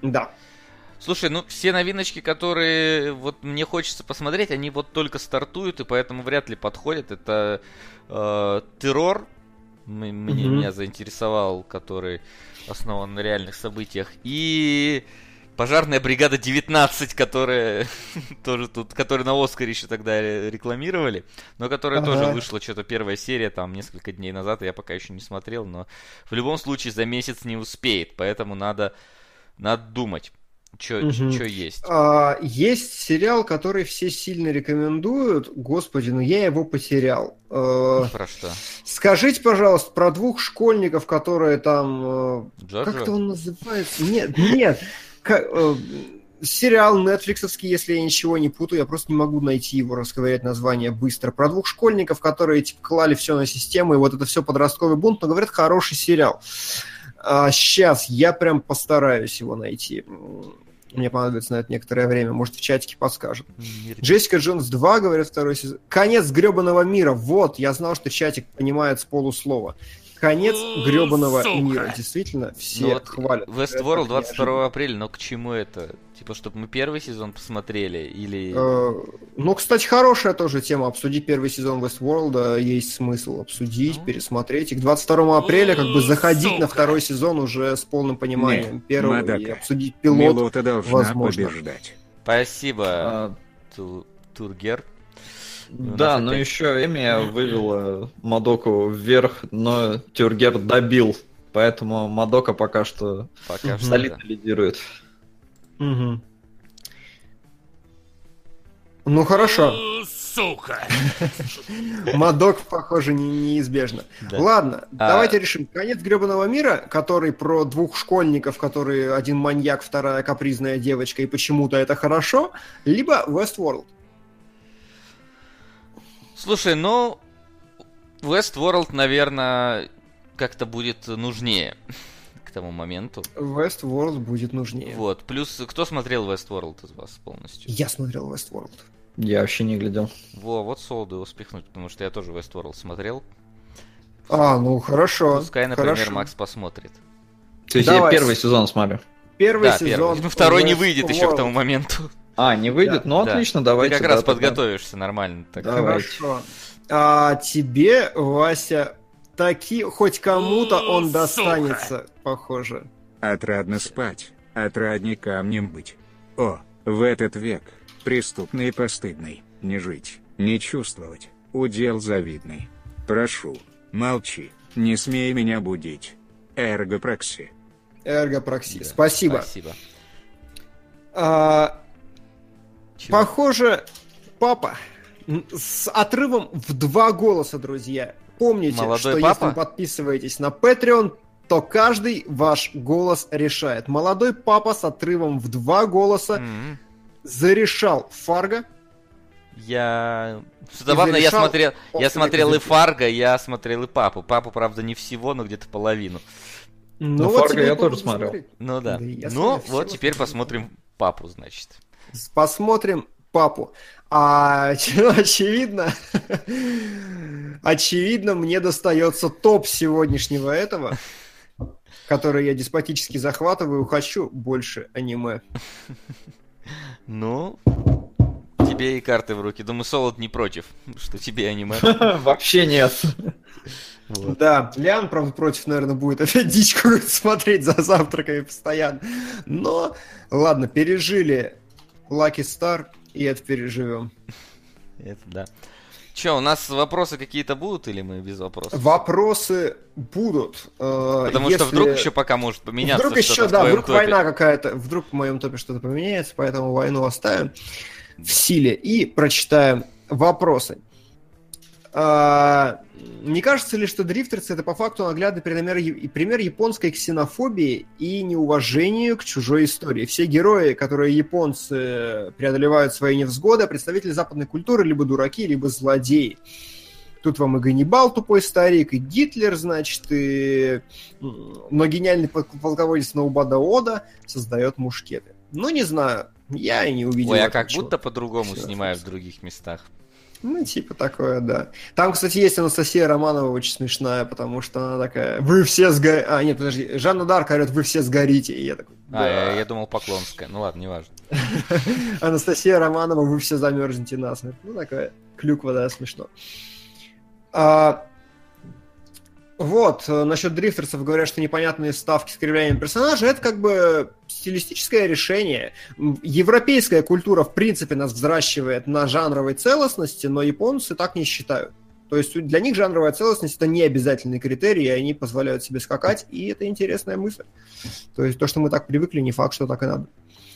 Да. Слушай, ну все новиночки, которые вот мне хочется посмотреть, они вот только стартуют, и поэтому вряд ли подходят. Это э, террор, м- mm-hmm. меня заинтересовал, который основан на реальных событиях, и пожарная бригада девятнадцать, которая тоже тут, которую на Оскаре еще тогда рекламировали, но которая ага. тоже вышла, что-то первая серия там несколько дней назад, я пока еще не смотрел, но в любом случае за месяц не успеет, поэтому надо, надо думать. Что угу. есть? А, есть сериал, который все сильно рекомендуют. Господи, ну я его потерял. А, про что? Скажите, пожалуйста, про двух школьников, которые там... Джорджо? Как-то он называется? Нет, нет. Как, э, сериал нетфликсовский, если я ничего не путаю. Я просто не могу найти его, расковырять название быстро. Про двух школьников, которые типа клали все на систему, и вот это все подростковый бунт. Но говорят, хороший сериал. А, сейчас я прям постараюсь его найти. Мне понадобится на это некоторое время. Может, в чатике подскажут. Джессика Джонс два, говорят, второй сезон. Конец гребаного мира. Вот, я знал, что чатик понимает с полуслова. Конец гребаного мира. Действительно, все ну вот хвалят. Westworld двадцать второго апреля, но к чему это? Типа, чтобы мы первый сезон посмотрели? Или... Э, ну, кстати, хорошая тоже тема. Обсудить первый сезон Westworld есть смысл. Обсудить, ну... пересмотреть. И к двадцать второму апреля как бы заходить Сука. на второй сезон уже с полным пониманием Нет, первого Мадака. И обсудить пилот. Милота должна возможно. побеждать. Спасибо, а... Ту... Тургер. Да, но опять... еще Эми вывела Мадоку вверх, но Тюргер добил. Поэтому Мадока пока что пока солидно да. лидирует. Угу. Ну хорошо. Сука! Мадок, похоже, не, неизбежно. Да. Ладно, а... давайте решим. Конец гребаного мира, который про двух школьников, которые один маньяк, вторая капризная девочка, и почему-то это хорошо, либо Westworld. Слушай, ну, Westworld, наверное, как-то будет нужнее к тому моменту. Westworld будет нужнее. Вот, плюс, кто смотрел Westworld из вас полностью? Я смотрел Westworld. Я вообще не глядел. Во, вот Солоду его спихнуть, потому что я тоже Westworld смотрел. А, ну хорошо. Пускай, например, хорошо. Макс посмотрит. То есть я первый сезон смотрю. Первый да, сезон. Первый. Ну, второй не выйдет еще к тому моменту. А, не выйдет? Да. Ну, да. отлично, давайте. Ты как да, раз тогда. подготовишься нормально. Так. Хорошо. А тебе, Вася, таки хоть кому-то он Сука. достанется, похоже. Отрадно спать, отрадней камнем быть. О, в этот век, преступный и постыдный, не жить, не чувствовать, удел завидный. Прошу, молчи, не смей меня будить. Эргопрокси. Эргопрокси, да. спасибо. Спасибо. А, похоже, папа с отрывом в два голоса, друзья. Помните, Молодой что папа? если вы подписываетесь на Patreon, то каждый ваш голос решает. Молодой папа с отрывом в два голоса mm-hmm. зарешал Фарго. Я... Забавно, я смотрел, я смотрел и Фарго, я смотрел и папу. Папу, правда, не всего, но где-то половину. Ну, вот Фарго я тоже смотрел. Смотреть. Ну да. да ну, вот теперь посмотрим папу, значит. Посмотрим папу. А очевидно, очевидно, мне достается топ сегодняшнего этого, который я деспотически захватываю. Хочу больше аниме. Ну, тебе и карты в руки. Думаю, Солод не против, что тебе аниме. Вообще нет. Вот. Да, Лян, правда, против, наверное, будет опять дичь какую-то смотреть за завтраками постоянно. Но, ладно, пережили Lucky Star, и это переживем. Это да. Че, у нас вопросы какие-то будут или мы без вопросов? Вопросы будут. Потому если... что вдруг еще пока может поменяться. Вдруг еще, да, вдруг топе. Война какая-то, вдруг в моем топе что-то поменяется, поэтому войну оставим в силе и прочитаем вопросы. А, не кажется ли, что дрифтерцы — это по факту наглядный пример, пример японской ксенофобии и неуважению к чужой истории? Все герои, которые японцы преодолевают свои невзгоды, представители западной культуры либо дураки, либо злодеи. Тут вам и Ганнибал, тупой старик, и Гитлер, значит, и... но гениальный полководец Ноубада Ода создает мушкеты. Ну, не знаю, я и не увидел. Ой, а как будто по-другому снимают в других местах. Ну, типа такое, да. Там, кстати, есть Анастасия Романова, очень смешная, потому что она такая: вы все сгорите. А, нет, подожди, Жанна Дарк орёт: вы все сгорите. И я такой: А, я, я думал Поклонская. Ну ладно, неважно. Анастасия Романова, вы все замерзнете насмерть. Ну, такая клюква, да, смешно. А, вот, насчет дрифтерцев говорят, что непонятные ставки с кривлянием персонажа, это как бы стилистическое решение. Европейская культура, в принципе, нас взращивает на жанровой целостности, но японцы так не считают. То есть для них жанровая целостность — это не обязательный критерий, и они позволяют себе скакать, и это интересная мысль. То есть то, что мы так привыкли, не факт, что так и надо.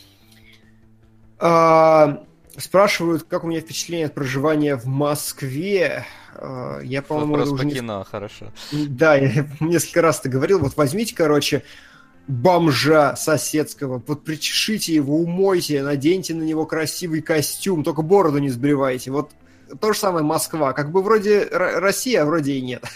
А, спрашивают, как у меня впечатление от проживания в Москве. А, я, по-моему, Вопрос уже по не... кино, хорошо. Да, я несколько раз это говорил. Вот возьмите, короче, бомжа соседского, вот причешите его, умойте, наденьте на него красивый костюм, только бороду не сбривайте. Вот то же самое Москва. Как бы вроде Россия, а вроде и нет.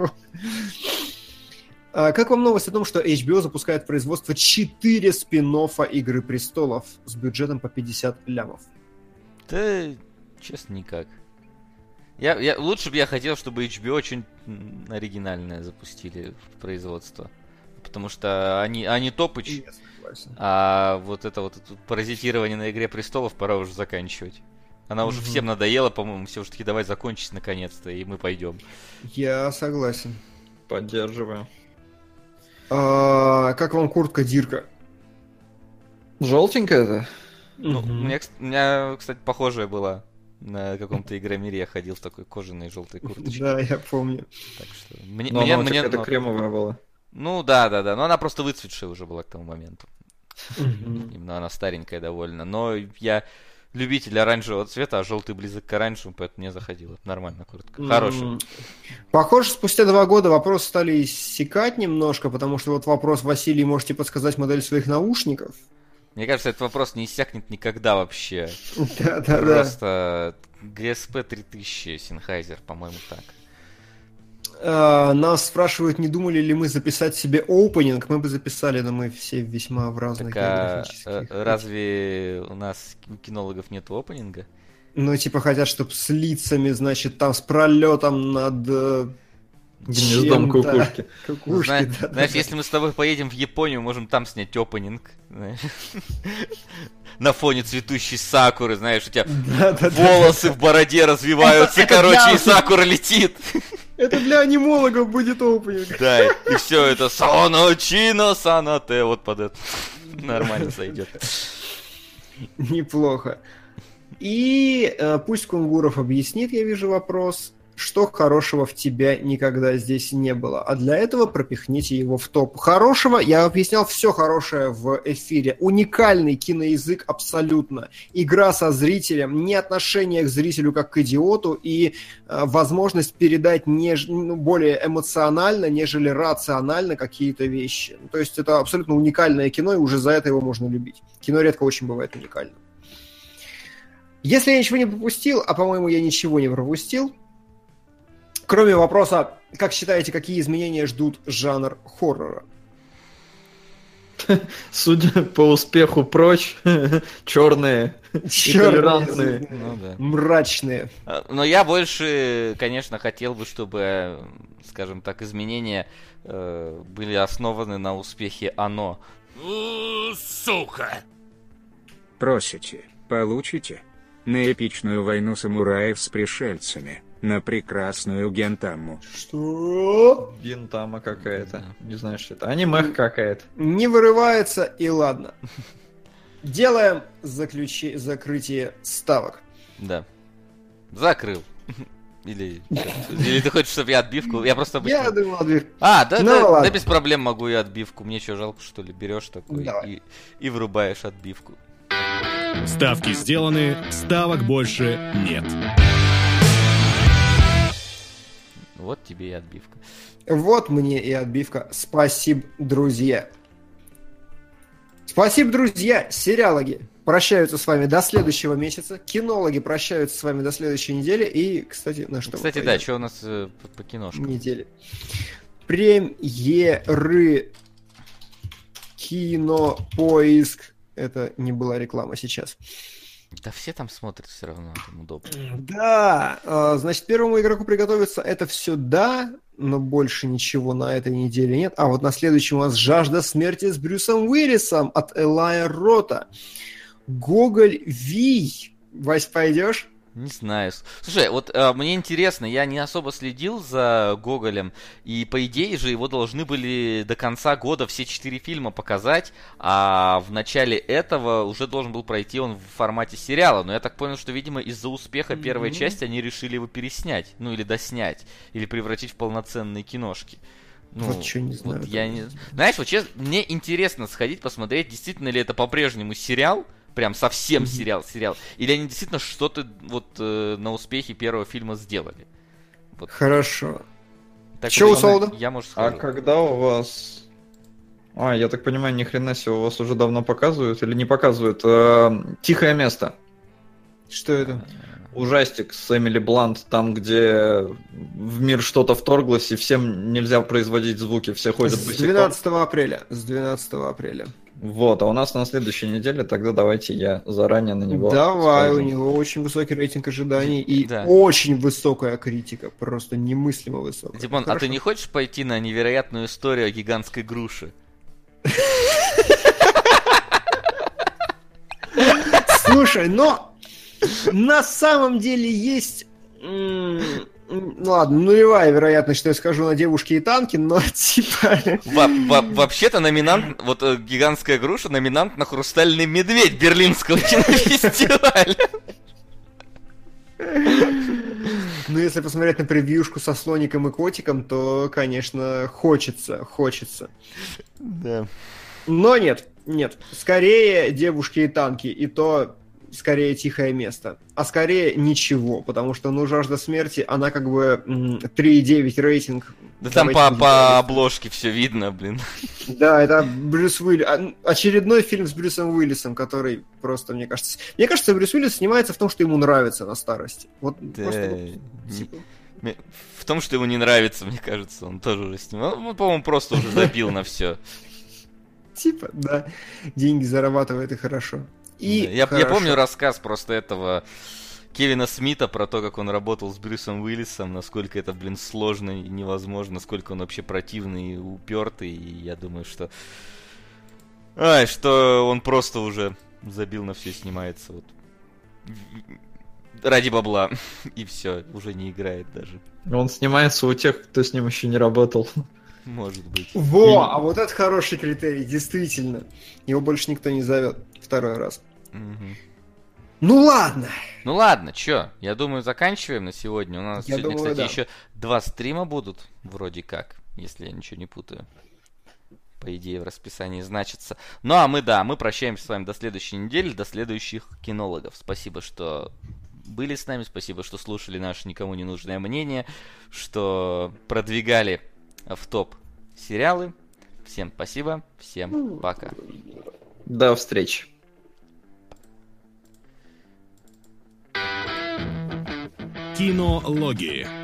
Как вам новость о том, что эйч би о запускает производство четыре спин-оффа «Игры престолов» с бюджетом по пятьдесят лямов? Да, честно, никак. Я, я, лучше бы я хотел, чтобы эйч би о очень оригинальное запустили в производство. Потому что они, они топыч, а вот это вот это паразитирование на «Игре престолов» пора уже заканчивать. Она уже mm-hmm. всем надоела, по-моему, все уже таки давай закончить наконец-то, и мы пойдем. Я согласен. Поддерживаю. А, как вам куртка Дирка? Желтенькая это? Ну, mm-hmm. у, меня, у меня, кстати, похожая была. На каком-то Игромире я ходил в такой кожаной желтой курточке. Да, я помню. Так что... Мне, но мне, она мне, какая-то но... кремовая была. Ну да, да, да. Но она просто выцветшая уже была к тому моменту. Mm-hmm. Именно она старенькая довольно. Но я... любитель оранжевого цвета, а желтый близок к оранжевому, поэтому не заходила. Нормально, куртка. Хорошая. Mm. Похоже, спустя два года вопросы стали иссякать немножко, потому что вот вопрос: Василий, можете подсказать модель своих наушников? Мне кажется, этот вопрос не иссякнет никогда вообще. Да-да-да. Просто джи эс пи три тысячи Sennheiser, по-моему, так. Uh, нас спрашивают, не думали ли мы записать себе опенинг. Мы бы записали, но мы все весьма в разных так, а географических. Разве у нас у кинологов нет опенинга? Ну, типа, хотят, чтобы с лицами, значит, там с пролетом над гнездом кукушки. Кукушки, Знаешь, да, знаешь да, если мы с тобой поедем в Японию, можем там снять опенинг. На фоне цветущей сакуры, знаешь, у тебя волосы в бороде развиваются, короче, и сакура летит. Это для анимологов будет опенинг. Да, и все это Саночино Санате, вот под это нормально сойдет. Неплохо. И э, пусть Кунгуров объяснит, я вижу вопрос, что хорошего в тебя никогда здесь не было. А для этого пропихните его в топ. Хорошего, я объяснял все хорошее в эфире. Уникальный киноязык абсолютно. Игра со зрителем, не отношение к зрителю как к идиоту и э, возможность передать не, ну, более эмоционально, нежели рационально какие-то вещи. То есть это абсолютно уникальное кино, и уже за это его можно любить. Кино редко очень бывает уникальным. Если я ничего не пропустил, а, по-моему, я ничего не пропустил, кроме вопроса, как считаете, какие изменения ждут жанр хоррора? Судя по успеху прочь, черные, толерантные, ну, да. Мрачные. Но я больше, конечно, хотел бы, чтобы, скажем так, изменения э, были основаны на успехе «Оно». Сука! Просите, получите. На эпичную войну самураев с пришельцами. На прекрасную Гентаму. Что? Гентама какая-то. Не знаю, что это. Аниме какая-то. Не вырывается, и ладно. Делаем заключи... закрытие ставок. Да. Закрыл. Или, или ты хочешь, чтобы я отбивку? Я просто обычно... Я думал отбивку. А, да, ну, да, да без проблем могу и отбивку. Мне что, жалко, что ли? Берешь такой и, и врубаешь отбивку. Ставки сделаны, ставок больше нет. Вот тебе и отбивка. Вот мне и отбивка. Спасибо, друзья. Спасибо, друзья. Сериалоги прощаются с вами до следующего месяца. Кинологи прощаются с вами до следующей недели. И, кстати, на что? Кстати, да, что у нас э, по, по киношкам? Недели. Премьеры. Кинопоиск. Это не была реклама сейчас. Да все там смотрят все равно, там удобно. Да, значит, первому игроку приготовиться, это все да, но больше ничего на этой неделе нет. А вот на следующем у нас «Жажда смерти» с Брюсом Уиллисом от Элая Рота. Гоголь Вий. Вась, пойдешь? Не знаю. Слушай, вот э, мне интересно, я не особо следил за Гоголем, и по идее же его должны были до конца года все четыре фильма показать, а в начале этого уже должен был пройти он в формате сериала. Но я так понял, что, видимо, из-за успеха mm-hmm. первой части они решили его переснять, ну или доснять, или превратить в полноценные киношки. Ну, вот что не знаю. Вот я не... Знаешь, вот честно, мне интересно сходить посмотреть, действительно ли это по-прежнему сериал, прям совсем mm-hmm. сериал, сериал. Или они действительно что-то вот э, на успехе первого фильма сделали. Вот. Хорошо. Так что у Солода? Я, может, а когда у вас... А, я так понимаю, ни хрена себе, у вас уже давно показывают или не показывают? Э, «Тихое место». Что это? Ужастик с Эмили Блант, там, где в мир что-то вторглось, и всем нельзя производить звуки, все ходят босиком. С двенадцатого апреля. С двенадцатого апреля. Вот, а у нас на следующей неделе, тогда давайте я заранее на него Давай, скажу. У него очень высокий рейтинг ожиданий и да. очень высокая критика, просто немыслимо высокая. Димон, а ты не хочешь пойти на невероятную историю о гигантской груше? Слушай, но на самом деле есть... Ну ладно, нулевая вероятность, что я скажу на «Девушки и танки», но типа... Во- во- вообще-то номинант, вот э, «Гигантская груша», номинант на «Хрустальный медведь» Берлинского кинофестиваля. Ну, если посмотреть на превьюшку со слоником и котиком, то, конечно, хочется, хочется. Да. Но нет, нет. Скорее «Девушки и танки», и то... скорее «Тихое место», а скорее ничего, потому что, ну, «Жажда смерти», она как бы три и девять рейтинг. Да там по, по обложке все видно, блин. Да, это Брюс Уиллис. Очередной фильм с Брюсом Уиллисом, который просто, мне кажется... Мне кажется, Брюс Уиллис снимается в том, что ему нравится на старости. Вот да, просто... Вот, типа... В том, что ему не нравится, мне кажется, он тоже уже снимал. Он, по-моему, просто уже забил на все. Типа, да. Деньги зарабатывает и хорошо. И я, я помню рассказ просто этого Кевина Смита про то, как он работал с Брюсом Уиллисом, насколько это, блин, сложно и невозможно, насколько он вообще противный и упертый, и я думаю, что... Ай, что он просто уже забил на все, снимается вот ради бабла, и все, уже не играет даже. Он снимается у тех, кто с ним еще не работал. Может быть. Во, И... а вот это хороший критерий, действительно. Его больше никто не зовет второй раз. Угу. Ну ладно. Ну ладно, чё, я думаю, заканчиваем на сегодня. У нас я сегодня, думаю, кстати, да. еще два стрима будут, вроде как, если я ничего не путаю. По идее, в расписании значится. Ну а мы, да, мы прощаемся с вами до следующей недели, до следующих кинологов. Спасибо, что были с нами, спасибо, что слушали наше никому не нужное мнение, что продвигали в топ сериалы. Всем спасибо, всем пока. До встречи. Кинологии.